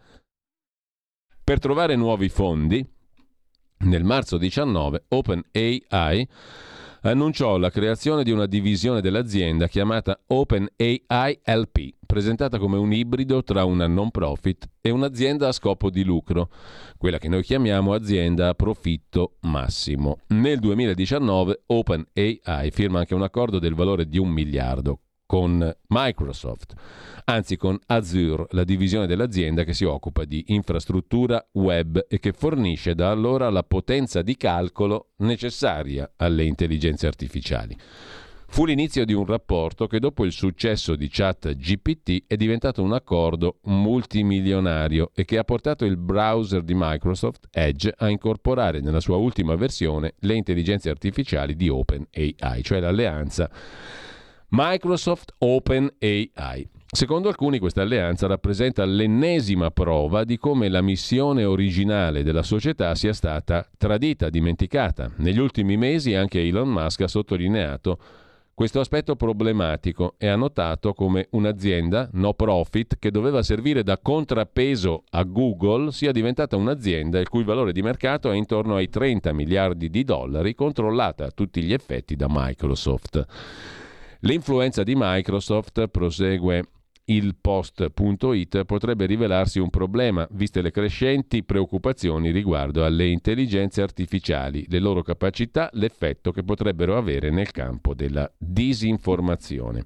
Per trovare nuovi fondi, nel marzo 19 OpenAI annunciò la creazione di una divisione dell'azienda chiamata OpenAI LP, presentata come un ibrido tra una non-profit e un'azienda a scopo di lucro, quella che noi chiamiamo azienda a profitto massimo. Nel 2019 OpenAI firma anche un accordo del valore di $1 miliardo con Microsoft, anzi con Azure, la divisione dell'azienda che si occupa di infrastruttura web e che fornisce da allora la potenza di calcolo necessaria alle intelligenze artificiali. Fu l'inizio di un rapporto che dopo il successo di ChatGPT è diventato un accordo multimilionario e che ha portato il browser di Microsoft Edge a incorporare nella sua ultima versione le intelligenze artificiali di OpenAI, cioè l'alleanza Microsoft OpenAI. Secondo alcuni questa alleanza rappresenta l'ennesima prova di come la missione originale della società sia stata tradita, dimenticata. Negli ultimi mesi anche Elon Musk ha sottolineato questo aspetto problematico e ha notato come un'azienda no profit che doveva servire da contrappeso a Google sia diventata un'azienda il cui valore di mercato è intorno ai 30 miliardi di dollari, controllata a tutti gli effetti da Microsoft. L'influenza di Microsoft, prosegue il post.it, potrebbe rivelarsi un problema, viste le crescenti preoccupazioni riguardo alle intelligenze artificiali, le loro capacità, l'effetto che potrebbero avere nel campo della disinformazione.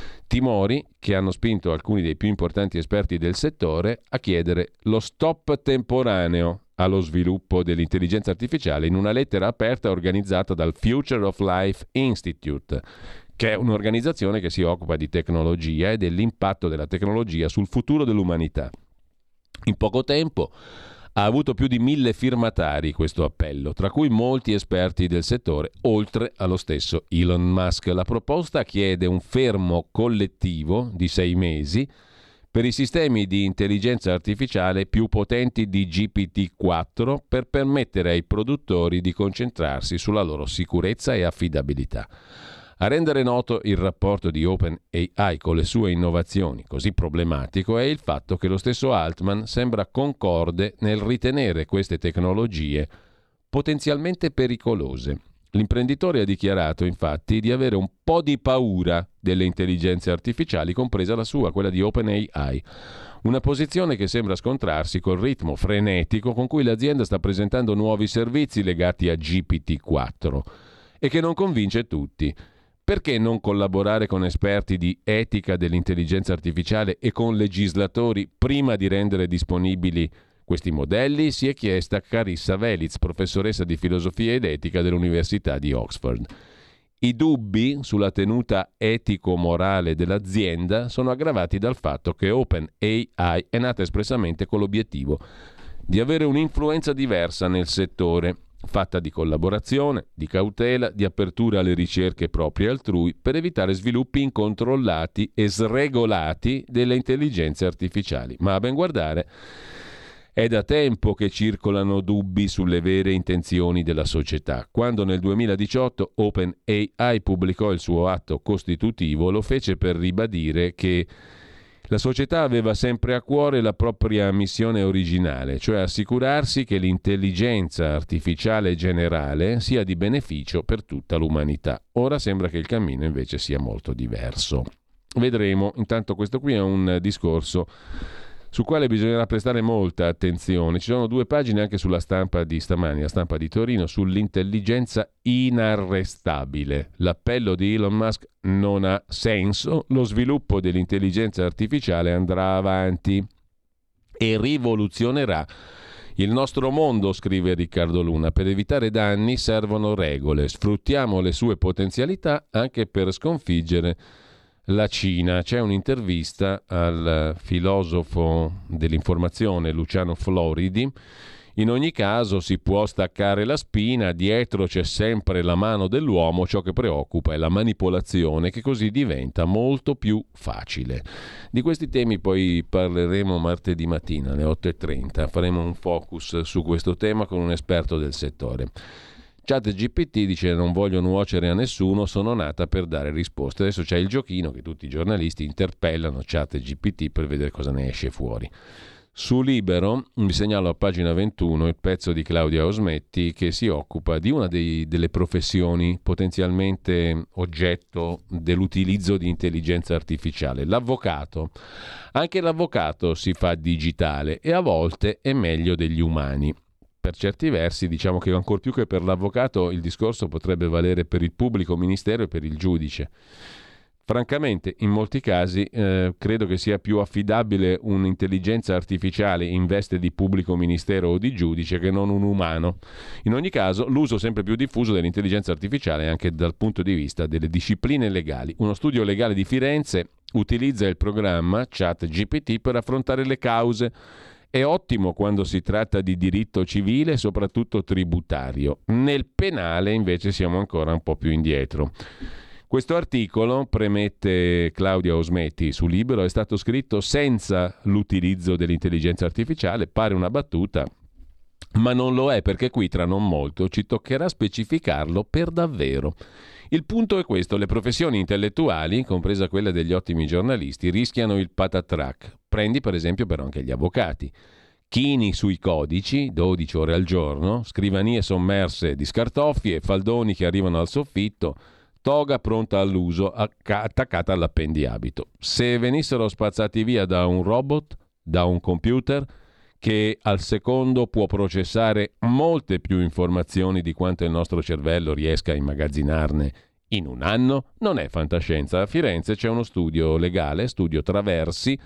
Timori che hanno spinto alcuni dei più importanti esperti del settore a chiedere lo stop temporaneo allo sviluppo dell'intelligenza artificiale in una lettera aperta organizzata dal Future of Life Institute, che è un'organizzazione che si occupa di tecnologia e dell'impatto della tecnologia sul futuro dell'umanità. In poco tempo ha avuto più di 1000 firmatari questo appello, tra cui molti esperti del settore, oltre allo stesso Elon Musk. La proposta chiede un fermo collettivo di 6 mesi per i sistemi di intelligenza artificiale più potenti di GPT-4 per permettere ai produttori di concentrarsi sulla loro sicurezza e affidabilità. A rendere noto il rapporto di OpenAI con le sue innovazioni così problematico è il fatto che lo stesso Altman sembra concorde nel ritenere queste tecnologie potenzialmente pericolose. L'imprenditore ha dichiarato infatti di avere un po' di paura delle intelligenze artificiali, compresa la sua, quella di OpenAI. Una posizione che sembra scontrarsi col ritmo frenetico con cui l'azienda sta presentando nuovi servizi legati a GPT-4 e che non convince tutti. Perché non collaborare con esperti di etica dell'intelligenza artificiale e con legislatori prima di rendere disponibili questi modelli? Si è chiesta Carissa Velitz, professoressa di filosofia ed etica dell'Università di Oxford. I dubbi sulla tenuta etico-morale dell'azienda sono aggravati dal fatto che OpenAI è nata espressamente con l'obiettivo di avere un'influenza diversa nel settore, fatta di collaborazione, di cautela, di apertura alle ricerche proprie e altrui, per evitare sviluppi incontrollati e sregolati delle intelligenze artificiali. Ma a ben guardare, è da tempo che circolano dubbi sulle vere intenzioni della società. Quando nel 2018 OpenAI pubblicò il suo atto costitutivo, lo fece per ribadire che la società aveva sempre a cuore la propria missione originale, cioè assicurarsi che l'intelligenza artificiale generale sia di beneficio per tutta l'umanità. Ora sembra che il cammino invece sia molto diverso. Vedremo. Intanto questo qui è un discorso sul quale bisognerà prestare molta attenzione. Ci sono 2 pagine anche sulla stampa di stamani, la stampa di Torino, sull'intelligenza inarrestabile. L'appello di Elon Musk non ha senso, lo sviluppo dell'intelligenza artificiale andrà avanti e rivoluzionerà il nostro mondo, scrive Riccardo Luna. Per evitare danni servono regole, sfruttiamo le sue potenzialità anche per sconfiggere la Cina. C'è un'intervista al filosofo dell'informazione Luciano Floridi. In ogni caso si può staccare la spina, dietro c'è sempre la mano dell'uomo, ciò che preoccupa è la manipolazione, che così diventa molto più facile. Di questi temi poi parleremo martedì mattina alle 8:30, faremo un focus su questo tema con un esperto del settore. ChatGPT dice: non voglio nuocere a nessuno, sono nata per dare risposte. Adesso c'è il giochino che tutti i giornalisti interpellano ChatGPT per vedere cosa ne esce fuori. Su Libero vi segnalo a pagina 21 il pezzo di Claudia Osmetti che si occupa di una delle professioni potenzialmente oggetto dell'utilizzo di intelligenza artificiale, l'avvocato. Anche l'avvocato si fa digitale e a volte è meglio degli umani. Per certi versi diciamo che ancor più che per l'avvocato il discorso potrebbe valere per il pubblico ministero e per il giudice. Francamente, in molti casi credo che sia più affidabile un'intelligenza artificiale in veste di pubblico ministero o di giudice che non un umano. In ogni caso, l'uso sempre più diffuso dell'intelligenza artificiale anche dal punto di vista delle discipline legali. Uno studio legale di Firenze utilizza il programma ChatGPT per affrontare le cause. È ottimo quando si tratta di diritto civile e soprattutto tributario. Nel penale invece siamo ancora un po' più indietro. Questo articolo, premette Claudia Osmetti su Libero, è stato scritto senza l'utilizzo dell'intelligenza artificiale. Pare una battuta, ma non lo è, perché qui tra non molto ci toccherà specificarlo per davvero. Il punto è questo: le professioni intellettuali, compresa quella degli ottimi giornalisti, rischiano il patatrac. Prendi per esempio però anche gli avvocati. Chini sui codici, 12 ore al giorno, scrivanie sommerse di scartoffie, faldoni che arrivano al soffitto, toga pronta all'uso attaccata all'appendiabito. Se venissero spazzati via da un robot, da un computer, che al secondo può processare molte più informazioni di quanto il nostro cervello riesca a immagazzinarne in un anno, non è fantascienza. A Firenze c'è uno studio legale, studio Traversi,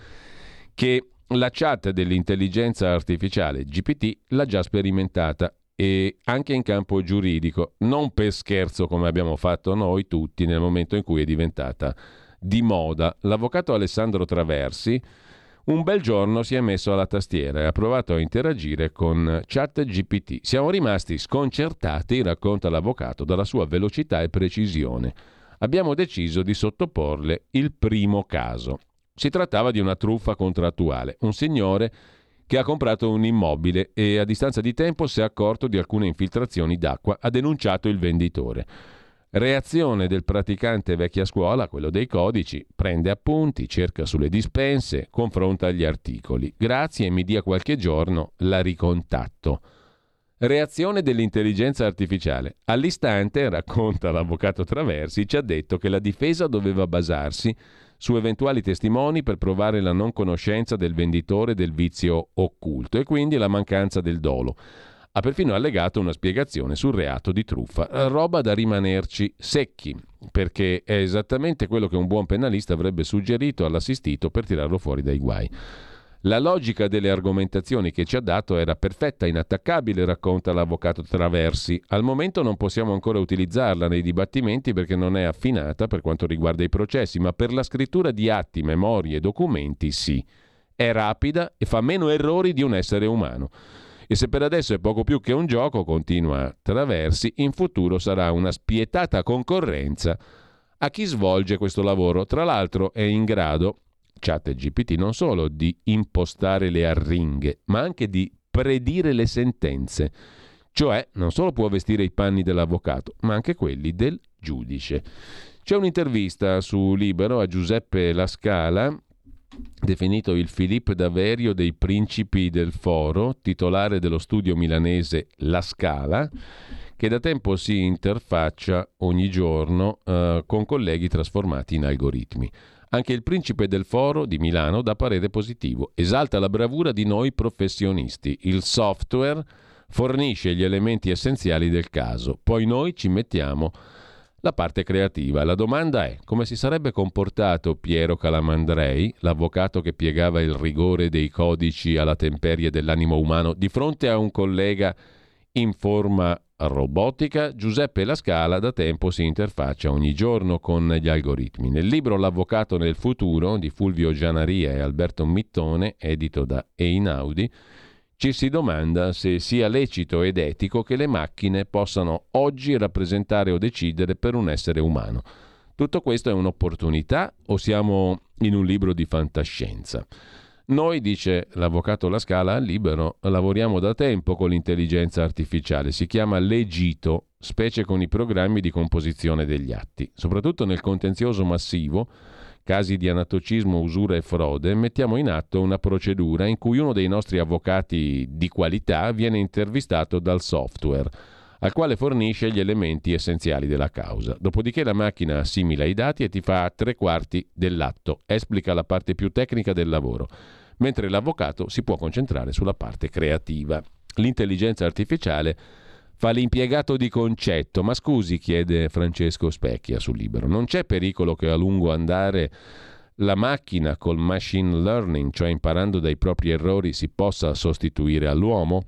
che la chat dell'intelligenza artificiale GPT l'ha già sperimentata, e anche in campo giuridico, non per scherzo come abbiamo fatto noi tutti nel momento in cui è diventata di moda. L'avvocato Alessandro Traversi un bel giorno si è messo alla tastiera e ha provato a interagire con ChatGPT. Siamo rimasti sconcertati, racconta l'avvocato, dalla sua velocità e precisione. Abbiamo deciso di sottoporle il primo caso. Si trattava di una truffa contrattuale. Un signore che ha comprato un immobile e a distanza di tempo si è accorto di alcune infiltrazioni d'acqua, ha denunciato il venditore. Reazione del praticante vecchia scuola, quello dei codici: prende appunti, cerca sulle dispense, confronta gli articoli. Grazie, mi dia qualche giorno, la ricontatto. Reazione dell'intelligenza artificiale. All'istante, racconta l'avvocato Traversi, ci ha detto che la difesa doveva basarsi su eventuali testimoni per provare la non conoscenza del venditore del vizio occulto e quindi la mancanza del dolo. Ha perfino allegato una spiegazione sul reato di truffa, roba da rimanerci secchi, perché è esattamente quello che un buon penalista avrebbe suggerito all'assistito per tirarlo fuori dai guai. La logica delle argomentazioni che ci ha dato era perfetta, inattaccabile, racconta l'avvocato Traversi. Al momento non possiamo ancora utilizzarla nei dibattimenti perché non è affinata per quanto riguarda i processi, ma per la scrittura di atti, memorie e documenti sì. È rapida e fa meno errori di un essere umano. E se per adesso è poco più che un gioco, continua Traversi, in futuro sarà una spietata concorrenza a chi svolge questo lavoro. Tra l'altro è in grado ChatGPT non solo di impostare le arringhe, ma anche di predire le sentenze. Cioè, non solo può vestire i panni dell'avvocato, ma anche quelli del giudice. C'è un'intervista su Libero a Giuseppe Lascala, definito il Philippe Daverio dei principi del foro, titolare dello studio milanese La Scala, che da tempo si interfaccia ogni giorno con colleghi trasformati in algoritmi. Anche il principe del foro di Milano dà parere positivo, esalta la bravura di noi professionisti. Il software fornisce gli elementi essenziali del caso, poi noi ci mettiamo la parte creativa. La domanda è: come si sarebbe comportato Piero Calamandrei, l'avvocato che piegava il rigore dei codici alla temperie dell'animo umano, di fronte a un collega in forma robotica? Giuseppe Lascala da tempo si interfaccia ogni giorno con gli algoritmi. Nel libro L'avvocato nel futuro di Fulvio Gianaria e Alberto Mittone, edito da Einaudi, ci si domanda se sia lecito ed etico che le macchine possano oggi rappresentare o decidere per un essere umano. Tutto questo è un'opportunità o siamo in un libro di fantascienza? Noi, dice l'avvocato Lascala al Libero, lavoriamo da tempo con l'intelligenza artificiale. Si chiama Legito, specie con i programmi di composizione degli atti. Soprattutto nel contenzioso massivo, casi di anatocismo, usura e frode, mettiamo in atto una procedura in cui uno dei nostri avvocati di qualità viene intervistato dal software, al quale fornisce gli elementi essenziali della causa. Dopodiché la macchina assimila i dati e ti fa 3/4 dell'atto, esplica la parte più tecnica del lavoro, mentre l'avvocato si può concentrare sulla parte creativa. L'intelligenza artificiale fa l'impiegato di concetto. Ma scusi, chiede Francesco Specchia sul Libero, non c'è pericolo che a lungo andare la macchina col machine learning, cioè imparando dai propri errori, si possa sostituire all'uomo?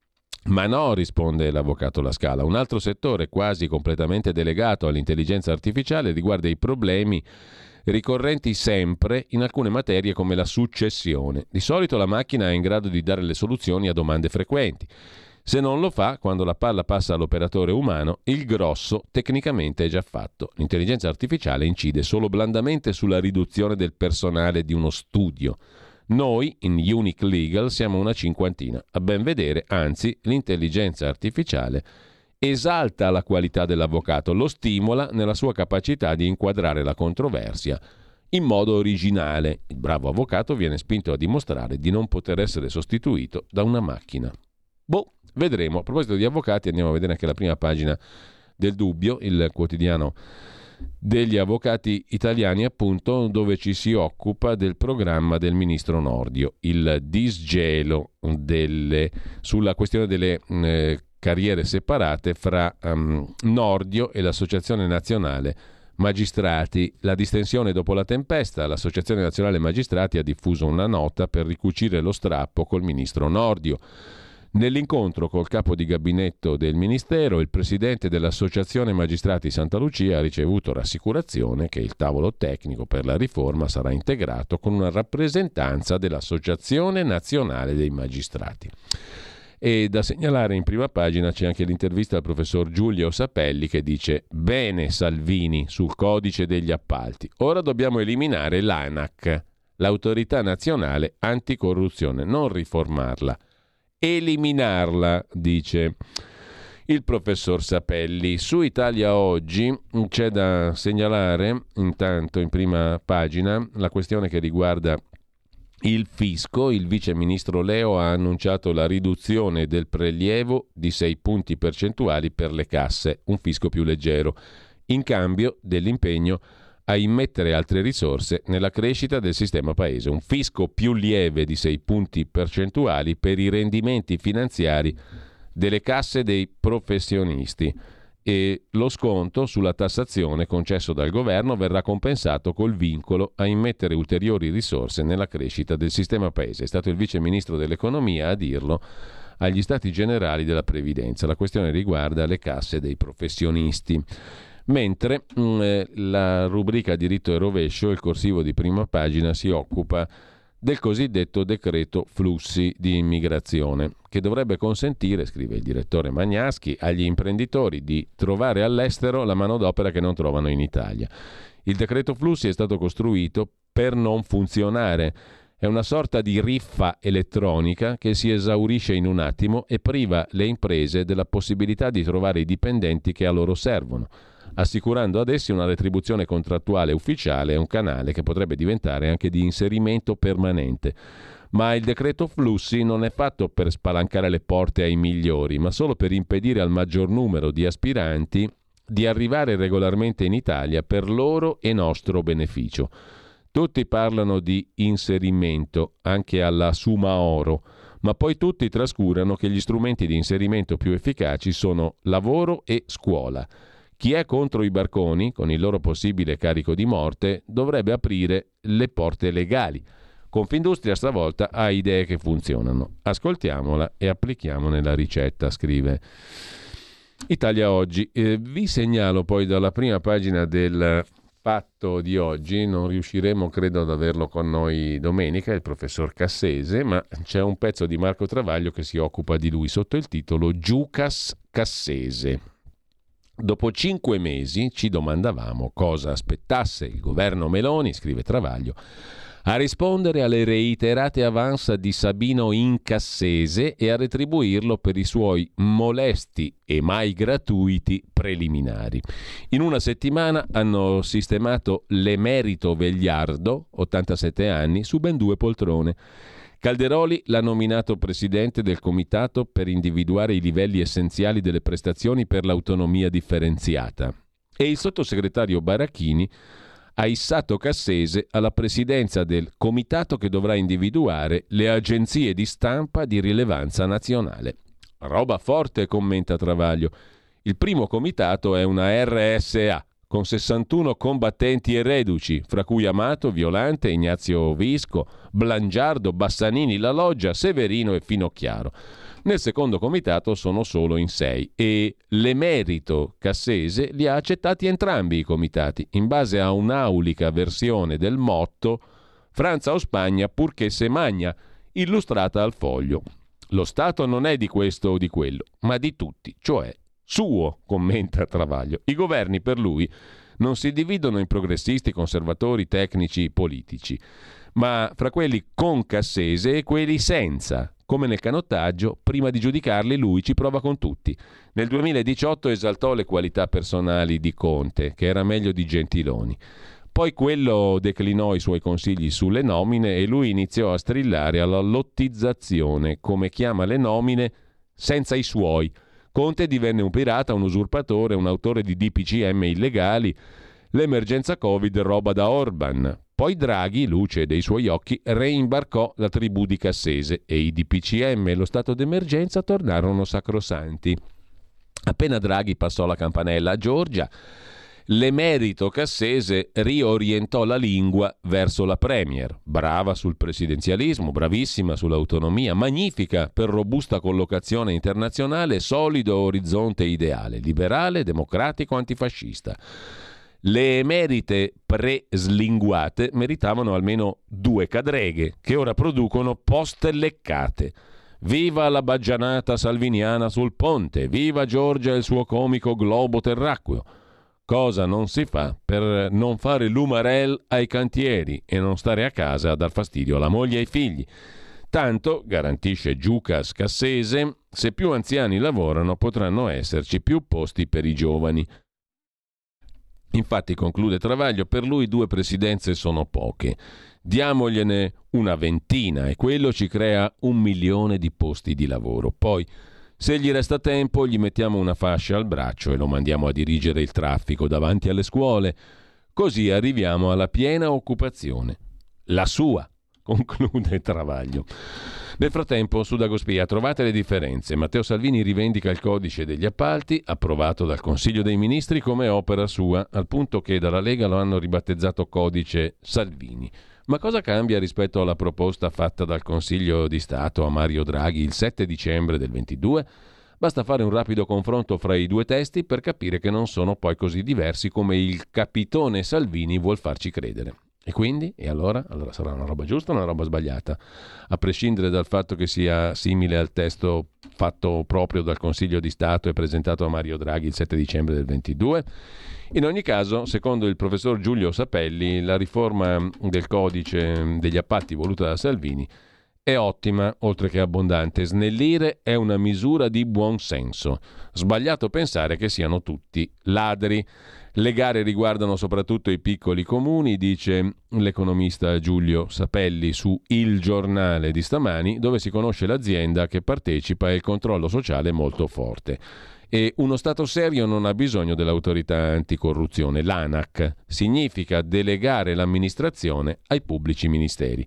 Ma no, risponde l'avvocato Lascala. Un altro settore quasi completamente delegato all'intelligenza artificiale riguarda i problemi ricorrenti sempre in alcune materie come la successione. Di solito la macchina è in grado di dare le soluzioni a domande frequenti. Se non lo fa, quando la palla passa all'operatore umano, il grosso tecnicamente è già fatto. L'intelligenza artificiale incide solo blandamente sulla riduzione del personale di uno studio. Noi, in Unique Legal, siamo una cinquantina. A ben vedere, anzi, l'intelligenza artificiale esalta la qualità dell'avvocato, lo stimola nella sua capacità di inquadrare la controversia in modo originale. Il bravo avvocato viene spinto a dimostrare di non poter essere sostituito da una macchina. Vedremo. A proposito di avvocati, andiamo a vedere anche la prima pagina del Dubbio, il quotidiano degli avvocati italiani, appunto, dove ci si occupa del programma del ministro Nordio, il disgelo sulla questione delle carriere separate fra Nordio e l'Associazione Nazionale Magistrati. La distensione dopo la tempesta, l'Associazione Nazionale Magistrati ha diffuso una nota per ricucire lo strappo col ministro Nordio. Nell'incontro col capo di gabinetto del Ministero, il presidente dell'Associazione Magistrati Santa Lucia ha ricevuto rassicurazione che il tavolo tecnico per la riforma sarà integrato con una rappresentanza dell'Associazione Nazionale dei Magistrati. E da segnalare in prima pagina c'è anche l'intervista al professor Giulio Sapelli che dice: bene Salvini sul codice degli appalti, ora dobbiamo eliminare l'ANAC, l'Autorità Nazionale Anticorruzione, non riformarla. Eliminarla, dice il professor Sapelli. Su Italia Oggi c'è da segnalare intanto in prima pagina la questione che riguarda il fisco. Il vice ministro Leo ha annunciato la riduzione del prelievo di 6 punti percentuali per le casse, un fisco più leggero, in cambio dell'impegno a immettere altre risorse nella crescita del sistema paese. Un fisco più lieve di 6 punti percentuali per i rendimenti finanziari delle casse dei professionisti, e lo sconto sulla tassazione concesso dal governo verrà compensato col vincolo a immettere ulteriori risorse nella crescita del sistema paese. È stato il vice ministro dell'economia a dirlo agli Stati Generali della Previdenza. La questione riguarda le casse dei professionisti. Mentre la rubrica diritto e rovescio, il corsivo di prima pagina, si occupa del cosiddetto decreto flussi di immigrazione, che dovrebbe consentire, scrive il direttore Magnaschi, agli imprenditori di trovare all'estero la manodopera che non trovano in Italia. Il decreto flussi è stato costruito per non funzionare. È una sorta di riffa elettronica che si esaurisce in un attimo e priva le imprese della possibilità di trovare i dipendenti che a loro servono, assicurando ad essi una retribuzione contrattuale ufficiale e un canale che potrebbe diventare anche di inserimento permanente. Ma il decreto flussi non è fatto per spalancare le porte ai migliori, ma solo per impedire al maggior numero di aspiranti di arrivare regolarmente in Italia per loro e nostro beneficio. Tutti parlano di inserimento, anche alla Sumaoro, ma poi tutti trascurano che gli strumenti di inserimento più efficaci sono lavoro e scuola. Chi è contro i barconi, con il loro possibile carico di morte, dovrebbe aprire le porte legali. Confindustria stavolta ha idee che funzionano. Ascoltiamola e applichiamone la ricetta, scrive Italia Oggi. Vi segnalo poi dalla prima pagina del Fatto di oggi, non riusciremo credo ad averlo con noi domenica, il professor Cassese, ma c'è un pezzo di Marco Travaglio che si occupa di lui sotto il titolo Giucas Cassese. Dopo 5 mesi ci domandavamo cosa aspettasse il governo Meloni, scrive Travaglio, a rispondere alle reiterate avance di Sabino Incassese e a retribuirlo per i suoi molesti e mai gratuiti preliminari. In una settimana hanno sistemato l'emerito Vegliardo, 87 anni, su ben 2 poltrone. Calderoli l'ha nominato presidente del comitato per individuare i livelli essenziali delle prestazioni per l'autonomia differenziata e il sottosegretario Barachini ha issato Cassese alla presidenza del comitato che dovrà individuare le agenzie di stampa di rilevanza nazionale. Roba forte, commenta Travaglio. Il primo comitato è una RSA con 61 combattenti e reduci, fra cui Amato, Violante, Ignazio Visco, Blangiardo, Bassanini, La Loggia, Severino e Finocchiaro. Nel secondo comitato sono solo in 6 e l'emerito Cassese li ha accettati entrambi i comitati, in base a un'aulica versione del motto Franza o Spagna purché se magna, illustrata al Foglio. Lo Stato non è di questo o di quello, ma di tutti, cioè suo, commenta Travaglio. I governi per lui non si dividono in progressisti, conservatori, tecnici, politici, ma fra quelli con Cassese e quelli senza. Come nel canottaggio, prima di giudicarli lui ci prova con tutti. Nel 2018 esaltò le qualità personali di Conte, che era meglio di Gentiloni. Poi quello declinò i suoi consigli sulle nomine e lui iniziò a strillare alla lottizzazione, come chiama le nomine, senza i suoi. Conte divenne un pirata, un usurpatore, un autore di DPCM illegali, l'emergenza Covid roba da Orban. Poi Draghi, luce dei suoi occhi, reimbarcò la tribù di Cassese e i DPCM e lo stato d'emergenza tornarono sacrosanti. Appena Draghi passò la campanella a Giorgia, l'emerito Cassese riorientò la lingua verso la Premier, brava sul presidenzialismo, bravissima sull'autonomia, magnifica per robusta collocazione internazionale, solido orizzonte ideale, liberale, democratico, antifascista. Le emerite preslinguate meritavano almeno 2 cadreghe, che ora producono poste leccate. Viva la baggianata salviniana sul ponte, viva Giorgia e il suo comico globo terracqueo. Cosa non si fa per non fare l'umarell ai cantieri e non stare a casa a dar fastidio alla moglie e ai figli. Tanto, garantisce Giucas Cassese, se più anziani lavorano potranno esserci più posti per i giovani. Infatti, conclude Travaglio, per lui 2 presidenze sono poche. Diamogliene una ventina e quello ci crea 1 milione di posti di lavoro. Poi, se gli resta tempo, gli mettiamo una fascia al braccio e lo mandiamo a dirigere il traffico davanti alle scuole. Così arriviamo alla piena occupazione. La sua, conclude Travaglio. Nel frattempo, su Dagospia trovate le differenze. Matteo Salvini rivendica il codice degli appalti, approvato dal Consiglio dei Ministri come opera sua, al punto che dalla Lega lo hanno ribattezzato codice Salvini. Ma cosa cambia rispetto alla proposta fatta dal Consiglio di Stato a Mario Draghi il 7 dicembre del 22? Basta fare un rapido confronto fra i 2 testi per capire che non sono poi così diversi come il capitone Salvini vuol farci credere. E quindi? E allora? Allora sarà una roba giusta o una roba sbagliata? A prescindere dal fatto che sia simile al testo fatto proprio dal Consiglio di Stato e presentato a Mario Draghi il 7 dicembre del 22? In ogni caso, secondo il professor Giulio Sapelli, la riforma del codice degli appalti voluta da Salvini è ottima, oltre che abbondante. Snellire è una misura di buon senso. Sbagliato pensare che siano tutti ladri. Le gare riguardano soprattutto i piccoli comuni, dice l'economista Giulio Sapelli su Il Giornale di stamani, dove si conosce l'azienda che partecipa e il controllo sociale è molto forte. E uno Stato serio non ha bisogno dell'autorità anticorruzione, l'ANAC. Significa delegare l'amministrazione ai pubblici ministeri.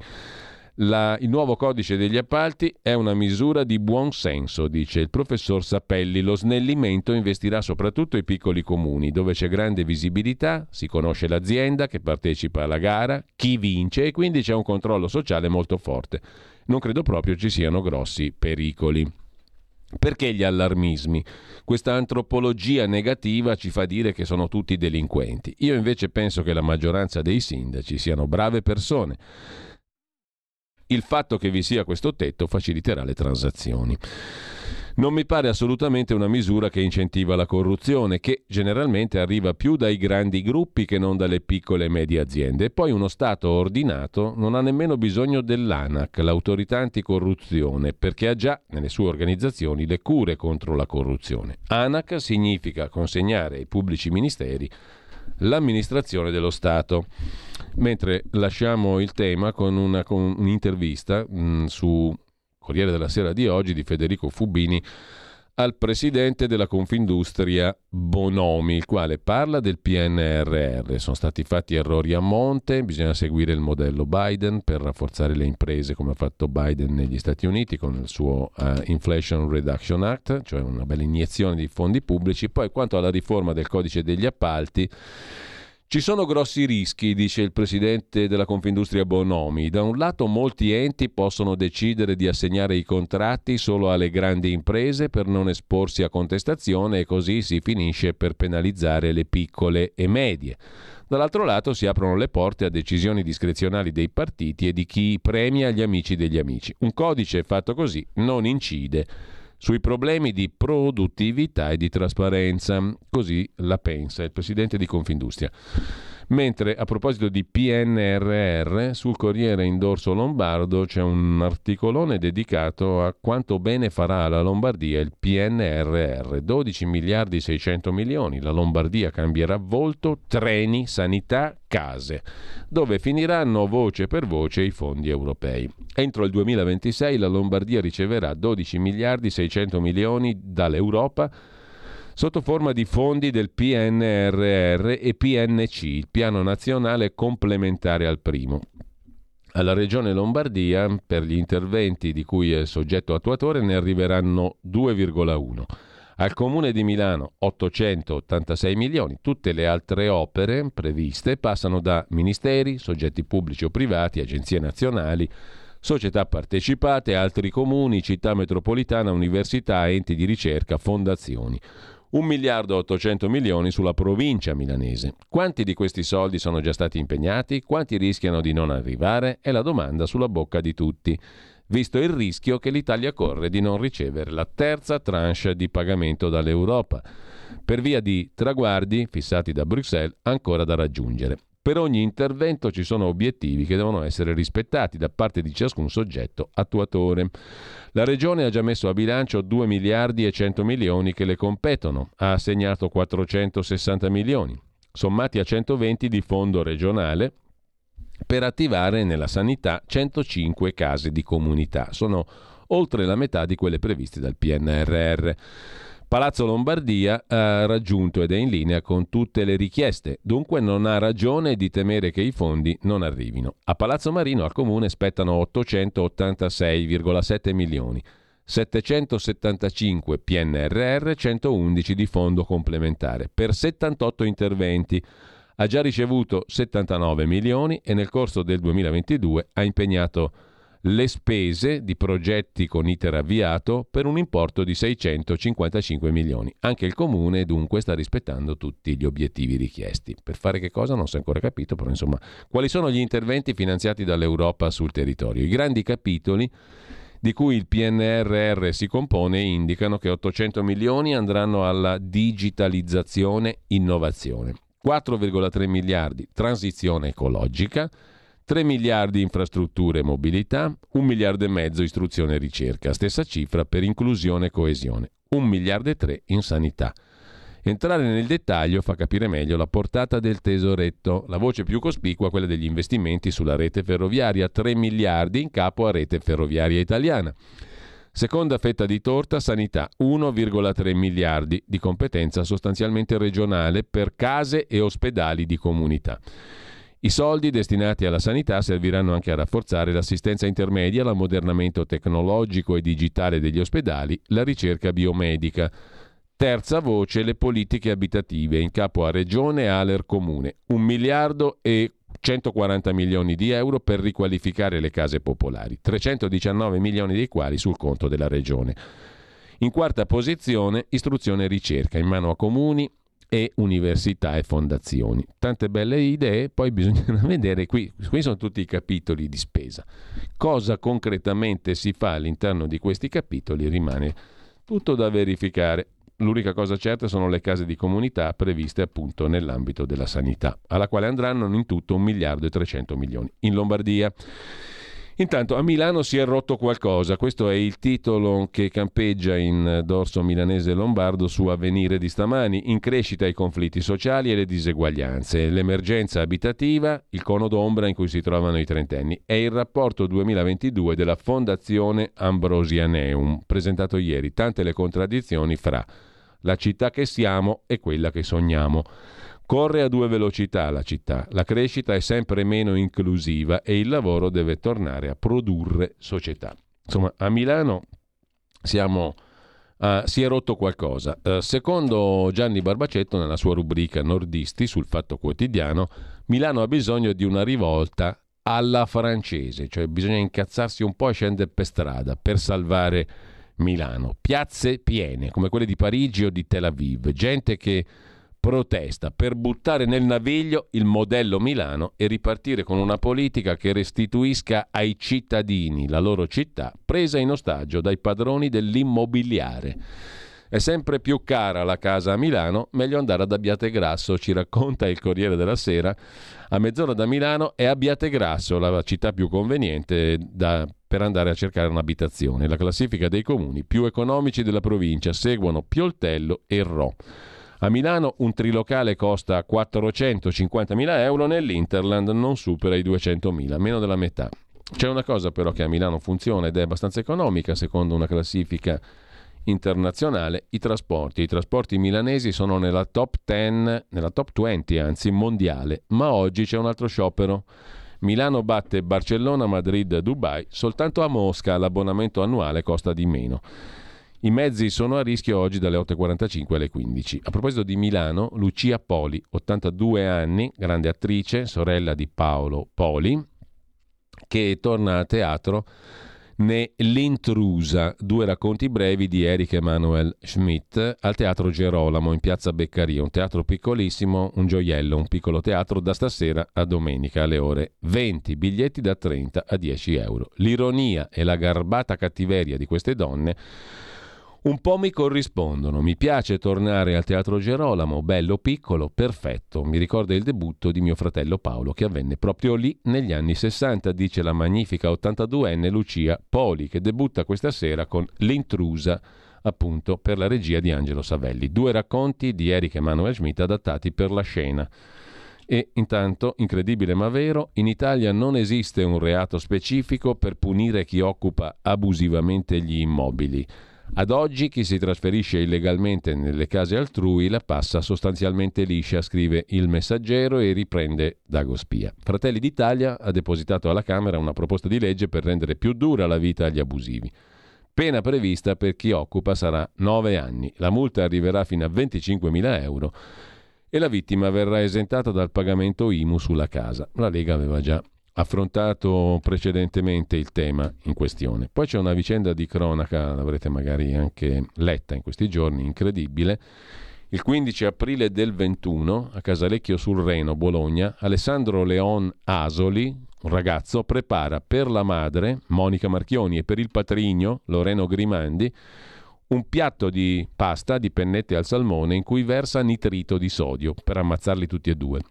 Il nuovo codice degli appalti è una misura di buon senso, dice il professor Sapelli. Lo snellimento investirà soprattutto i piccoli comuni, dove c'è grande visibilità, si conosce l'azienda che partecipa alla gara, chi vince e quindi c'è un controllo sociale molto forte. Non credo proprio ci siano grossi pericoli. Perché gli allarmismi? Questa antropologia negativa ci fa dire che sono tutti delinquenti. Io invece penso che la maggioranza dei sindaci siano brave persone. Il fatto che vi sia questo tetto faciliterà le transazioni. Non mi pare assolutamente una misura che incentiva la corruzione, che generalmente arriva più dai grandi gruppi che non dalle piccole e medie aziende. E poi uno Stato ordinato non ha nemmeno bisogno dell'ANAC, l'autorità anticorruzione, perché ha già nelle sue organizzazioni le cure contro la corruzione. ANAC significa consegnare ai pubblici ministeri l'amministrazione dello Stato. Mentre lasciamo il tema con un'intervista su Corriere della Sera di oggi di Federico Fubini al presidente della Confindustria Bonomi, il quale parla del PNRR. Sono stati fatti errori a monte, bisogna seguire il modello Biden per rafforzare le imprese come ha fatto Biden negli Stati Uniti con il suo Inflation Reduction Act, cioè una bella iniezione di fondi pubblici. Poi quanto alla riforma del codice degli appalti, Ci sono grossi rischi, dice il presidente della Confindustria Bonomi. Da un lato molti enti possono decidere di assegnare i contratti solo alle grandi imprese per non esporsi a contestazione e così si finisce per penalizzare le piccole e medie. Dall'altro lato si aprono le porte a decisioni discrezionali dei partiti e di chi premia gli amici degli amici. Un codice fatto così non incide sui problemi di produttività e di trasparenza. Così la pensa il presidente di Confindustria. Mentre a proposito di PNRR, sul Corriere in dorso lombardo c'è un articolone dedicato a quanto bene farà la Lombardia il PNRR. 12 miliardi 600 milioni, la Lombardia cambierà volto, treni, sanità, case. Dove finiranno voce per voce i fondi europei. Entro il 2026 la Lombardia riceverà 12 miliardi 600 milioni dall'Europa sotto forma di fondi del PNRR e PNC, il Piano Nazionale Complementare al primo. Alla Regione Lombardia, per gli interventi di cui è soggetto attuatore, ne arriveranno 2,1. Al Comune di Milano 886 milioni. Tutte le altre opere previste passano da ministeri, soggetti pubblici o privati, agenzie nazionali, società partecipate, altri comuni, città metropolitana, università, enti di ricerca, fondazioni. 1 miliardo 800 milioni sulla provincia milanese. Quanti di questi soldi sono già stati impegnati? Quanti rischiano di non arrivare? È la domanda sulla bocca di tutti, visto il rischio che l'Italia corre di non ricevere la terza tranche di pagamento dall'Europa, per via di traguardi fissati da Bruxelles ancora da raggiungere. Per ogni intervento ci sono obiettivi che devono essere rispettati da parte di ciascun soggetto attuatore. La Regione ha già messo a bilancio 2 miliardi e 100 milioni che le competono, ha assegnato 460 milioni, sommati a 120 di fondo regionale, per attivare nella sanità 105 case di comunità. Sono oltre la metà di quelle previste dal PNRR. Palazzo Lombardia ha raggiunto ed è in linea con tutte le richieste, dunque non ha ragione di temere che i fondi non arrivino. A Palazzo Marino al Comune spettano 886,7 milioni, 775 PNRR, 111 di fondo complementare, per 78 interventi. Ha già ricevuto 79 milioni e nel corso del 2022 ha impegnato le spese di progetti con iter avviato per un importo di 655 milioni. Anche il Comune dunque sta rispettando tutti gli obiettivi richiesti. Per fare che cosa non si è ancora capito, però insomma, quali sono gli interventi finanziati dall'Europa sul territorio? I grandi capitoli di cui il PNRR si compone indicano che 800 milioni andranno alla digitalizzazione innovazione, 4,3 miliardi transizione ecologica, 3 miliardi infrastrutture e mobilità, 1 miliardo e mezzo istruzione e ricerca, stessa cifra per inclusione e coesione, 1 miliardo e 3 in sanità. Entrare nel dettaglio fa capire meglio la portata del tesoretto. La voce più cospicua è quella degli investimenti sulla rete ferroviaria, 3 miliardi in capo a Rete Ferroviaria Italiana. Seconda fetta di torta, sanità, 1,3 miliardi di competenza sostanzialmente regionale per case e ospedali di comunità. I soldi destinati alla sanità serviranno anche a rafforzare l'assistenza intermedia, l'ammodernamento tecnologico e digitale degli ospedali, la ricerca biomedica. Terza voce, le politiche abitative, in capo a Regione e Aler Comune. 1 miliardo e 140 milioni di euro per riqualificare le case popolari, 319 milioni dei quali sul conto della Regione. In quarta posizione, istruzione e ricerca, in mano a comuni e università e fondazioni. Tante belle idee, poi bisogna vedere qui sono tutti i capitoli di spesa. Cosa concretamente si fa all'interno di questi capitoli rimane tutto da verificare. L'unica cosa certa sono le case di comunità previste appunto nell'ambito della sanità, alla quale andranno in tutto 1 miliardo e 300 milioni. In Lombardia. Intanto a Milano si è rotto qualcosa, questo è il titolo che campeggia in dorso milanese e lombardo su Avvenire di stamani. In crescita i conflitti sociali e le diseguaglianze, l'emergenza abitativa, il cono d'ombra in cui si trovano i trentenni. È il rapporto 2022 della Fondazione Ambrosianeum, presentato ieri. Tante le contraddizioni fra la città che siamo e quella che sogniamo. Corre a 2 velocità la città, la crescita è sempre meno inclusiva e il lavoro deve tornare a produrre società. Insomma, a Milano siamo si è rotto qualcosa. Secondo Gianni Barbacetto, nella sua rubrica Nordisti sul Fatto Quotidiano, Milano ha bisogno di una rivolta alla francese, cioè bisogna incazzarsi un po' e scendere per strada per salvare Milano. Piazze piene come quelle di Parigi o di Tel Aviv, gente che protesta per buttare nel naviglio il modello Milano e ripartire con una politica che restituisca ai cittadini la loro città presa in ostaggio dai padroni dell'immobiliare. È sempre più cara la casa a Milano, meglio andare ad Abbiategrasso, ci racconta il Corriere della Sera. A mezz'ora da Milano è Abbiategrasso, la città più conveniente per andare a cercare un'abitazione. La classifica dei comuni più economici della provincia seguono Pioltello e Rho. A Milano un trilocale costa 450.000 euro, nell'Interland non supera i 200.000, meno della metà. C'è una cosa però che a Milano funziona ed è abbastanza economica, secondo una classifica internazionale: i trasporti. I trasporti milanesi sono nella top 20 anzi mondiale, ma oggi c'è un altro sciopero. Milano batte Barcellona, Madrid, Dubai, soltanto a Mosca l'abbonamento annuale costa di meno. I mezzi sono a rischio oggi dalle 8.45 alle 15. A proposito di Milano, Lucia Poli, 82 anni, grande attrice, sorella di Paolo Poli, che torna a teatro L'Intrusa, 2 racconti brevi di Erich Emanuel Schmidt al Teatro Gerolamo in Piazza Beccaria, un teatro piccolissimo, un gioiello, un piccolo teatro, da stasera a domenica alle ore 20, biglietti da 30 a 10 euro. L'ironia e la garbata cattiveria di queste donne un po' mi corrispondono. Mi piace tornare al Teatro Gerolamo, bello, piccolo, perfetto. Mi ricorda il debutto di mio fratello Paolo, che avvenne proprio lì negli anni 60, dice la magnifica 82enne Lucia Poli, che debutta questa sera con L'Intrusa, appunto per la regia di Angelo Savelli. 2 racconti di Erich Emanuel Schmidt adattati per la scena. E intanto, incredibile ma vero, in Italia non esiste un reato specifico per punire chi occupa abusivamente gli immobili. Ad oggi chi si trasferisce illegalmente nelle case altrui la passa sostanzialmente liscia, scrive Il Messaggero e riprende Dago Spia. Fratelli d'Italia ha depositato alla Camera una proposta di legge per rendere più dura la vita agli abusivi. Pena prevista per chi occupa sarà 9 anni. La multa arriverà fino a 25.000 euro e la vittima verrà esentata dal pagamento IMU sulla casa. La Lega aveva già affrontato precedentemente il tema in questione. Poi c'è una vicenda di cronaca, l'avrete magari anche letta in questi giorni, incredibile. Il 15 aprile del 21 a Casalecchio sul Reno, Bologna, Alessandro Leon Asoli, un ragazzo, prepara per la madre, Monica Marchioni, e per il patrigno, Loreno Grimandi, un piatto di pasta di pennette al salmone in cui versa nitrito di sodio per ammazzarli tutti e 2.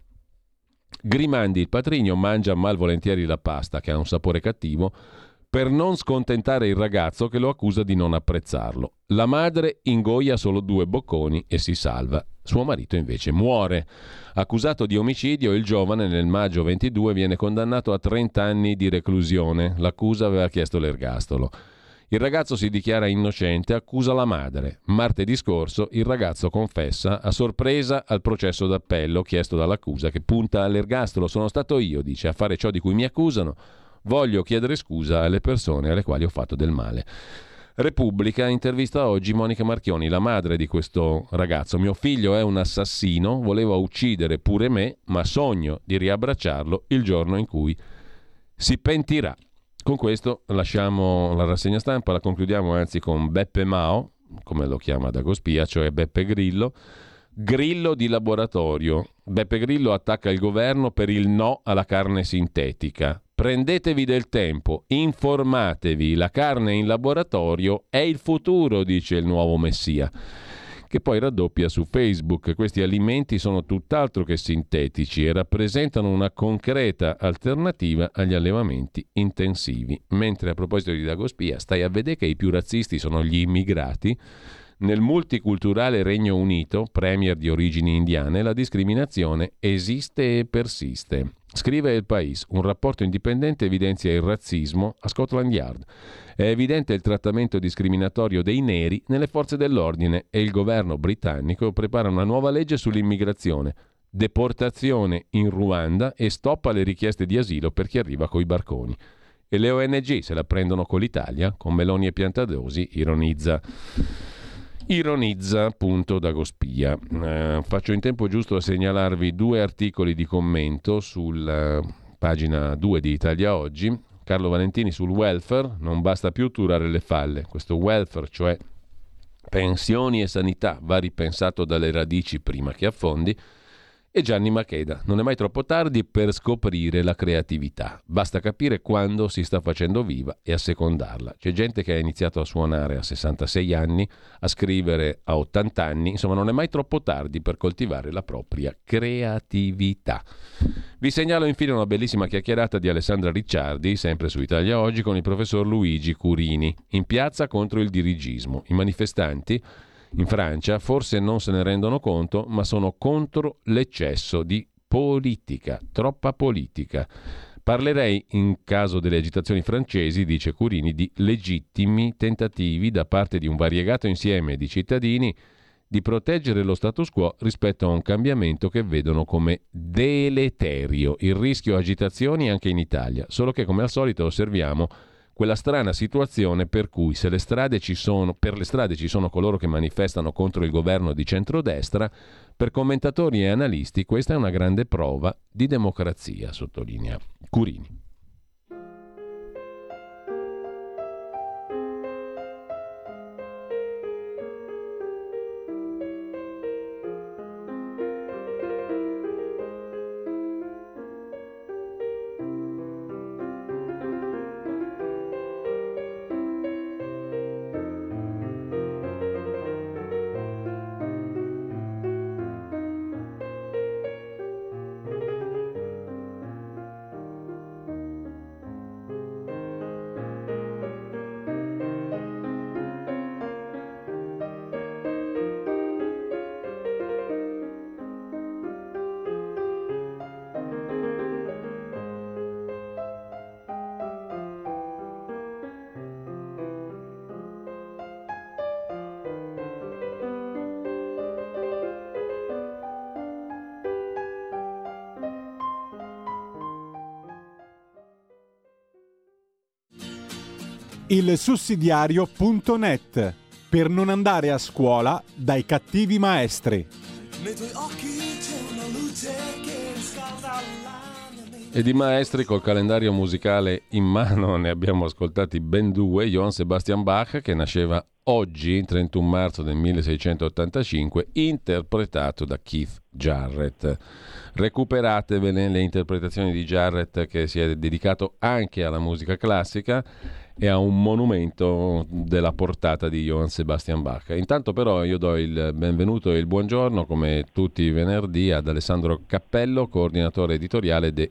Grimandi, il patrigno, mangia malvolentieri la pasta, che ha un sapore cattivo, per non scontentare il ragazzo che lo accusa di non apprezzarlo. La madre ingoia solo 2 bocconi e si salva. Suo marito invece muore. Accusato di omicidio, il giovane nel maggio 22 viene condannato a 30 anni di reclusione. L'accusa aveva chiesto l'ergastolo. Il ragazzo si dichiara innocente, accusa la madre. Martedì scorso il ragazzo confessa a sorpresa al processo d'appello chiesto dall'accusa, che punta all'ergastolo. Sono stato io, dice, a fare ciò di cui mi accusano. Voglio chiedere scusa alle persone alle quali ho fatto del male. Repubblica intervista oggi Monica Marchioni, la madre di questo ragazzo. Mio figlio è un assassino, voleva uccidere pure me, ma sogno di riabbracciarlo il giorno in cui si pentirà. Con questo lasciamo la rassegna stampa, la concludiamo anzi con Beppe Mao, come lo chiama Dago Spia, cioè Beppe Grillo. Grillo di laboratorio. Beppe Grillo attacca il governo per il no alla carne sintetica. Prendetevi del tempo, informatevi, la carne in laboratorio è il futuro, dice il nuovo messia, che poi raddoppia su Facebook. Questi alimenti sono tutt'altro che sintetici e rappresentano una concreta alternativa agli allevamenti intensivi. Mentre a proposito di Dago Spia, stai a vedere che i più razzisti sono gli immigrati. Nel multiculturale Regno Unito, premier di origini indiane, la discriminazione esiste e persiste. Scrive Il País, un rapporto indipendente evidenzia il razzismo a Scotland Yard. È evidente il trattamento discriminatorio dei neri nelle forze dell'ordine e il governo britannico prepara una nuova legge sull'immigrazione, deportazione in Ruanda e stop alle richieste di asilo per chi arriva coi barconi. E le ONG se la prendono con l'Italia, con Meloni e Piantadosi, ironizza ironizza appunto Dagospia. Faccio in tempo giusto a segnalarvi 2 articoli di commento sulla pagina 2 di Italia Oggi. Carlo Valentini sul welfare: non basta più turare le falle. Questo welfare, cioè pensioni e sanità, va ripensato dalle radici prima che affondi. E Gianni Macheda: non è mai troppo tardi per scoprire la creatività, basta capire quando si sta facendo viva e assecondarla. C'è gente che ha iniziato a suonare a 66 anni, a scrivere a 80 anni, insomma non è mai troppo tardi per coltivare la propria creatività. Vi segnalo infine una bellissima chiacchierata di Alessandra Ricciardi, sempre su Italia Oggi, con il professor Luigi Curini, in piazza contro il dirigismo. I manifestanti in Francia forse non se ne rendono conto, ma sono contro l'eccesso di politica, troppa politica. Parlerei, in caso delle agitazioni francesi, dice Curini, di legittimi tentativi da parte di un variegato insieme di cittadini di proteggere lo status quo rispetto a un cambiamento che vedono come deleterio. Il rischio agitazioni anche in Italia, solo che come al solito osserviamo quella strana situazione per cui se per le strade ci sono coloro che manifestano contro il governo di centrodestra, per commentatori e analisti questa è una grande prova di democrazia, sottolinea Curini. Il sussidiario.net, per non andare a scuola dai cattivi maestri. Nei tuoi occhi c'è una luce che riscalda l'anima. E di maestri col calendario musicale in mano ne abbiamo ascoltati ben 2. Johann Sebastian Bach, che nasceva oggi, 31 marzo del 1685, interpretato da Keith Jarrett. Recuperatevele le interpretazioni di Jarrett, che si è dedicato anche alla musica classica e a un monumento della portata di Johann Sebastian Bach. Intanto però io do il benvenuto e il buongiorno, come tutti i venerdì, ad Alessandro Cappello, coordinatore editoriale di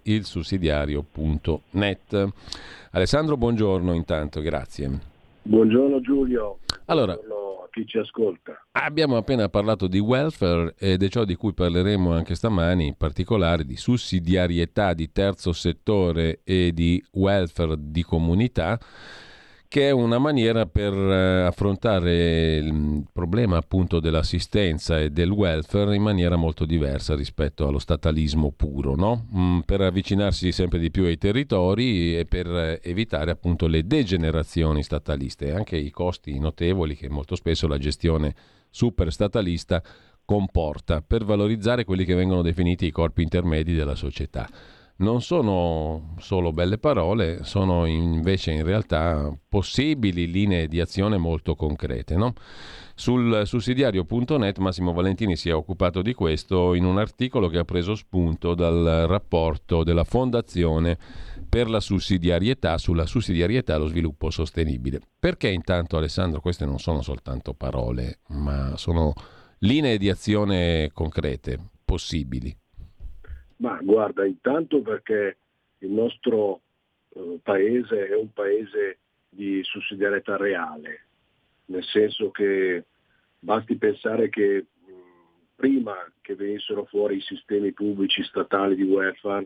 ilsussidiario.net. Alessandro, buongiorno intanto, grazie. Buongiorno Giulio, allora, buongiorno a chi ci ascolta. Abbiamo appena parlato di welfare ed è ciò di cui parleremo anche stamani, in particolare di sussidiarietà di terzo settore e di welfare di comunità, che è una maniera per affrontare il problema appunto dell'assistenza e del welfare in maniera molto diversa rispetto allo statalismo puro, no? Per avvicinarsi sempre di più ai territori e per evitare appunto le degenerazioni stataliste e anche i costi notevoli che molto spesso la gestione super statalista comporta per valorizzare quelli che vengono definiti i corpi intermedi della società. Non sono solo belle parole, sono invece in realtà possibili linee di azione molto concrete, no? Sul sussidiario.net Massimo Valentini si è occupato di questo in un articolo che ha preso spunto dal rapporto della Fondazione per la sussidiarietà sulla sussidiarietà e lo sviluppo sostenibile. Perché intanto, Alessandro, queste non sono soltanto parole, ma sono linee di azione concrete, possibili? Ma guarda, intanto perché il nostro paese è un paese di sussidiarietà reale, nel senso che basti pensare che prima che venissero fuori i sistemi pubblici statali di welfare,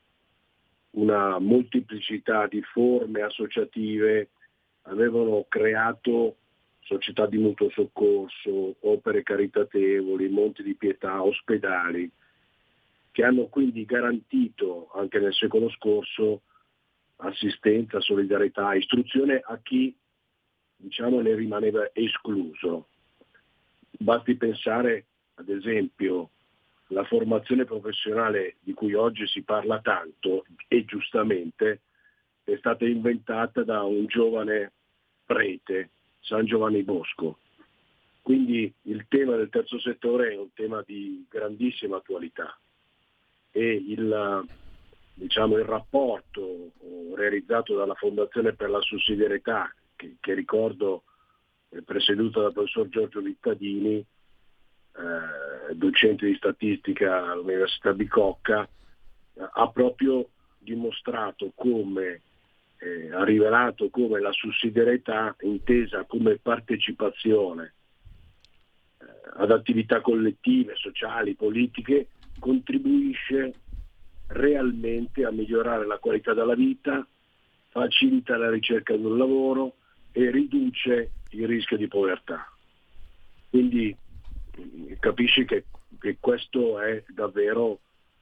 una molteplicità di forme associative avevano creato società di mutuo soccorso, opere caritatevoli, monti di pietà, ospedali, che hanno quindi garantito anche nel secolo scorso assistenza, solidarietà, istruzione a chi, diciamo, ne rimaneva escluso. Basti pensare, ad esempio, la formazione professionale di cui oggi si parla tanto, e giustamente, è stata inventata da un giovane prete, San Giovanni Bosco. Quindi il tema del terzo settore è un tema di grandissima attualità e il rapporto realizzato dalla Fondazione per la Sussidiarietà, che ricordo è presieduta dal professor Giorgio Vittadini, docente di statistica all'Università Bicocca, ha proprio dimostrato ha rivelato come la sussidiarietà, intesa come partecipazione ad attività collettive, sociali, politiche, contribuisce realmente a migliorare la qualità della vita, facilita la ricerca di un lavoro e riduce il rischio di povertà. Quindi capisci che questo è davvero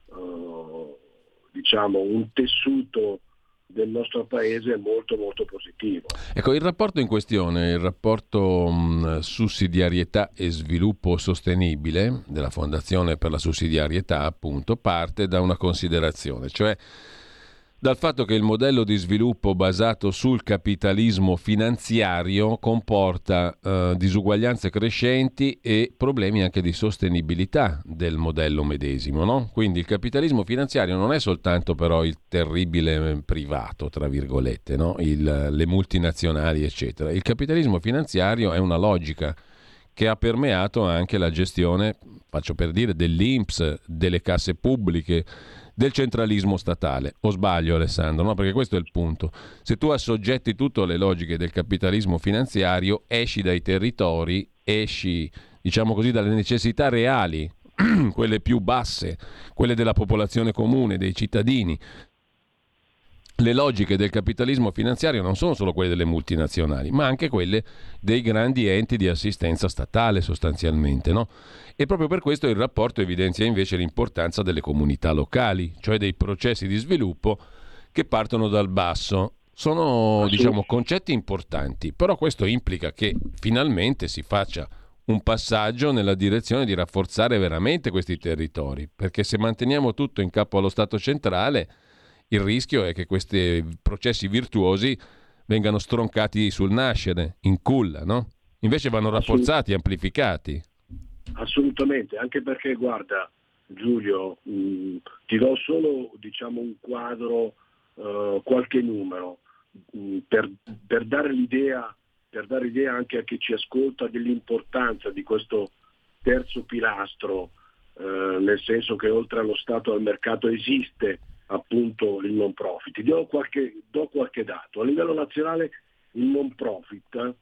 un tessuto del nostro paese molto molto positivo. Ecco, il rapporto in questione, il rapporto sussidiarietà e sviluppo sostenibile della Fondazione per la Sussidiarietà, appunto, parte da una considerazione, cioè dal fatto che il modello di sviluppo basato sul capitalismo finanziario comporta disuguaglianze crescenti e problemi anche di sostenibilità del modello medesimo, no? Quindi il capitalismo finanziario non è soltanto però il terribile privato, tra virgolette, no? Le multinazionali, eccetera. Il capitalismo finanziario è una logica che ha permeato anche la gestione, faccio per dire, dell'INPS, delle casse pubbliche, del centralismo statale. O sbaglio, Alessandro? No, perché questo è il punto. Se tu assoggetti tutto alle logiche del capitalismo finanziario, esci dai territori, esci, diciamo così, dalle necessità reali, quelle più basse, quelle della popolazione comune, dei cittadini. Le logiche del capitalismo finanziario non sono solo quelle delle multinazionali, ma anche quelle dei grandi enti di assistenza statale, sostanzialmente, no? E proprio per questo il rapporto evidenzia invece l'importanza delle comunità locali, cioè dei processi di sviluppo che partono dal basso. Sono, concetti importanti, però questo implica che finalmente si faccia un passaggio nella direzione di rafforzare veramente questi territori, perché se manteniamo tutto in capo allo Stato centrale, il rischio è che questi processi virtuosi vengano stroncati sul nascere, in culla, no? Invece vanno rafforzati, amplificati. Assolutamente, anche perché, guarda Giulio, ti do solo un quadro, qualche numero, per dare l'idea anche a chi ci ascolta dell'importanza di questo terzo pilastro, nel senso che oltre allo Stato e al mercato esiste appunto il non profit. Do qualche dato. A livello nazionale il non profit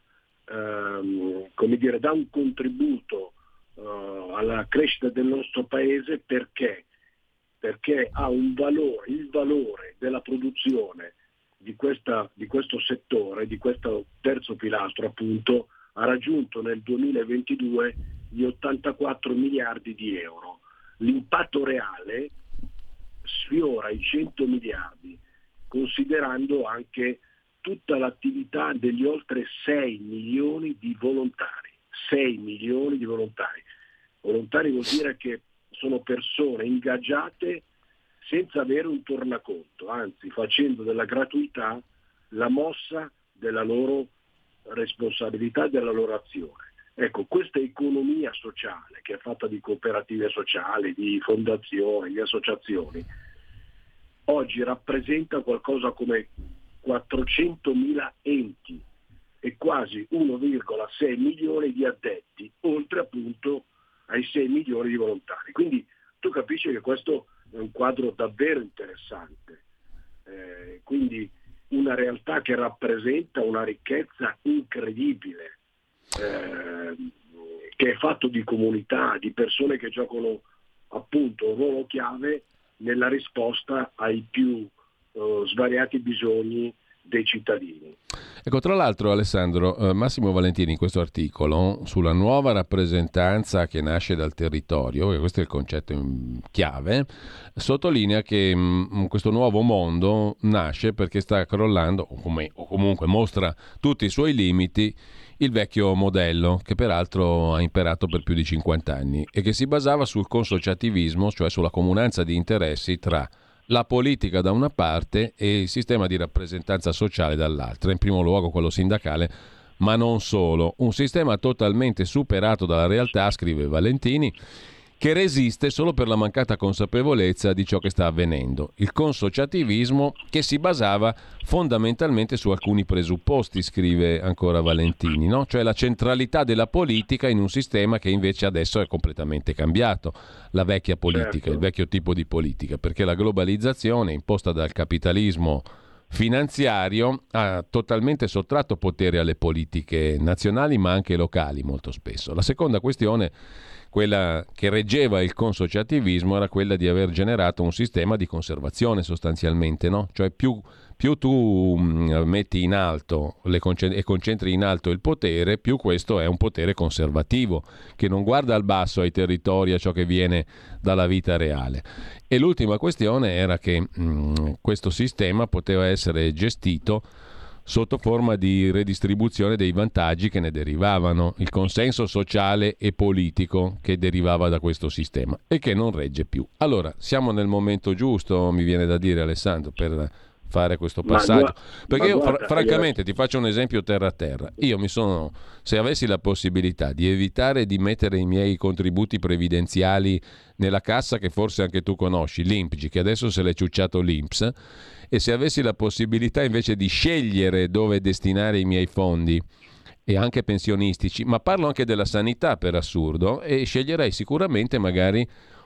dà un contributo alla crescita del nostro paese perché ha un valore, il valore della produzione di questo settore, di questo terzo pilastro appunto, ha raggiunto nel 2022 gli 84 miliardi di euro. L'impatto reale sfiora i 100 miliardi, considerando anche tutta l'attività degli oltre 6 milioni di volontari. 6 milioni di volontari. Volontari vuol dire che sono persone ingaggiate senza avere un tornaconto, anzi facendo della gratuità la mossa della loro responsabilità e della loro azione. Ecco, questa economia sociale, che è fatta di cooperative sociali, di fondazioni, di associazioni, oggi rappresenta qualcosa come 400.000 enti e quasi 1,6 milioni di addetti, oltre appunto ai 6 milioni di volontari. Quindi tu capisci che questo è un quadro davvero interessante. Quindi una realtà che rappresenta una ricchezza incredibile, che è fatto di comunità, di persone che giocano appunto un ruolo chiave nella risposta ai più svariati bisogni dei cittadini. Ecco, tra l'altro, Alessandro, Massimo Valentini in questo articolo sulla nuova rappresentanza che nasce dal territorio, e questo è il concetto chiave, sottolinea che questo nuovo mondo nasce perché sta crollando, o comunque mostra tutti i suoi limiti, il vecchio modello, che peraltro ha imperato per più di 50 anni e che si basava sul consociativismo, cioè sulla comunanza di interessi tra la politica da una parte e il sistema di rappresentanza sociale dall'altra, in primo luogo quello sindacale, ma non solo. Un sistema totalmente superato dalla realtà, scrive Valentini, che resiste solo per la mancata consapevolezza di ciò che sta avvenendo. Il consociativismo che si basava fondamentalmente su alcuni presupposti, scrive ancora Valentini, no? Cioè la centralità della politica in un sistema che invece adesso è completamente cambiato, la vecchia politica, certo, il vecchio tipo di politica, perché la globalizzazione imposta dal capitalismo finanziario ha totalmente sottratto potere alle politiche nazionali ma anche locali molto spesso. La seconda questione, quella che reggeva il consociativismo, era quella di aver generato un sistema di conservazione sostanzialmente, no? Cioè più tu metti in alto e concentri in alto il potere, più questo è un potere conservativo che non guarda al basso, ai territori, a ciò che viene dalla vita reale. E l'ultima questione era che questo sistema poteva essere gestito sotto forma di redistribuzione dei vantaggi che ne derivavano, il consenso sociale e politico che derivava da questo sistema e che non regge più. Allora, siamo nel momento giusto, mi viene da dire, Alessandro, per fare questo passaggio, perché io francamente ti faccio un esempio terra a terra. Io se avessi la possibilità di evitare di mettere i miei contributi previdenziali nella cassa che forse anche tu conosci, l'INPGI, che adesso se l'è ciucciato l'INPS, e se avessi la possibilità invece di scegliere dove destinare i miei fondi, e anche pensionistici, ma parlo anche della sanità per assurdo, e sceglierei sicuramente magari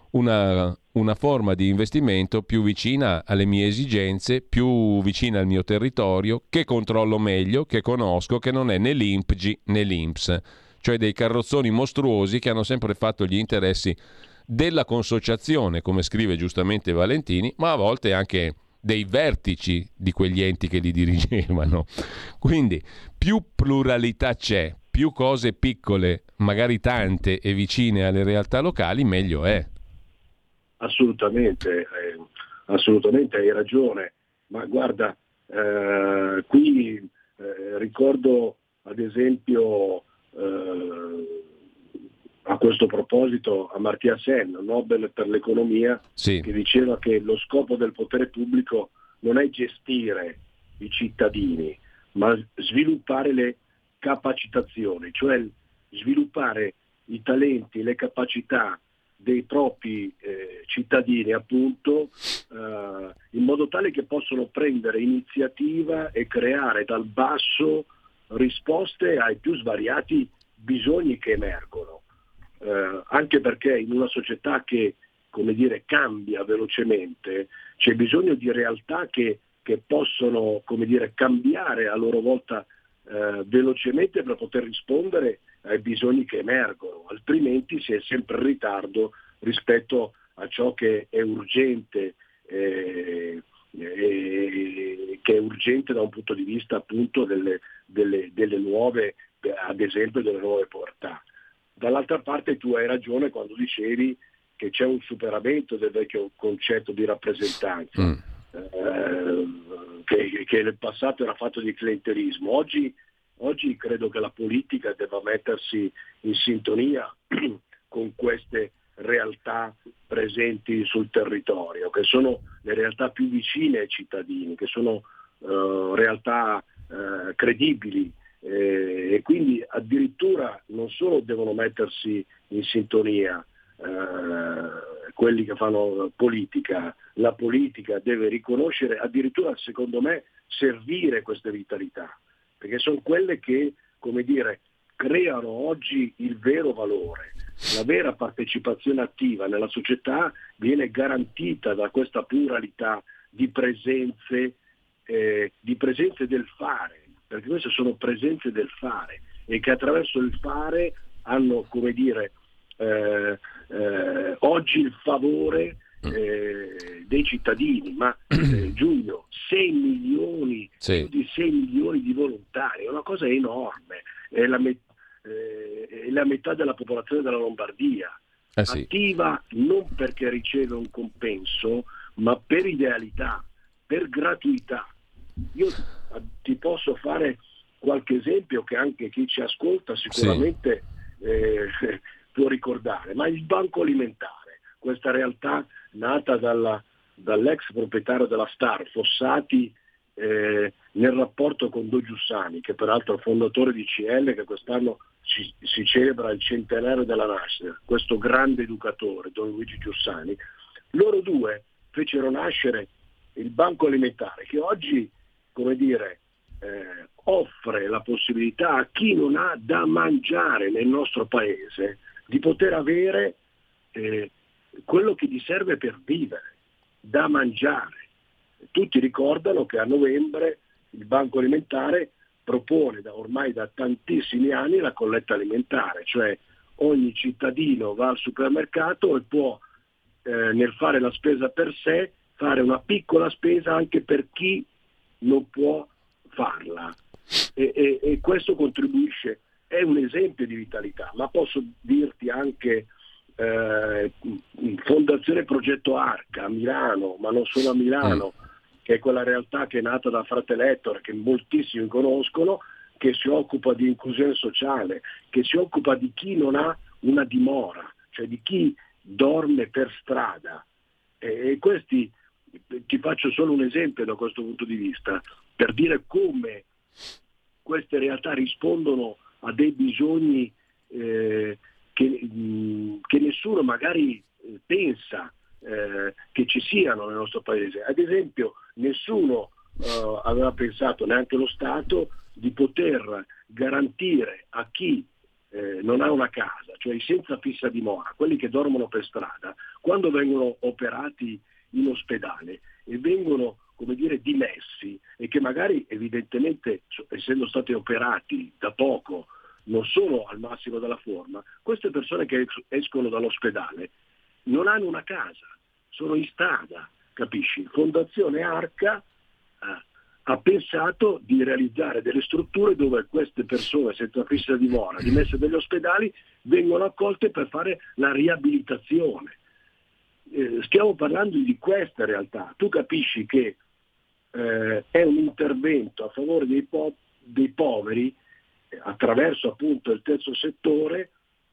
una forma di investimento più vicina alle mie esigenze, più vicina al mio territorio, che controllo meglio, che conosco, che non è né l'INPGI né l'INPS, cioè dei carrozzoni mostruosi che hanno sempre fatto gli interessi della consociazione, come scrive giustamente Valentini, ma a volte anche dei vertici di quegli enti che li dirigevano. Quindi più pluralità c'è, più cose piccole, magari tante e vicine alle realtà locali, meglio è. Assolutamente hai ragione, ma guarda, qui ricordo ad esempio a questo proposito Amartya Sen, Nobel per l'economia, sì, che diceva che lo scopo del potere pubblico non è gestire i cittadini, ma sviluppare le capacitazioni, cioè sviluppare i talenti, le capacità dei propri cittadini, appunto, in modo tale che possono prendere iniziativa e creare dal basso risposte ai più svariati bisogni che emergono, anche perché in una società che, come dire, cambia velocemente, c'è bisogno di realtà che possono, come dire, cambiare a loro volta velocemente per poter rispondere ai bisogni che emergono, altrimenti si è sempre in ritardo rispetto a ciò che è urgente, che è urgente da un punto di vista appunto delle nuove, ad esempio delle nuove povertà. Dall'altra parte tu hai ragione quando dicevi che c'è un superamento del vecchio concetto di rappresentanza, che nel passato era fatto di clientelismo. Oggi credo che la politica debba mettersi in sintonia con queste realtà presenti sul territorio, che sono le realtà più vicine ai cittadini, che sono realtà credibili, e quindi addirittura non solo devono mettersi in sintonia quelli che fanno politica, la politica deve riconoscere, addirittura secondo me servire queste vitalità, perché sono quelle che, come dire, creano oggi il vero valore. La vera partecipazione attiva nella società viene garantita da questa pluralità di presenze del fare, perché queste sono presenze del fare e che attraverso il fare hanno, come dire, oggi il favore dei cittadini, ma Giulio, 6 milioni, più di 6 milioni di volontari, è una cosa enorme, è la metà della popolazione della Lombardia, attiva non perché riceve un compenso, ma per idealità, per gratuità. Io ti posso fare qualche esempio che anche chi ci ascolta sicuramente può ricordare, ma il Banco Alimentare, questa realtà nata dall'ex proprietario della Star, Fossati, nel rapporto con Don Giussani, che peraltro è il fondatore di CL, che quest'anno si celebra il centenario della nascita, questo grande educatore, Don Luigi Giussani. Loro due fecero nascere il Banco Alimentare, che oggi, come dire, offre la possibilità a chi non ha da mangiare nel nostro paese di poter avere quello che gli serve per vivere, da mangiare. Tutti ricordano che a novembre il Banco Alimentare propone ormai da tantissimi anni la colletta alimentare, cioè ogni cittadino va al supermercato e può nel fare la spesa per sé fare una piccola spesa anche per chi non può farla, e questo contribuisce, è un esempio di vitalità. Ma posso dirti anche Fondazione Progetto Arca a Milano, ma non solo a Milano, che è quella realtà che è nata da Fratelettor, che moltissimi conoscono, che si occupa di inclusione sociale, che si occupa di chi non ha una dimora, cioè di chi dorme per strada. E questi, ti faccio solo un esempio da questo punto di vista, per dire come queste realtà rispondono a dei bisogni che nessuno magari pensa che ci siano nel nostro paese. Ad esempio, nessuno aveva pensato, neanche lo Stato, di poter garantire a chi non ha una casa, cioè i senza fissa dimora, quelli che dormono per strada, quando vengono operati in ospedale e vengono, come dire, dimessi, e che magari evidentemente, essendo stati operati da poco, non sono al massimo della forma, queste persone che escono dall'ospedale non hanno una casa, sono in strada, capisci? Fondazione Arca ha pensato di realizzare delle strutture dove queste persone senza fissa dimora, dimesse dagli ospedali, vengono accolte per fare la riabilitazione. Stiamo parlando di questa realtà. Tu capisci che è un intervento a favore dei poveri attraverso appunto il terzo settore,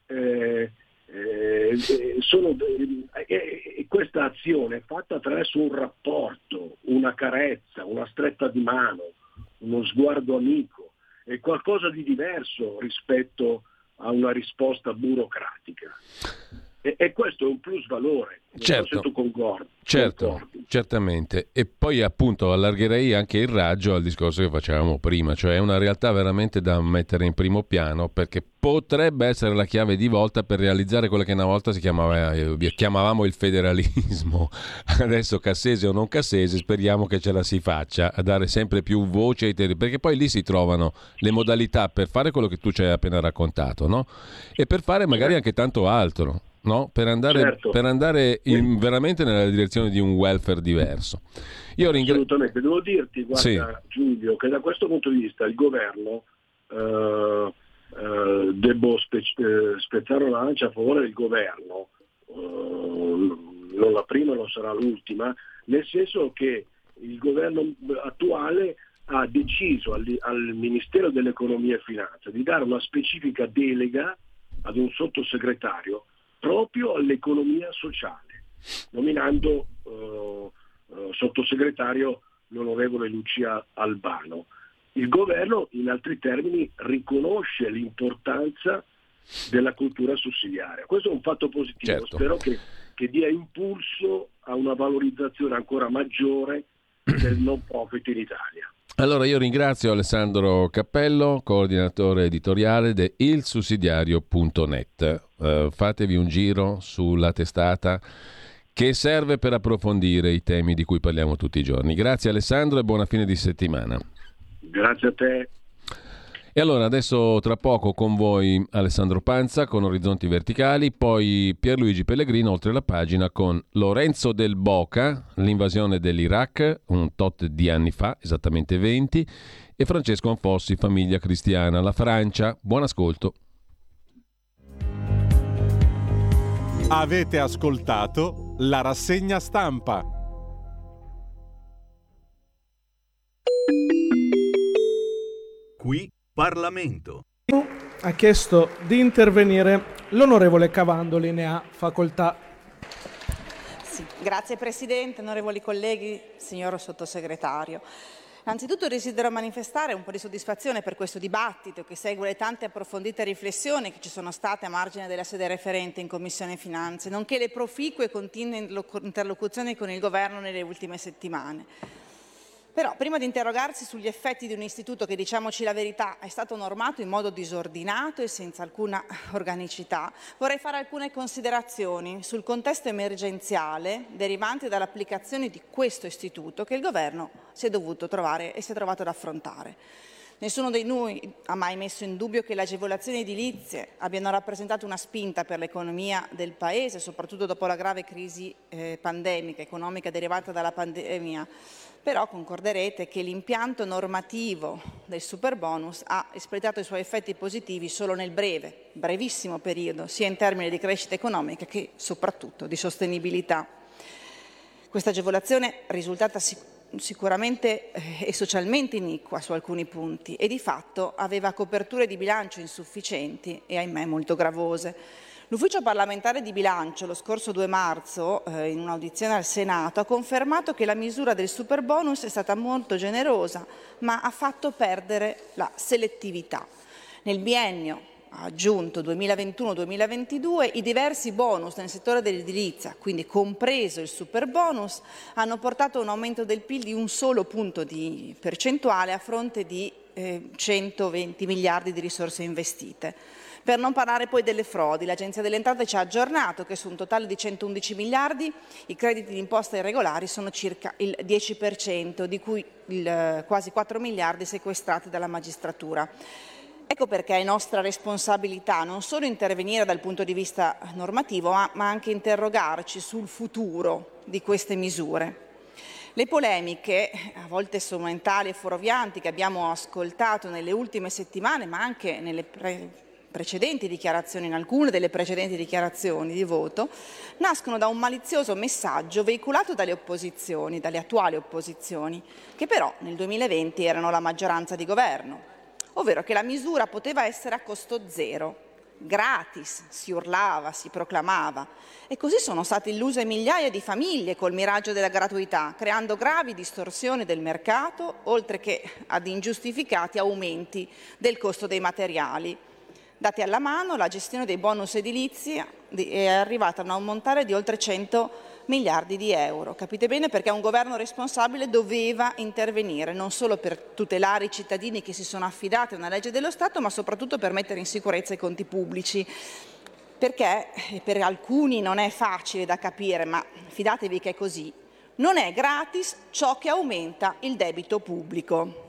questa azione è fatta attraverso un rapporto, una carezza, una stretta di mano, uno sguardo amico, è qualcosa di diverso rispetto a una risposta burocratica. E questo è un plus valore. Certo, se tu concordi. Certamente. E poi appunto allargherei anche il raggio al discorso che facevamo prima, cioè è una realtà veramente da mettere in primo piano, perché potrebbe essere la chiave di volta per realizzare quello che una volta chiamavamo il federalismo. Adesso Cassese o non Cassese, speriamo che ce la si faccia a dare sempre più voce ai territori, perché poi lì si trovano le modalità per fare quello che tu ci hai appena raccontato, no? E per fare magari anche tanto altro, no? Per andare veramente nella direzione di un welfare diverso. Assolutamente, devo dirti, guarda, Giulio, che da questo punto di vista il governo, devo spezzare una lancia a favore del governo, non la prima, non sarà l'ultima, nel senso che il governo attuale ha deciso al Ministero dell'Economia e Finanza di dare una specifica delega ad un sottosegretario proprio all'economia sociale, nominando sottosegretario l'onorevole Lucia Albano. Il governo, in altri termini, riconosce l'importanza della cultura sussidiaria. Questo è un fatto positivo, certo. Spero che dia impulso a una valorizzazione ancora maggiore del non profit in Italia. Allora io ringrazio Alessandro Cappello, coordinatore editoriale di ilsussidiario.net. Fatevi un giro sulla testata che serve per approfondire i temi di cui parliamo tutti i giorni. Grazie Alessandro e buona fine di settimana. Grazie a te. E allora adesso tra poco con voi Alessandro Panza con Orizzonti Verticali, poi Pierluigi Pellegrino oltre la pagina con Lorenzo Del Boca, l'invasione dell'Iraq, un tot di anni fa, esattamente 20, e Francesco Anfossi, Famiglia Cristiana, la Francia. Buon ascolto. Avete ascoltato la rassegna stampa. Qui Parlamento. Ha chiesto di intervenire l'onorevole Cavandoli, ne ha facoltà. Sì, grazie Presidente, onorevoli colleghi, signor Sottosegretario. Innanzitutto desidero manifestare un po' di soddisfazione per questo dibattito che segue le tante approfondite riflessioni che ci sono state a margine della sede referente in Commissione Finanze, nonché le proficue e continue interlocuzioni con il Governo nelle ultime settimane. Però, prima di interrogarsi sugli effetti di un istituto che, diciamoci la verità, è stato normato in modo disordinato e senza alcuna organicità, vorrei fare alcune considerazioni sul contesto emergenziale derivante dall'applicazione di questo istituto che il Governo si è dovuto trovare e si è trovato ad affrontare. Nessuno di noi ha mai messo in dubbio che le agevolazioni edilizie abbiano rappresentato una spinta per l'economia del Paese, soprattutto dopo la grave crisi pandemica, economica derivata dalla pandemia. Però concorderete che l'impianto normativo del superbonus ha espletato i suoi effetti positivi solo nel brevissimo periodo, sia in termini di crescita economica che soprattutto di sostenibilità. Questa agevolazione è risultata sicuramente e socialmente iniqua su alcuni punti e di fatto aveva coperture di bilancio insufficienti e ahimè molto gravose. L'Ufficio parlamentare di bilancio lo scorso 2 marzo, in un'audizione al Senato, ha confermato che la misura del superbonus è stata molto generosa, ma ha fatto perdere la selettività. Nel biennio, ha aggiunto 2021-2022, i diversi bonus nel settore dell'edilizia, quindi compreso il superbonus, hanno portato a un aumento del PIL di un solo punto di percentuale a fronte di 120 miliardi di risorse investite. Per non parlare poi delle frodi, l'Agenzia delle Entrate ci ha aggiornato che su un totale di 111 miliardi i crediti d'imposta irregolari sono circa il 10%, di cui quasi 4 miliardi sequestrati dalla magistratura. Ecco perché è nostra responsabilità non solo intervenire dal punto di vista normativo, ma anche interrogarci sul futuro di queste misure. Le polemiche, a volte strumentali e fuorvianti, che abbiamo ascoltato nelle ultime settimane, ma anche nelle precedenti dichiarazioni, in alcune delle precedenti dichiarazioni di voto, nascono da un malizioso messaggio veicolato dalle opposizioni, dalle attuali opposizioni, che però nel 2020 erano la maggioranza di governo, ovvero che la misura poteva essere a costo zero, gratis, si urlava, si proclamava, e così sono state illuse migliaia di famiglie col miraggio della gratuità, creando gravi distorsioni del mercato, oltre che ad ingiustificati aumenti del costo dei materiali. Dati alla mano, la gestione dei bonus edilizi è arrivata a un ammontare di oltre 100 miliardi di euro. Capite bene perché un governo responsabile doveva intervenire, non solo per tutelare i cittadini che si sono affidati a una legge dello Stato, ma soprattutto per mettere in sicurezza i conti pubblici. Perché per alcuni non è facile da capire, ma fidatevi che è così, non è gratis ciò che aumenta il debito pubblico.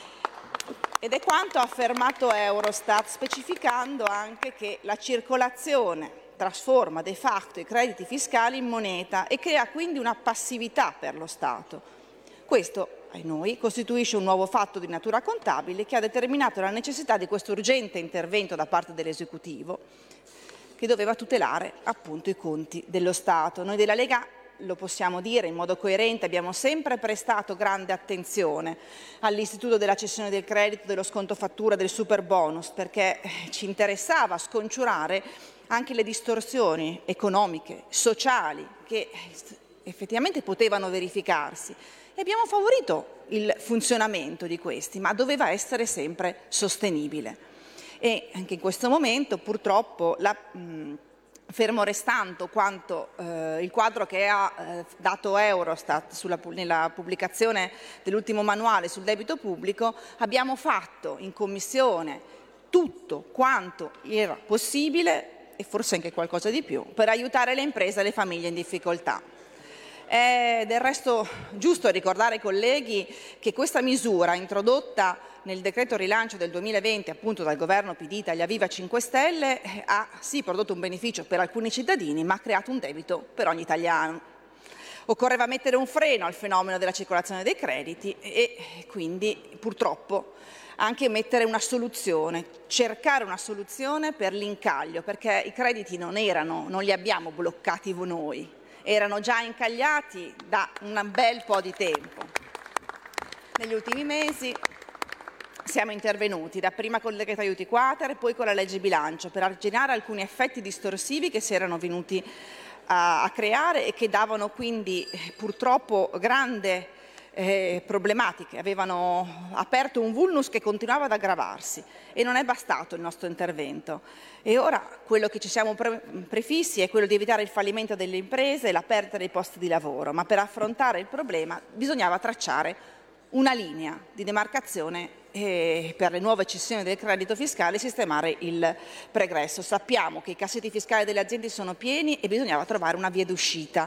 Ed è quanto ha affermato Eurostat, specificando anche che la circolazione trasforma de facto i crediti fiscali in moneta e crea quindi una passività per lo Stato. Questo, ai noi, costituisce un nuovo fatto di natura contabile che ha determinato la necessità di questo urgente intervento da parte dell'Esecutivo, che doveva tutelare appunto i conti dello Stato. Noi della Lega, lo possiamo dire in modo coerente, abbiamo sempre prestato grande attenzione all'istituto della cessione del credito, dello sconto fattura, del superbonus, perché ci interessava scongiurare anche le distorsioni economiche, sociali, che effettivamente potevano verificarsi. E abbiamo favorito il funzionamento di questi, ma doveva essere sempre sostenibile. E anche in questo momento, purtroppo, fermo restando quanto il quadro che ha dato Eurostat nella pubblicazione dell'ultimo manuale sul debito pubblico, abbiamo fatto in Commissione tutto quanto era possibile e forse anche qualcosa di più per aiutare le imprese e le famiglie in difficoltà. È del resto giusto ricordare ai colleghi che questa misura introdotta nel decreto rilancio del 2020 appunto dal governo PD Italia Viva 5 Stelle ha sì prodotto un beneficio per alcuni cittadini ma ha creato un debito per ogni italiano. Occorreva mettere un freno al fenomeno della circolazione dei crediti e quindi purtroppo anche mettere una soluzione, cercare una soluzione per l'incaglio, perché i crediti non li abbiamo bloccati noi, erano già incagliati da un bel po' di tempo. Negli ultimi mesi siamo intervenuti, dapprima con il decreto aiuti quater e poi con la legge bilancio, per arginare alcuni effetti distorsivi che si erano venuti a creare e che davano quindi purtroppo grande problematiche, avevano aperto un vulnus che continuava ad aggravarsi e non è bastato il nostro intervento. E ora quello che ci siamo prefissi è quello di evitare il fallimento delle imprese e la perdita dei posti di lavoro, ma per affrontare il problema bisognava tracciare una linea di demarcazione per le nuove cessioni del credito fiscale e sistemare il pregresso. Sappiamo che i cassetti fiscali delle aziende sono pieni e bisognava trovare una via d'uscita.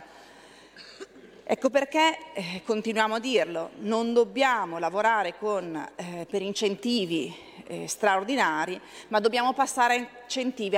Ecco perché continuiamo a dirlo, non dobbiamo lavorare per incentivi straordinari, ma dobbiamo passare a incentivi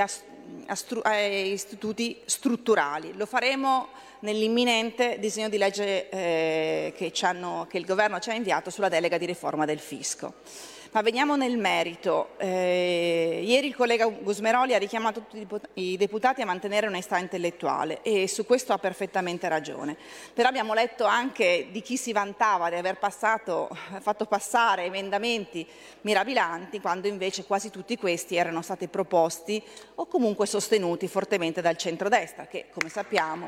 a istituti strutturali. Lo faremo nell'imminente disegno di legge che il Governo ci ha inviato sulla delega di riforma del fisco. Ma veniamo nel merito. Ieri il collega Gusmeroli ha richiamato tutti i deputati a mantenere onestà intellettuale e su questo ha perfettamente ragione. Però abbiamo letto anche di chi si vantava di aver fatto passare emendamenti mirabolanti, quando invece quasi tutti questi erano stati proposti o comunque sostenuti fortemente dal centrodestra, che come sappiamo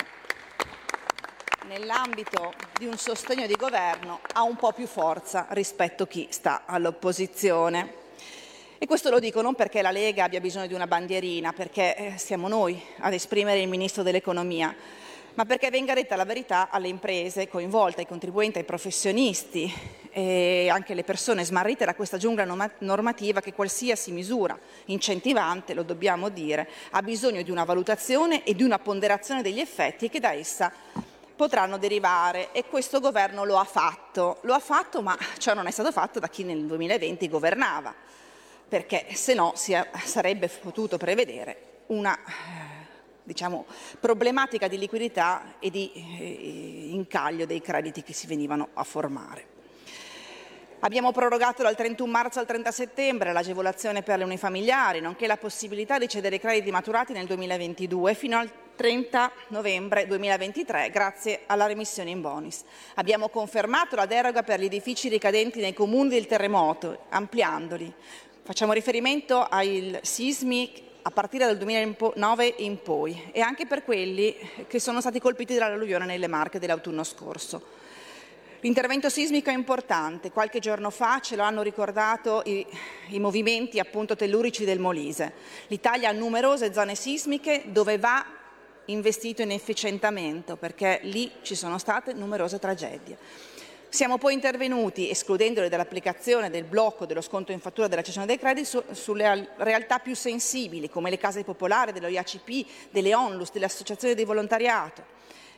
nell'ambito di un sostegno di governo ha un po' più forza rispetto a chi sta all'opposizione. E questo lo dico non perché la Lega abbia bisogno di una bandierina, perché siamo noi ad esprimere il Ministro dell'Economia, ma perché venga detta la verità alle imprese coinvolte, ai contribuenti, ai professionisti e anche alle persone smarrite da questa giungla normativa che qualsiasi misura incentivante, lo dobbiamo dire, ha bisogno di una valutazione e di una ponderazione degli effetti che da essa potranno derivare, e questo governo lo ha fatto, ma ciò non è stato fatto da chi nel 2020 governava, perché se no si sarebbe potuto prevedere una problematica di liquidità e di incaglio dei crediti che si venivano a formare. Abbiamo prorogato dal 31 marzo al 30 settembre l'agevolazione per le unifamiliari, nonché la possibilità di cedere i crediti maturati nel 2022 fino al 30 novembre 2023 grazie alla remissione in bonis. Abbiamo confermato la deroga per gli edifici ricadenti nei comuni del terremoto, ampliandoli. Facciamo riferimento ai sismi a partire dal 2009 in poi e anche per quelli che sono stati colpiti dall'alluvione nelle Marche dell'autunno scorso. L'intervento sismico è importante, qualche giorno fa ce lo hanno ricordato i movimenti appunto tellurici del Molise. L'Italia ha numerose zone sismiche dove va investito in efficientamento perché lì ci sono state numerose tragedie. Siamo poi intervenuti, escludendole dall'applicazione del blocco dello sconto in fattura della cessione dei crediti, sulle realtà più sensibili come le case popolari, dello IACP, delle ONLUS, delle associazioni di volontariato,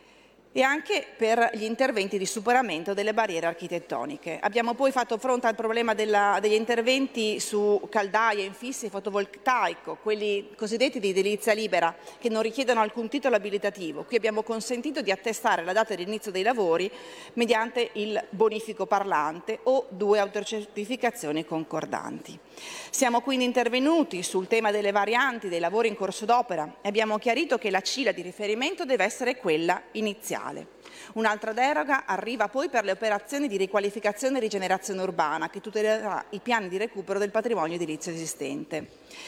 e anche per gli interventi di superamento delle barriere architettoniche. Abbiamo poi fatto fronte al problema degli interventi su caldaie, infissi e fotovoltaico, quelli cosiddetti di edilizia libera, che non richiedono alcun titolo abilitativo. Qui abbiamo consentito di attestare la data di inizio dei lavori mediante il bonifico parlante o 2 autocertificazioni concordanti. Siamo quindi intervenuti sul tema delle varianti dei lavori in corso d'opera e abbiamo chiarito che la CILA di riferimento deve essere quella iniziale. Un'altra deroga arriva poi per le operazioni di riqualificazione e rigenerazione urbana che tutelerà i piani di recupero del patrimonio edilizio esistente.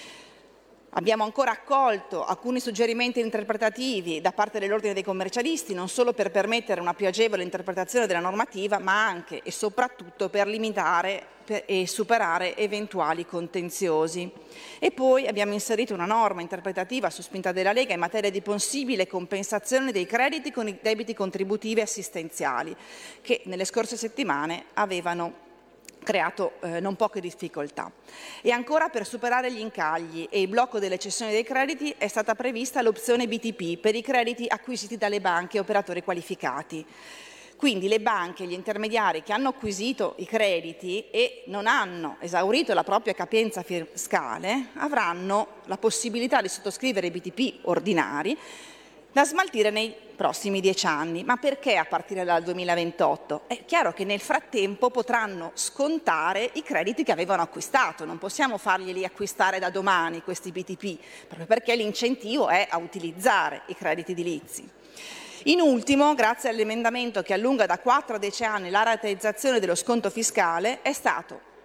Abbiamo ancora accolto alcuni suggerimenti interpretativi da parte dell'Ordine dei commercialisti, non solo per permettere una più agevole interpretazione della normativa, ma anche e soprattutto per limitare e superare eventuali contenziosi. E poi abbiamo inserito una norma interpretativa su spinta della Lega in materia di possibile compensazione dei crediti con i debiti contributivi e assistenziali, che nelle scorse settimane avevano creato non poche difficoltà. E ancora, per superare gli incagli e il blocco delle cessioni dei crediti, è stata prevista l'opzione BTP per i crediti acquisiti dalle banche e operatori qualificati. Quindi le banche e gli intermediari che hanno acquisito i crediti e non hanno esaurito la propria capienza fiscale avranno la possibilità di sottoscrivere i BTP ordinari da smaltire nei prossimi 10 anni. Ma perché a partire dal 2028? È chiaro che nel frattempo potranno scontare i crediti che avevano acquistato, non possiamo farglieli acquistare da domani questi BTP, proprio perché l'incentivo è a utilizzare i crediti edilizi. In ultimo, grazie all'emendamento che allunga da 4 a 10 anni la rateizzazione dello sconto fiscale, è stato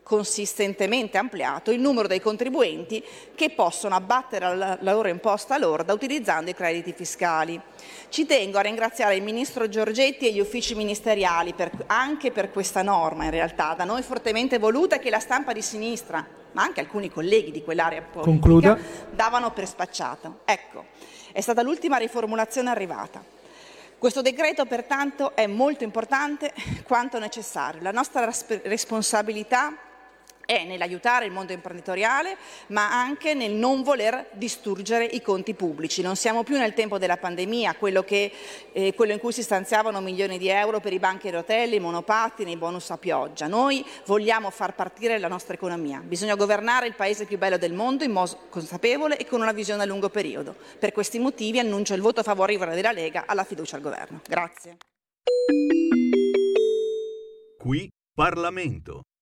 consistentemente ampliato il numero dei contribuenti che possono abbattere la loro imposta lorda utilizzando i crediti fiscali. Ci tengo a ringraziare il Ministro Giorgetti e gli uffici ministeriali anche per questa norma, in realtà da noi fortemente voluta, che la stampa di sinistra, ma anche alcuni colleghi di quell'area politica, davano per spacciata. Ecco, è stata l'ultima riformulazione arrivata. Questo decreto pertanto è molto importante quanto necessario. La nostra responsabilità è nell'aiutare il mondo imprenditoriale, ma anche nel non voler distruggere i conti pubblici. Non siamo più nel tempo della pandemia, quello in cui si stanziavano milioni di euro per i banchi a rotelle, i monopattini, i bonus a pioggia. Noi vogliamo far partire la nostra economia. Bisogna governare il paese più bello del mondo in modo consapevole e con una visione a lungo periodo. Per questi motivi annuncio il voto favorevole della Lega alla fiducia al Governo. Grazie. Qui Parlamento.